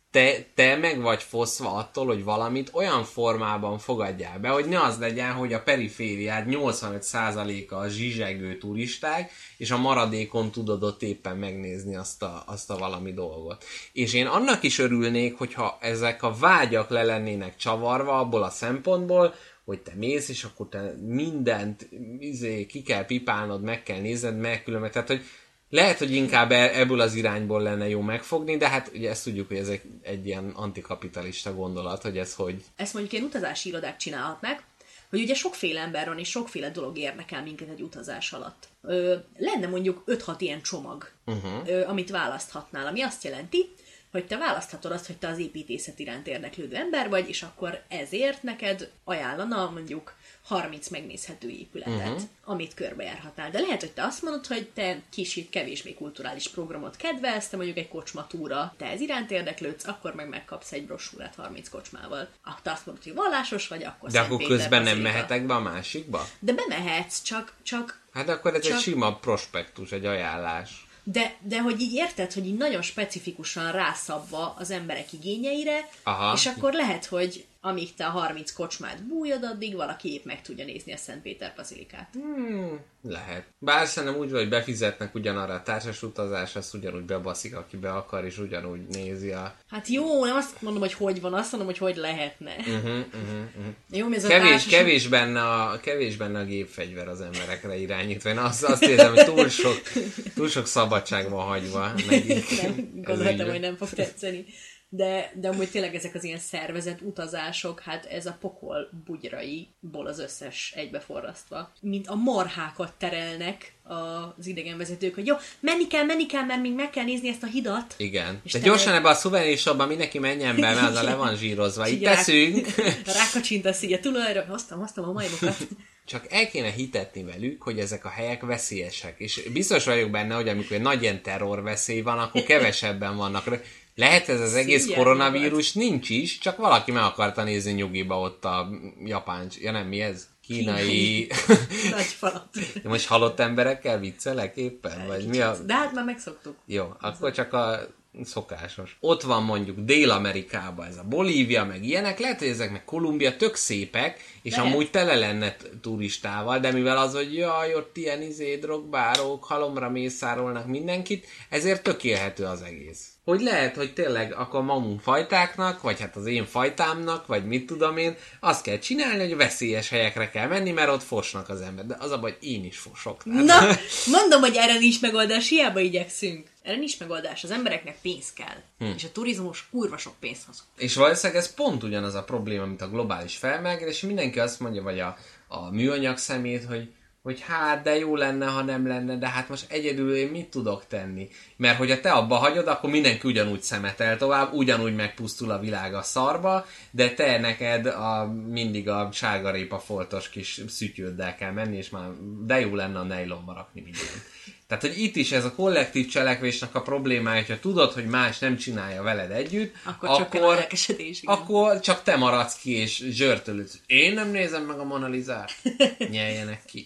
te, te meg vagy foszva attól, hogy valamit olyan formában fogadjál be, hogy ne az legyen, hogy a perifériád nyolcvanöt százaléka a zsizsegő turisták, és a maradékon tudod ott éppen megnézni azt a, azt a valami dolgot. És én annak is örülnék, hogyha ezek a vágyak le lennének csavarva abból a szempontból, hogy te mész, és akkor te mindent izé, ki kell pipálnod, meg kell nézned, meg különben. Tehát, hogy lehet, hogy inkább ebből az irányból lenne jó megfogni, de hát ugye ezt tudjuk, hogy ez egy, egy ilyen antikapitalista gondolat, hogy ez hogy... Ezt mondjuk ilyen utazási irodák csinálhatnak, hogy ugye sokféle ember van, és sokféle dolog érdekel minket egy utazás alatt. Ö, lenne mondjuk öt-hat ilyen csomag, uh-huh. ö, amit választhatnál, ami azt jelenti, hogy te választhatod azt, hogy te az építészet iránt érdeklődő ember vagy, és akkor ezért neked ajánlana mondjuk harminc megnézhető épületet, uh-huh. amit körbejárhatnál. De lehet, hogy te azt mondod, hogy te kicsit kevésbé kulturális programot kedvelsz, te mondjuk egy kocsmatúra, te ez iránt érdeklődsz, akkor meg megkapsz egy brosúrát harminc kocsmával. Ah, te azt mondod, hogy vallásos vagy, akkor de akkor közben nem mehetek be a másikba? De bemehetsz, csak... csak hát akkor ez csak... egy sima prospektus, egy ajánlás. De, de hogy így érted, hogy így nagyon specifikusan rászabva az emberek igényeire, aha. És akkor lehet, hogy amíg te a harminc kocsmát bújod, addig valaki épp meg tudja nézni a Szentpéter bazilikát. Hmm, lehet. Bár szerintem úgy, hogy befizetnek ugyanarra a társas utazás, azt ugyanúgy bebaszik, aki be akar, és ugyanúgy nézi a... Hát jó, nem azt mondom, hogy hogy van, azt mondom, hogy hogy lehetne. Uh-huh, uh-huh, uh-huh. Jó, ez kevés, a társas... kevés, benne a, kevés benne a gépfegyver az emberekre irányítva. Én azt, azt érzem, hogy túl sok, túl sok szabadság van hagyva. Nekik. Nem, gondoltam, hogy nem fog tetszeni. De, de amúgy tényleg ezek az ilyen szervezett utazások, hát ez a pokol bugyraiból az összes egybeforrasztva. Mint a marhákat terelnek az idegenvezetők, hogy jó, menni kell, menni kell, mert még meg kell nézni ezt a hidat. Igen. De gyorsan ebbe a szuvenírshopba mindenki menjen be, mert az a le van zsírozva. Itt teszünk. Rákacsintasz így a tulajra, hoztam, hoztam a majmokat. Csak el kéne hitetni velük, hogy ezek a helyek veszélyesek. És biztos vagyok benne, hogy amikor egy nagy ilyen terrorveszély van, akkor kevesebben vannak. Lehet ez az egész Szígyel koronavírus, magad. Nincs is, csak valaki meg akarta nézni nyugiba ott a japán, ja nem, mi ez? Kínai... Nagy falat. Most halott emberekkel viccelek éppen? Vagy mi a... De hát már megszoktuk. Jó, akkor csak a szokásos. Ott van mondjuk Dél-Amerikában ez a Bolívia, meg ilyenek, lehet, hogy ezek meg Kolumbia tök szépek, és lehet. Amúgy tele lenne turistával, de mivel az, hogy jaj, ott ilyen izé, drogbárok, halomra mészárolnak mindenkit, ezért tök élhető az egész. Hogy lehet, hogy tényleg akkor magunk fajtáknak, vagy hát az én fajtámnak, vagy mit tudom én, azt kell csinálni, hogy veszélyes helyekre kell menni, mert ott fosnak az ember. De az a baj, hogy én is fosok. Tehát... Na, mondom, hogy erre nincs megoldás, hiába igyekszünk. Erre nincs megoldás, az embereknek pénz kell. Hm. És a turizmus kurva sok pénzt hoz. És valószínűleg ez pont ugyanaz a probléma, mint a globális felmelegedés, mindenki azt mondja, vagy a, a műanyag szemét, hogy hogy hát, de jó lenne, ha nem lenne, de hát most egyedül én mit tudok tenni? Mert hogyha te abba hagyod, akkor mindenki ugyanúgy szemetel tovább, ugyanúgy megpusztul a világ a szarba, de te neked a, mindig a sárgarépa foltos kis szütyőddel kell menni, és már de jó lenne a nejlonba rakni mindent. Tehát, hogy itt is ez a kollektív cselekvésnek a problémája, hogyha tudod, hogy más nem csinálja veled együtt, akkor, akkor, csak, akkor csak te maradsz ki, és zsörtölődsz. Én nem nézem meg a Mona Lisát. Nyeljenek ki.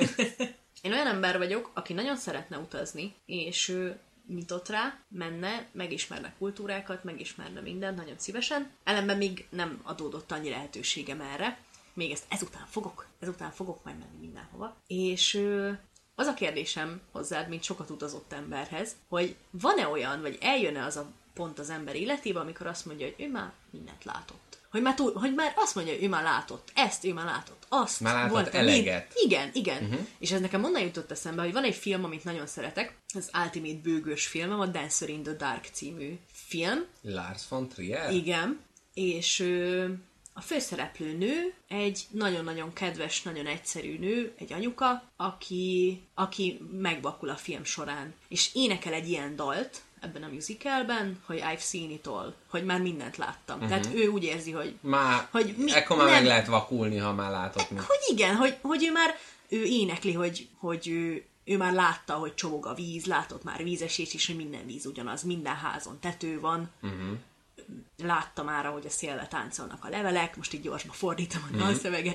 Én olyan ember vagyok, aki nagyon szeretne utazni, és ő nyitott rá, menne, megismerne kultúrákat, megismerne mindent nagyon szívesen. Ellenben még nem adódott annyi lehetőségem erre. Még ezt ezután fogok, ezután fogok majd menni mindenhova. És az a kérdésem hozzád, mint sokat utazott emberhez, hogy van-e olyan, vagy eljön-e az a pont az ember életében, amikor azt mondja, hogy ő már mindent látott. Hogy már, túl, hogy már azt mondja, hogy ő már látott ezt, ő már látott azt. Már látott volt eleget. Mind. Igen, igen. Uh-huh. És ez nekem onnan jutott eszembe, hogy van egy film, amit nagyon szeretek, az Ultimate bőgős filmem, a Dancer in the Dark című film. Lars von Trier? Igen. És ö, a főszereplő nő egy nagyon-nagyon kedves, nagyon egyszerű nő, egy anyuka, aki, aki megvakul a film során. És énekel egy ilyen dalt, ebben a musicalben, hogy I've seen it all, hogy már mindent láttam. Uh-huh. Tehát ő úgy érzi, hogy... Már, hogy mi, ekkor már nem, meg lehet vakulni, ha már látott mi. Hogy igen, hogy, hogy ő már, ő énekli, hogy, hogy ő, ő már látta, hogy csobog a víz, látott már vízesés is, hogy minden víz ugyanaz, minden házon tető van. Uh-huh. Látta már, hogy a szélre táncolnak a levelek, most így gyorsba fordítom a dalszöveget.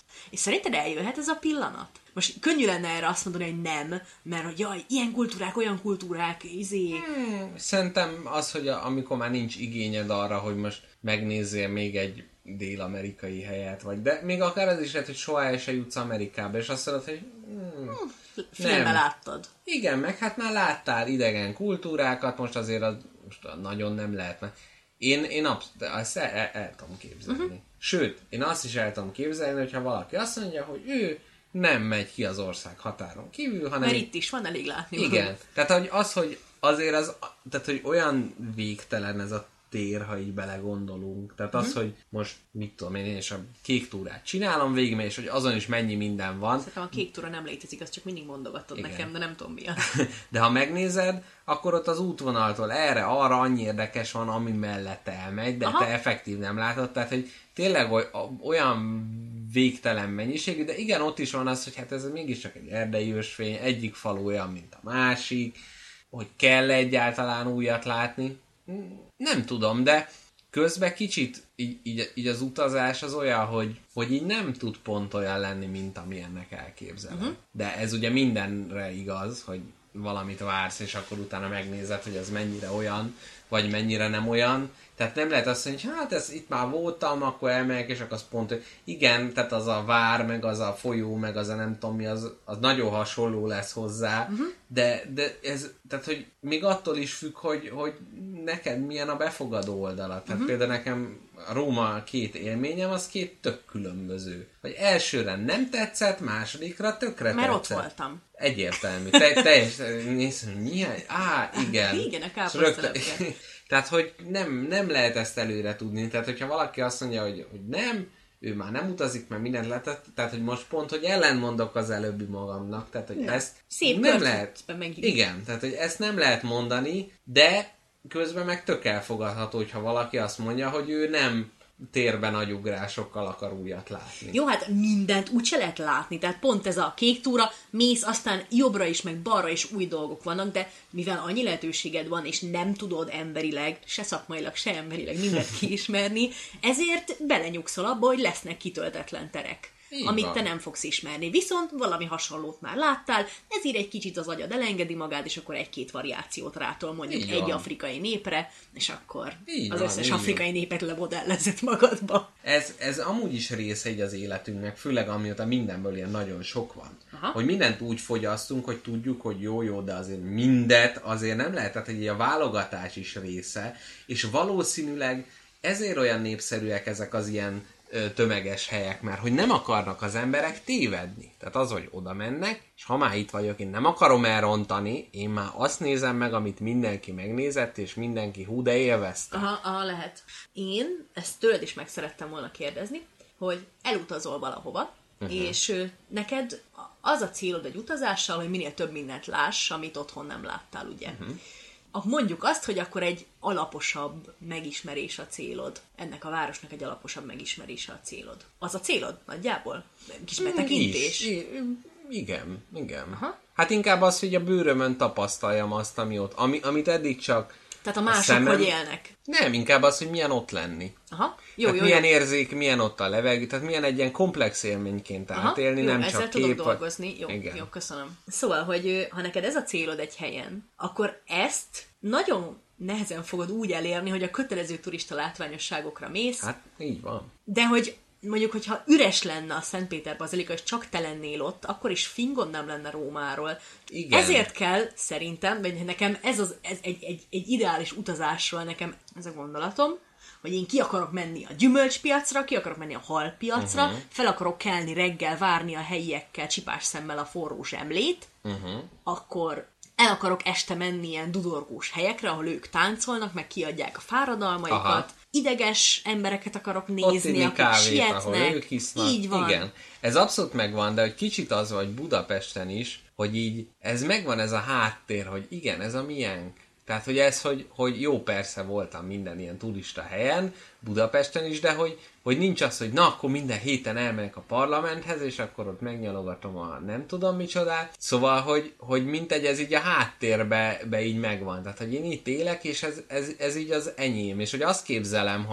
És szerinted eljöhet ez a pillanat? Most könnyű lenne erre azt mondani, hogy nem, mert hogy jaj, ilyen kultúrák, olyan kultúrák, izé... Hmm, szerintem az, hogy a, amikor már nincs igényed arra, hogy most megnézzél még egy dél-amerikai helyet, vagy de még akár az is lehet, hogy soha el se jutsz Amerikába, és azt mondod, hogy hmm, filmben láttad. Igen, meg hát már láttál idegen kultúrákat, most azért az, most nagyon nem lehetne. Én, én absz- azt el, el, el tudom képzelni. Uh-huh. Sőt, én azt is el tudom képzelni, hogyha valaki azt mondja, hogy ő nem megy ki az ország határon kívül, hanem... Mert itt is van elég látni. Igen. Tehát hogy az, hogy azért az, tehát hogy olyan végtelen ez a tér, ha így belegondolunk. Tehát az, uh-huh. hogy most, mit tudom én, én és a kék túrát csinálom végig, és hogy azon is mennyi minden van. Szerintem a kék túra nem létezik, azt csak mindig mondogatod igen. nekem, de nem tudom miatt. De ha megnézed, akkor ott az útvonaltól erre, arra annyi érdekes van, ami mellett elmegy, de aha. te effektív nem látod. Tehát, hogy tényleg olyan végtelen mennyiségű, de igen, ott is van az, hogy hát ez mégiscsak egy erdei ösvény, egyik falu olyan, mint a másik, hogy kell egyáltalán újat látni. Nem tudom, de közben kicsit így, így, így az utazás az olyan, hogy, hogy így nem tud pont olyan lenni, mint amilyennek elképzelem. Uh-huh. De ez ugye mindenre igaz, hogy valamit vársz, és akkor utána megnézed, hogy ez mennyire olyan, vagy mennyire nem olyan. Tehát nem lehet azt mondani, hogy hát ez itt már voltam, akkor elmegyek, és akkor az pont, hogy igen, tehát az a vár, meg az a folyó, meg az a nem tudom mi, az, az nagyon hasonló lesz hozzá, uh-huh. de, de ez, tehát hogy még attól is függ, hogy, hogy neked milyen a befogadó oldala. Tehát uh-huh. például nekem a Róma két élményem, az két tök különböző. Hogy elsőre nem tetszett, másodikra tökre mert tetszett. Mert ott voltam. Egyértelmű. Te, teljesen, nézd, milyen? Á, igen. Igen, a káposztelepke. Tehát, hogy nem, nem lehet ezt előre tudni. Tehát, hogyha valaki azt mondja, hogy, hogy nem, ő már nem utazik, mert mindent letett, tehát, hogy most pont, hogy ellentmondok az előbbi magamnak. Tehát, hogy na, ezt szép nem lehet. Megint. Igen, tehát, hogy ezt nem lehet mondani, de közben meg tök elfogadható, hogyha valaki azt mondja, hogy ő nem térben agyugrásokkal akar újat látni. Jó, hát mindent úgyse lehet látni, tehát pont ez a kék túra, mész, aztán jobbra is, meg balra is új dolgok vannak, de mivel annyi lehetőséged van, és nem tudod emberileg, se szakmailag, se emberileg mindent kiismerni, ezért belenyugszol abba, hogy lesznek kitöltetlen terek. Így amit van. Te nem fogsz ismerni. Viszont valami hasonlót már láttál, ezért egy kicsit az agyad elengedi magát, és akkor egy-két variációt rátol mondjuk így egy van. Afrikai népre, és akkor így az van, összes afrikai van. Népet lemodellezett magadba. Ez, ez amúgy is része így az életünknek, főleg amióta mindenből ilyen nagyon sok van. Aha. Hogy mindent úgy fogyasztunk, hogy tudjuk, hogy jó-jó, de azért mindet azért nem lehet, tehát hogy a válogatás is része, és valószínűleg ezért olyan népszerűek ezek az ilyen tömeges helyek, mert hogy nem akarnak az emberek tévedni. Tehát az, hogy oda mennek, és ha már itt vagyok, én nem akarom elrontani, én már azt nézem meg, amit mindenki megnézett, és mindenki hú, de élvezte. Aha, aha, lehet. Én ezt tőled is meg szerettem volna kérdezni, hogy elutazol valahova, uh-huh. és neked az a célod egy utazással, hogy minél több mindent láss, amit otthon nem láttál, ugye? Uh-huh. Mondjuk azt, hogy akkor egy alaposabb megismerés a célod. Ennek a városnak egy alaposabb megismerése a célod. Az a célod nagyjából? Kis betekintés? I- igen, igen. Aha. Hát inkább az, hogy a bőrömön tapasztaljam azt, ami ott, ami, amit eddig csak tehát a mások szemem... hogy élnek? Nem, inkább az, hogy milyen ott lenni. Aha. Jó, jó, milyen jó. érzék, milyen ott a levegő, tehát milyen egy ilyen komplex élményként aha, átélni, jó, nem ezzel csak tudok kép. dolgozni. Jó, jó, köszönöm. Szóval, hogy ha neked ez a célod egy helyen, akkor ezt nagyon nehezen fogod úgy elérni, hogy a kötelező turista látványosságokra mész. Hát, így van. De hogy mondjuk, hogyha üres lenne a Szentpéter bazilika, és csak te lennél ott, akkor is fingod nem lenne Rómáról. Igen. Ezért kell, szerintem, vagy nekem ez, az, ez egy, egy, egy ideális utazásról nekem ez a gondolatom, hogy én ki akarok menni a gyümölcspiacra, ki akarok menni a halpiacra, uh-huh. fel akarok kelni reggel, várni a helyiekkel csipás szemmel a forró zsemlét, uh-huh. akkor el akarok este menni ilyen dudorgós helyekre, ahol ők táncolnak, meg kiadják a fáradalmaikat, aha. ideges embereket akarok nézni, akik kávét, sietnek. Ők hisznak. Így van. Igen. Ez abszolút megvan, de hogy kicsit az vagy Budapesten is, hogy így ez megvan ez a háttér, hogy igen, ez a miénk. Tehát, hogy ez, hogy, hogy jó, persze voltam minden ilyen turista helyen, Budapesten is, de hogy, hogy nincs az, hogy na, akkor minden héten elmegyek a parlamenthez, és akkor ott megnyalogatom a nem tudom micsodát. Szóval, hogy, hogy mintegy, ez így a háttérbe be így megvan. Tehát, hogy én itt élek, és ez, ez, ez így az enyém. És hogy azt képzelem, hogy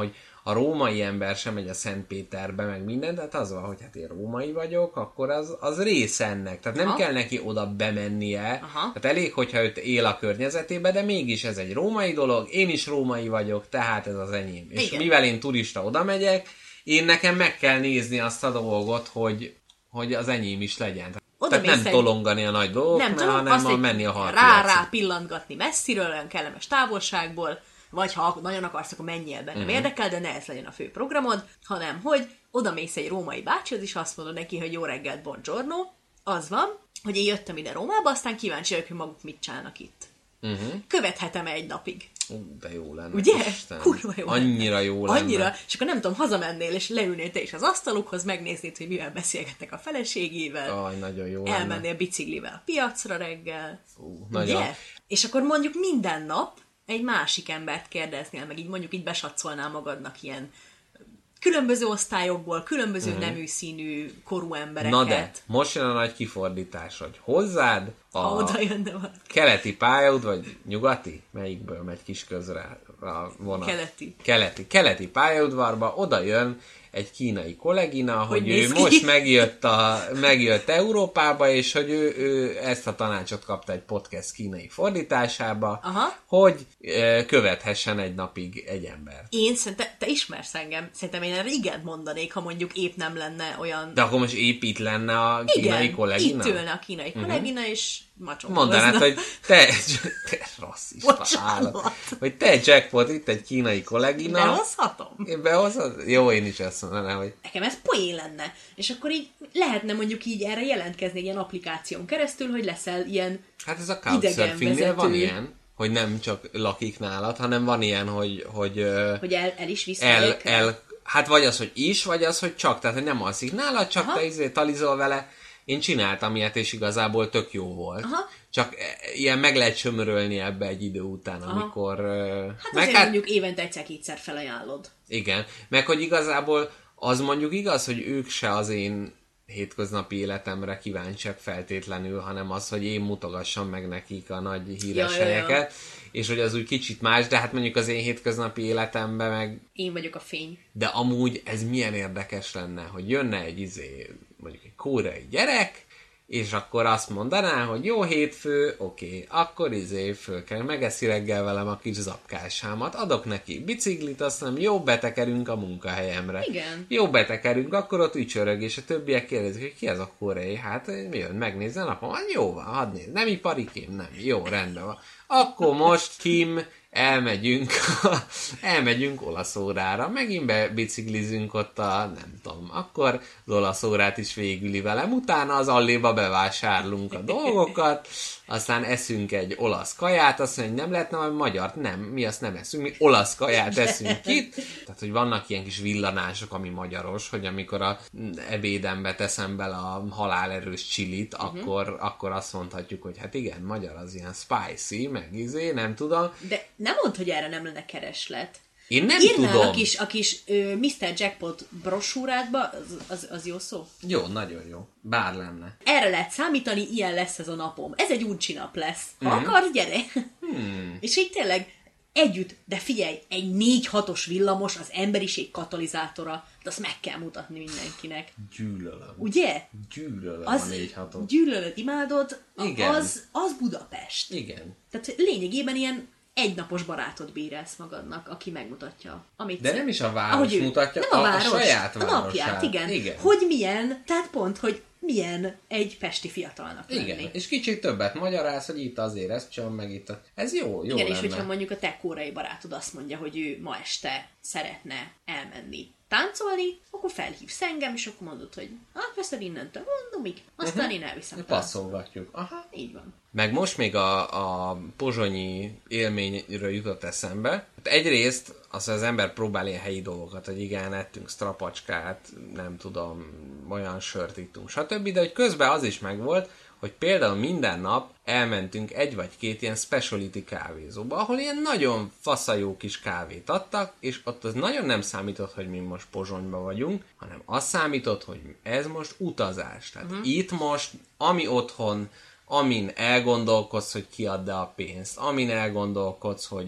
a római ember sem megy a Szentpéterbe, meg minden, tehát az van, hogy hát én római vagyok, akkor az, az része ennek. Tehát nem Aha. kell neki oda bemennie, Aha. tehát elég, hogyha őt él a környezetébe, de mégis ez egy római dolog, én is római vagyok, tehát ez az enyém. Igen. És mivel én turista oda megyek, én nekem meg kell nézni azt a dolgot, hogy, hogy az enyém is legyen. Oda Tehát nem egy... tolongani a nagy dolgoknál, hanem a menni a harpiacon. Rá-rá pillantgatni messziről, olyan kellemes távolságból, vagy ha nagyon akarsz, akkor menjél be, nem uh-huh. érdekel, de ne ez legyen a fő programod, hanem hogy oda mész egy római bácsihoz, és azt mondod neki, hogy jó reggelt, buongiorno, az van, hogy én jöttem ide Rómába, aztán kíváncsi vagyok, hogy maguk mit csinálnak itt. Uh-huh. Követhetem egy napig. Ú, de jó lenne. Ugye? Kurva jó Annyira lenne. jó lenne. Annyira, és akkor nem tudom, hazamennél, és leülnél te is az asztalukhoz, megnéznéd, hogy mivel beszélgetnek a feleségével. Aj, nagyon jó Elmennél lenne. biciklivel a piacra reggel. Ú, nagyon. Ugye? És akkor mondjuk minden nap egy másik embert kérdeznél, meg így mondjuk így besatszolnál magadnak ilyen különböző osztályokból, különböző uh-huh. nemű színű, korú embereket. Na de, most jön a nagy kifordítás, hogy hozzád a ha oda jönne valaki. Keleti pályaud, vagy nyugati? Melyikből megy Kisközre a vonat? Keleti. Keleti. Keleti pályaudvarba oda jön egy kínai kollégina, hogy, hogy ő ki? most megjött, a, megjött Európába, és hogy ő, ő ezt a tanácsot kapta egy podcast kínai fordításába, Aha. hogy e, követhessen egy napig egy ember. Én szerintem, te ismersz engem, szerintem én erre igen mondanék, ha mondjuk épp nem lenne olyan... De akkor most épp itt lenne a kínai igen, kollégina? itt ülne a kínai uh-huh. kollégina, és macsongozna. Mondanád, hogy te, te rasszista állat, hogy te Jackpot, itt egy kínai kollégina. Behozhatom? Én behozhat? Jó, én is ezt mondanám, hogy... Nekem ez poén lenne. És akkor így lehetne mondjuk így erre jelentkezni egy ilyen applikáción keresztül, hogy leszel ilyen hát ez a couchsurfingnél van ilyen, hogy nem csak lakik nálad, hanem van ilyen, hogy... Hogy, hogy el, el is visz el, el, hát vagy az, hogy is, vagy az, hogy csak. Tehát, hogy nem alszik nálad, csak Aha. te izé talizol vele. Én csináltam ilyet, és igazából tök jó volt. Aha. Csak ilyen meg lehet sömörölni ebbe egy idő után, Aha. amikor... Hát meg azért hát, mondjuk évente egyszer-kétszer felajánlod. Igen. Meg hogy igazából az mondjuk igaz, hogy ők se az én hétköznapi életemre kíváncsiak feltétlenül, hanem az, hogy én mutogassam meg nekik a nagy híres ja, helyeket, ja, ja. és hogy az úgy kicsit más, de hát mondjuk az én hétköznapi életemben meg... Én vagyok a fény. De amúgy ez milyen érdekes lenne, hogy jönne egy izé, mondjuk egy koreai gyerek, és akkor azt mondaná, hogy jó hétfő, oké, okay, akkor izé föl kell, megeszi reggel velem a kis zapkásámat, adok neki biciklit, azt mondom, jó, betekerünk a munkahelyemre. Igen. Jó, betekerünk, akkor ott ücsörög, és a többiek kérdezik, hogy ki ez a koreai, hát mi jön, megnézze a napom, hát jó van, hadd nézd, nem iparikém, nem, jó, rendben van. Akkor most Kim, elmegyünk, elmegyünk olaszórára, megint bebiciklizünk ott a, nem tudom, akkor az olaszórát is végüli velem, utána az Alléba bevásárlunk a dolgokat, aztán eszünk egy olasz kaját, azt mondja, hogy nem lehetne valami magyart, nem, mi azt nem eszünk, mi olasz kaját eszünk itt, tehát, hogy vannak ilyen kis villanások, ami magyaros, hogy amikor a ebédembe teszem bele a halálerős csilit, uh-huh. akkor, akkor azt mondhatjuk, hogy hát igen, magyar az ilyen spicy, meg izé, nem tudom. De nem mondd, hogy erre nem lenne kereslet. Én nem Írnál tudom. a kis, a kis uh, miszter Jackpot brosúrádba, az, az, az jó szó? Jó, nagyon jó. Bár lenne. Erre lehet számítani, ilyen lesz ez a napom. Ez egy uncsi nap lesz. Ha mm-hmm. akarsz, gyere. Hmm. És így tényleg együtt, de figyelj, egy négy hatos villamos az emberiség katalizátora, de azt meg kell mutatni mindenkinek. Gyűlölöm. Ugye? Gyűlölöm az a négy hatot. Gyűlölöd, imádod, Igen. Az, az Budapest. Igen. Tehát lényegében ilyen egynapos barátod bérelsz magadnak, aki megmutatja, amit... De nem is a város ő, mutatja, nem a, a, város, a saját a városát. napját, igen. igen. Hogy milyen, tehát pont, hogy milyen egy pesti fiatalnak lenni. Igen, és kicsit többet magyaráz, hogy itt azért ezt csinálom, meg itt a... Ez jó, jó igen, lenne. És hogyha mondjuk a te koreai barátod azt mondja, hogy ő ma este szeretne elmenni táncolni, akkor felhívsz engem, és akkor mondod, hogy hát veszed innentől, mondom, így. Aztán uh-huh. én elviszem. Passzolgatjuk. Aha. Így van. Meg most még a, a pozsonyi élményről jutott eszembe. Egyrészt az, az ember próbál ilyen helyi dolgokat, hogy igen, ettünk strapacskát, nem tudom, olyan sört ittunk, stb. De hogy közben az is megvolt, hogy például minden nap elmentünk egy vagy két ilyen specialty kávézóba, ahol ilyen nagyon faszajó kis kávét adtak, és ott az nagyon nem számított, hogy mi most Pozsonyban vagyunk, hanem az számított, hogy ez most utazás. Tehát uh-huh. itt most, ami otthon, amin elgondolkodsz, hogy kiadd-e a pénzt, amin elgondolkodsz, hogy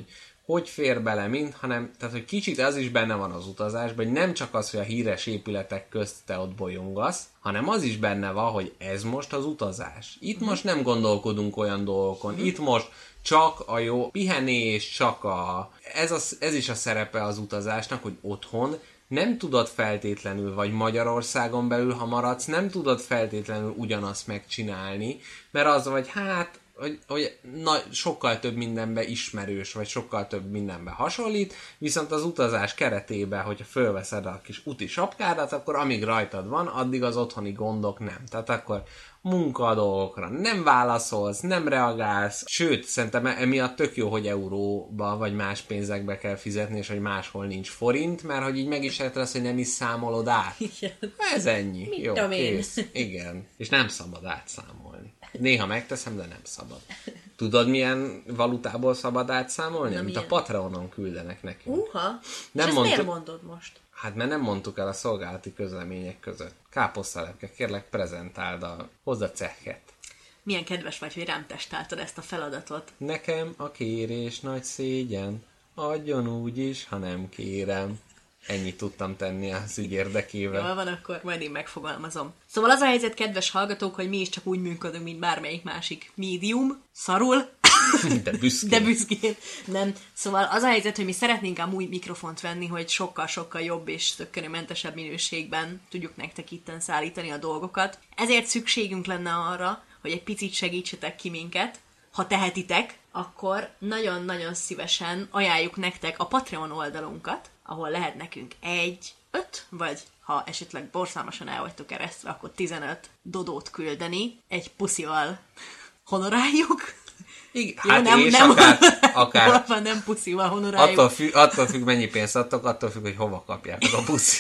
hogy fér bele mind, hanem tehát, hogy kicsit az is benne van az utazásban, hogy nem csak az, hogy a híres épületek közt te ott bolyongasz, hanem az is benne van, hogy ez most az utazás. Itt most nem gondolkodunk olyan dolgokon, itt most csak a jó pihenés, csak a... Ez, a, ez is a szerepe az utazásnak, hogy otthon nem tudod feltétlenül, vagy Magyarországon belül, ha maradsz, nem tudod feltétlenül ugyanazt megcsinálni, mert az vagy, hát, hogy, hogy na, sokkal több mindenbe ismerős, vagy sokkal több mindenbe hasonlít, viszont az utazás keretében, hogyha fölveszed a kis úti sapkádat, akkor amíg rajtad van, addig az otthoni gondok nem. Tehát akkor munkadolgokra nem válaszolsz, nem reagálsz, sőt, szerintem emiatt tök jó, hogy euróba vagy más pénzekbe kell fizetni, és hogy máshol nincs forint, mert hogy így meg is lehet lesz, hogy nem is számolod át. Igen. Ez ennyi. Mit jó, tudom én. kész. Igen. És nem szabad átszámolni. Néha megteszem, de nem szabad. Tudod, milyen valutából szabad átszámolni? Na, Amit milyen? a Patreonon küldenek nekünk. Uha, Nem és ezt mondtuk- miért mondod most? Hát mert nem mondtuk el a szolgálati közlemények között. Káposztalepke, kérlek prezentáld a, hozd a cekket. Milyen kedves vagy, hogy rám testáltad ezt a feladatot. Nekem a kérés nagy szégyen, adjon úgy is, ha nem kérem. Ennyit tudtam tenni az ügy érdekével. Jól van, akkor majd én megfogalmazom. Szóval az a helyzet, kedves hallgatók, hogy mi is csak úgy működünk, mint bármelyik másik médium. Szarul. De büszkén. De büszkén. Nem. Szóval az a helyzet, hogy mi szeretnénk ám új mikrofont venni, hogy sokkal-sokkal jobb és tökkenőmentesebb minőségben tudjuk nektek itten szállítani a dolgokat. Ezért szükségünk lenne arra, hogy egy picit segítsetek ki minket. Ha tehetitek, akkor nagyon-nagyon szívesen ajánljuk nektek a Patreon oldalunkat, ahol lehet nekünk egy, öt, vagy ha esetleg borzalmasan el vagytok eresztve, akkor tizenöt dodót küldeni, egy puszival honoráljuk. Igen, Jó, hát nem, és nem, akár, akár hol van, nem puszival honoráljuk. attól, függ, attól függ, mennyi pénzt adtok, attól függ, hogy hova kapjátok a puszit.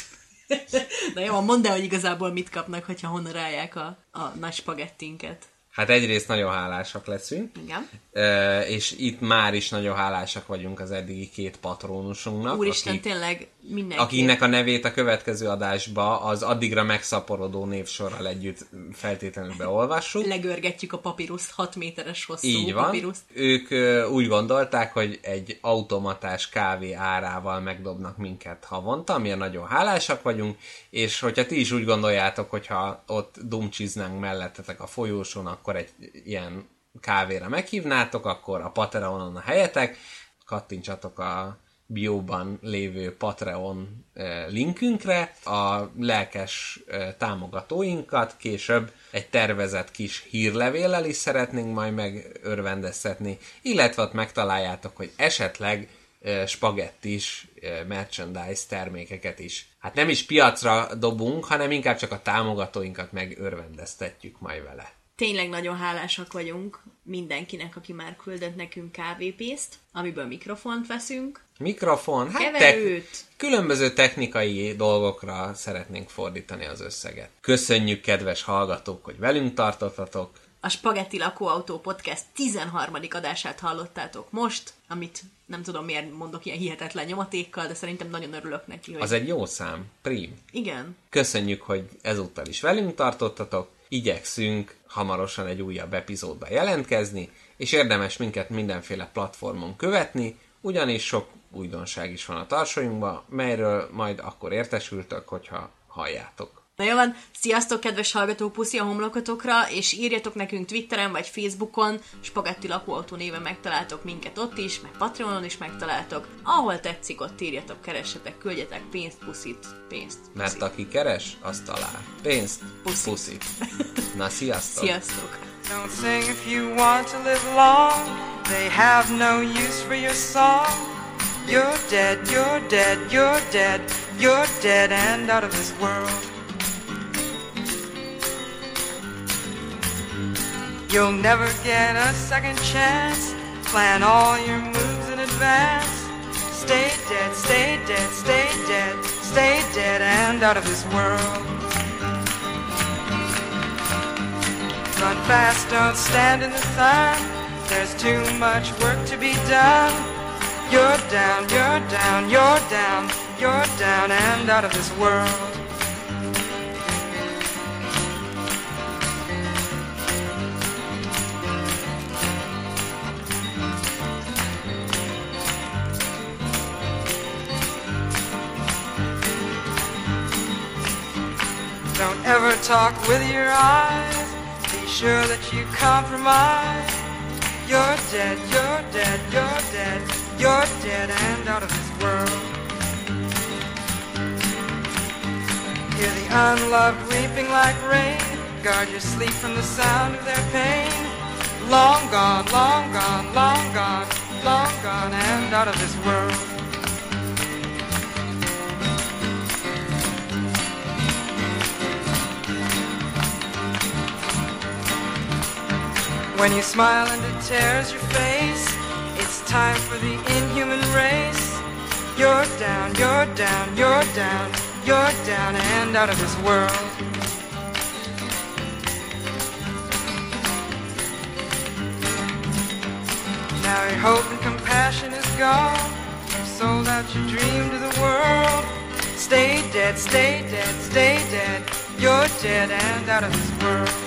Na jó, mondd el, hogy igazából mit kapnak, hogyha honorálják a, a nagy spagettinket. Hát egyrészt nagyon hálásak leszünk, Igen. e, és itt már is nagyon hálásak vagyunk az eddigi két patronusunknak. Úristen, akik, tényleg mindenki. Akinek a nevét a következő adásba az addigra megszaporodó névsorral együtt feltétlenül beolvassuk. Legörgetjük a papíruszt, hat méteres hosszú Így van. papíruszt. Ők ö, úgy gondolták, hogy egy automatás kávé árával megdobnak minket havonta, amilyen nagyon hálásak vagyunk, és hogyha ti is úgy gondoljátok, hogyha ott dumcsiznánk mellettetek a folyóson, akkor egy ilyen kávéra meghívnátok, akkor a Patreonon a helyetek, kattintsatok a bióban lévő Patreon linkünkre, a lelkes támogatóinkat később egy tervezett kis hírlevéllel is szeretnénk majd megörvendeztetni, illetve ott megtaláljátok, hogy esetleg spagettis merchandise termékeket is. Hát nem is piacra dobunk, hanem inkább csak a támogatóinkat megörvendeztetjük majd vele. Tényleg nagyon hálásak vagyunk mindenkinek, aki már küldött nekünk kávépészt, amiből mikrofont veszünk. Mikrofon, hát Keverőt. Te- különböző technikai dolgokra szeretnénk fordítani az összeget. Köszönjük, kedves hallgatók, hogy velünk tartottatok. A Spagetti Lakóautó Podcast tizenharmadik adását hallottátok most, amit nem tudom miért mondok ilyen hihetetlen nyomatékkal, de szerintem nagyon örülök neki, hogy... Az egy jó szám, prim. Igen. Köszönjük, hogy ezúttal is velünk tartottatok. Igyekszünk hamarosan egy újabb epizódba jelentkezni, és érdemes minket mindenféle platformon követni, ugyanis sok újdonság is van a tarsolyunkban, melyről majd akkor értesültök, hogyha halljátok. Na jó van, sziasztok, kedves hallgatók, puszi a homlokotokra, és írjatok nekünk Twitteren vagy Facebookon, Spagetti Lakóautó néven megtaláltok minket ott is, meg Patreonon is megtaláltok. Ahol tetszik, ott írjatok, keressetek, küldjetek pénzt, puszit, pénzt. Puszit. Mert aki keres, azt talál. Pénzt, puszit. puszit. Na, sziasztok! Sziasztok! Don't sing if you want to live long. They have no use for your song. You're dead, you're dead, you're dead, you're dead and out of this world. You'll never get a second chance. Plan all your moves in advance. Stay dead, stay dead, stay dead, stay dead and out of this world. Run fast, don't stand in the sun. There's too much work to be done. You're down, you're down, you're down, you're down and out of this world. never talk with your eyes. Be sure that you compromise. You're dead, you're dead, you're dead, you're dead and out of this world. Hear the unloved weeping like rain. Guard your sleep from the sound of their pain. Long gone, long gone, long gone, long gone and out of this world. When you smile and it tears your face, it's time for the inhuman race. You're down, you're down, you're down, you're down and out of this world. Now your hope and compassion is gone. You've sold out your dream to the world. Stay dead, stay dead, stay dead. You're dead and out of this world.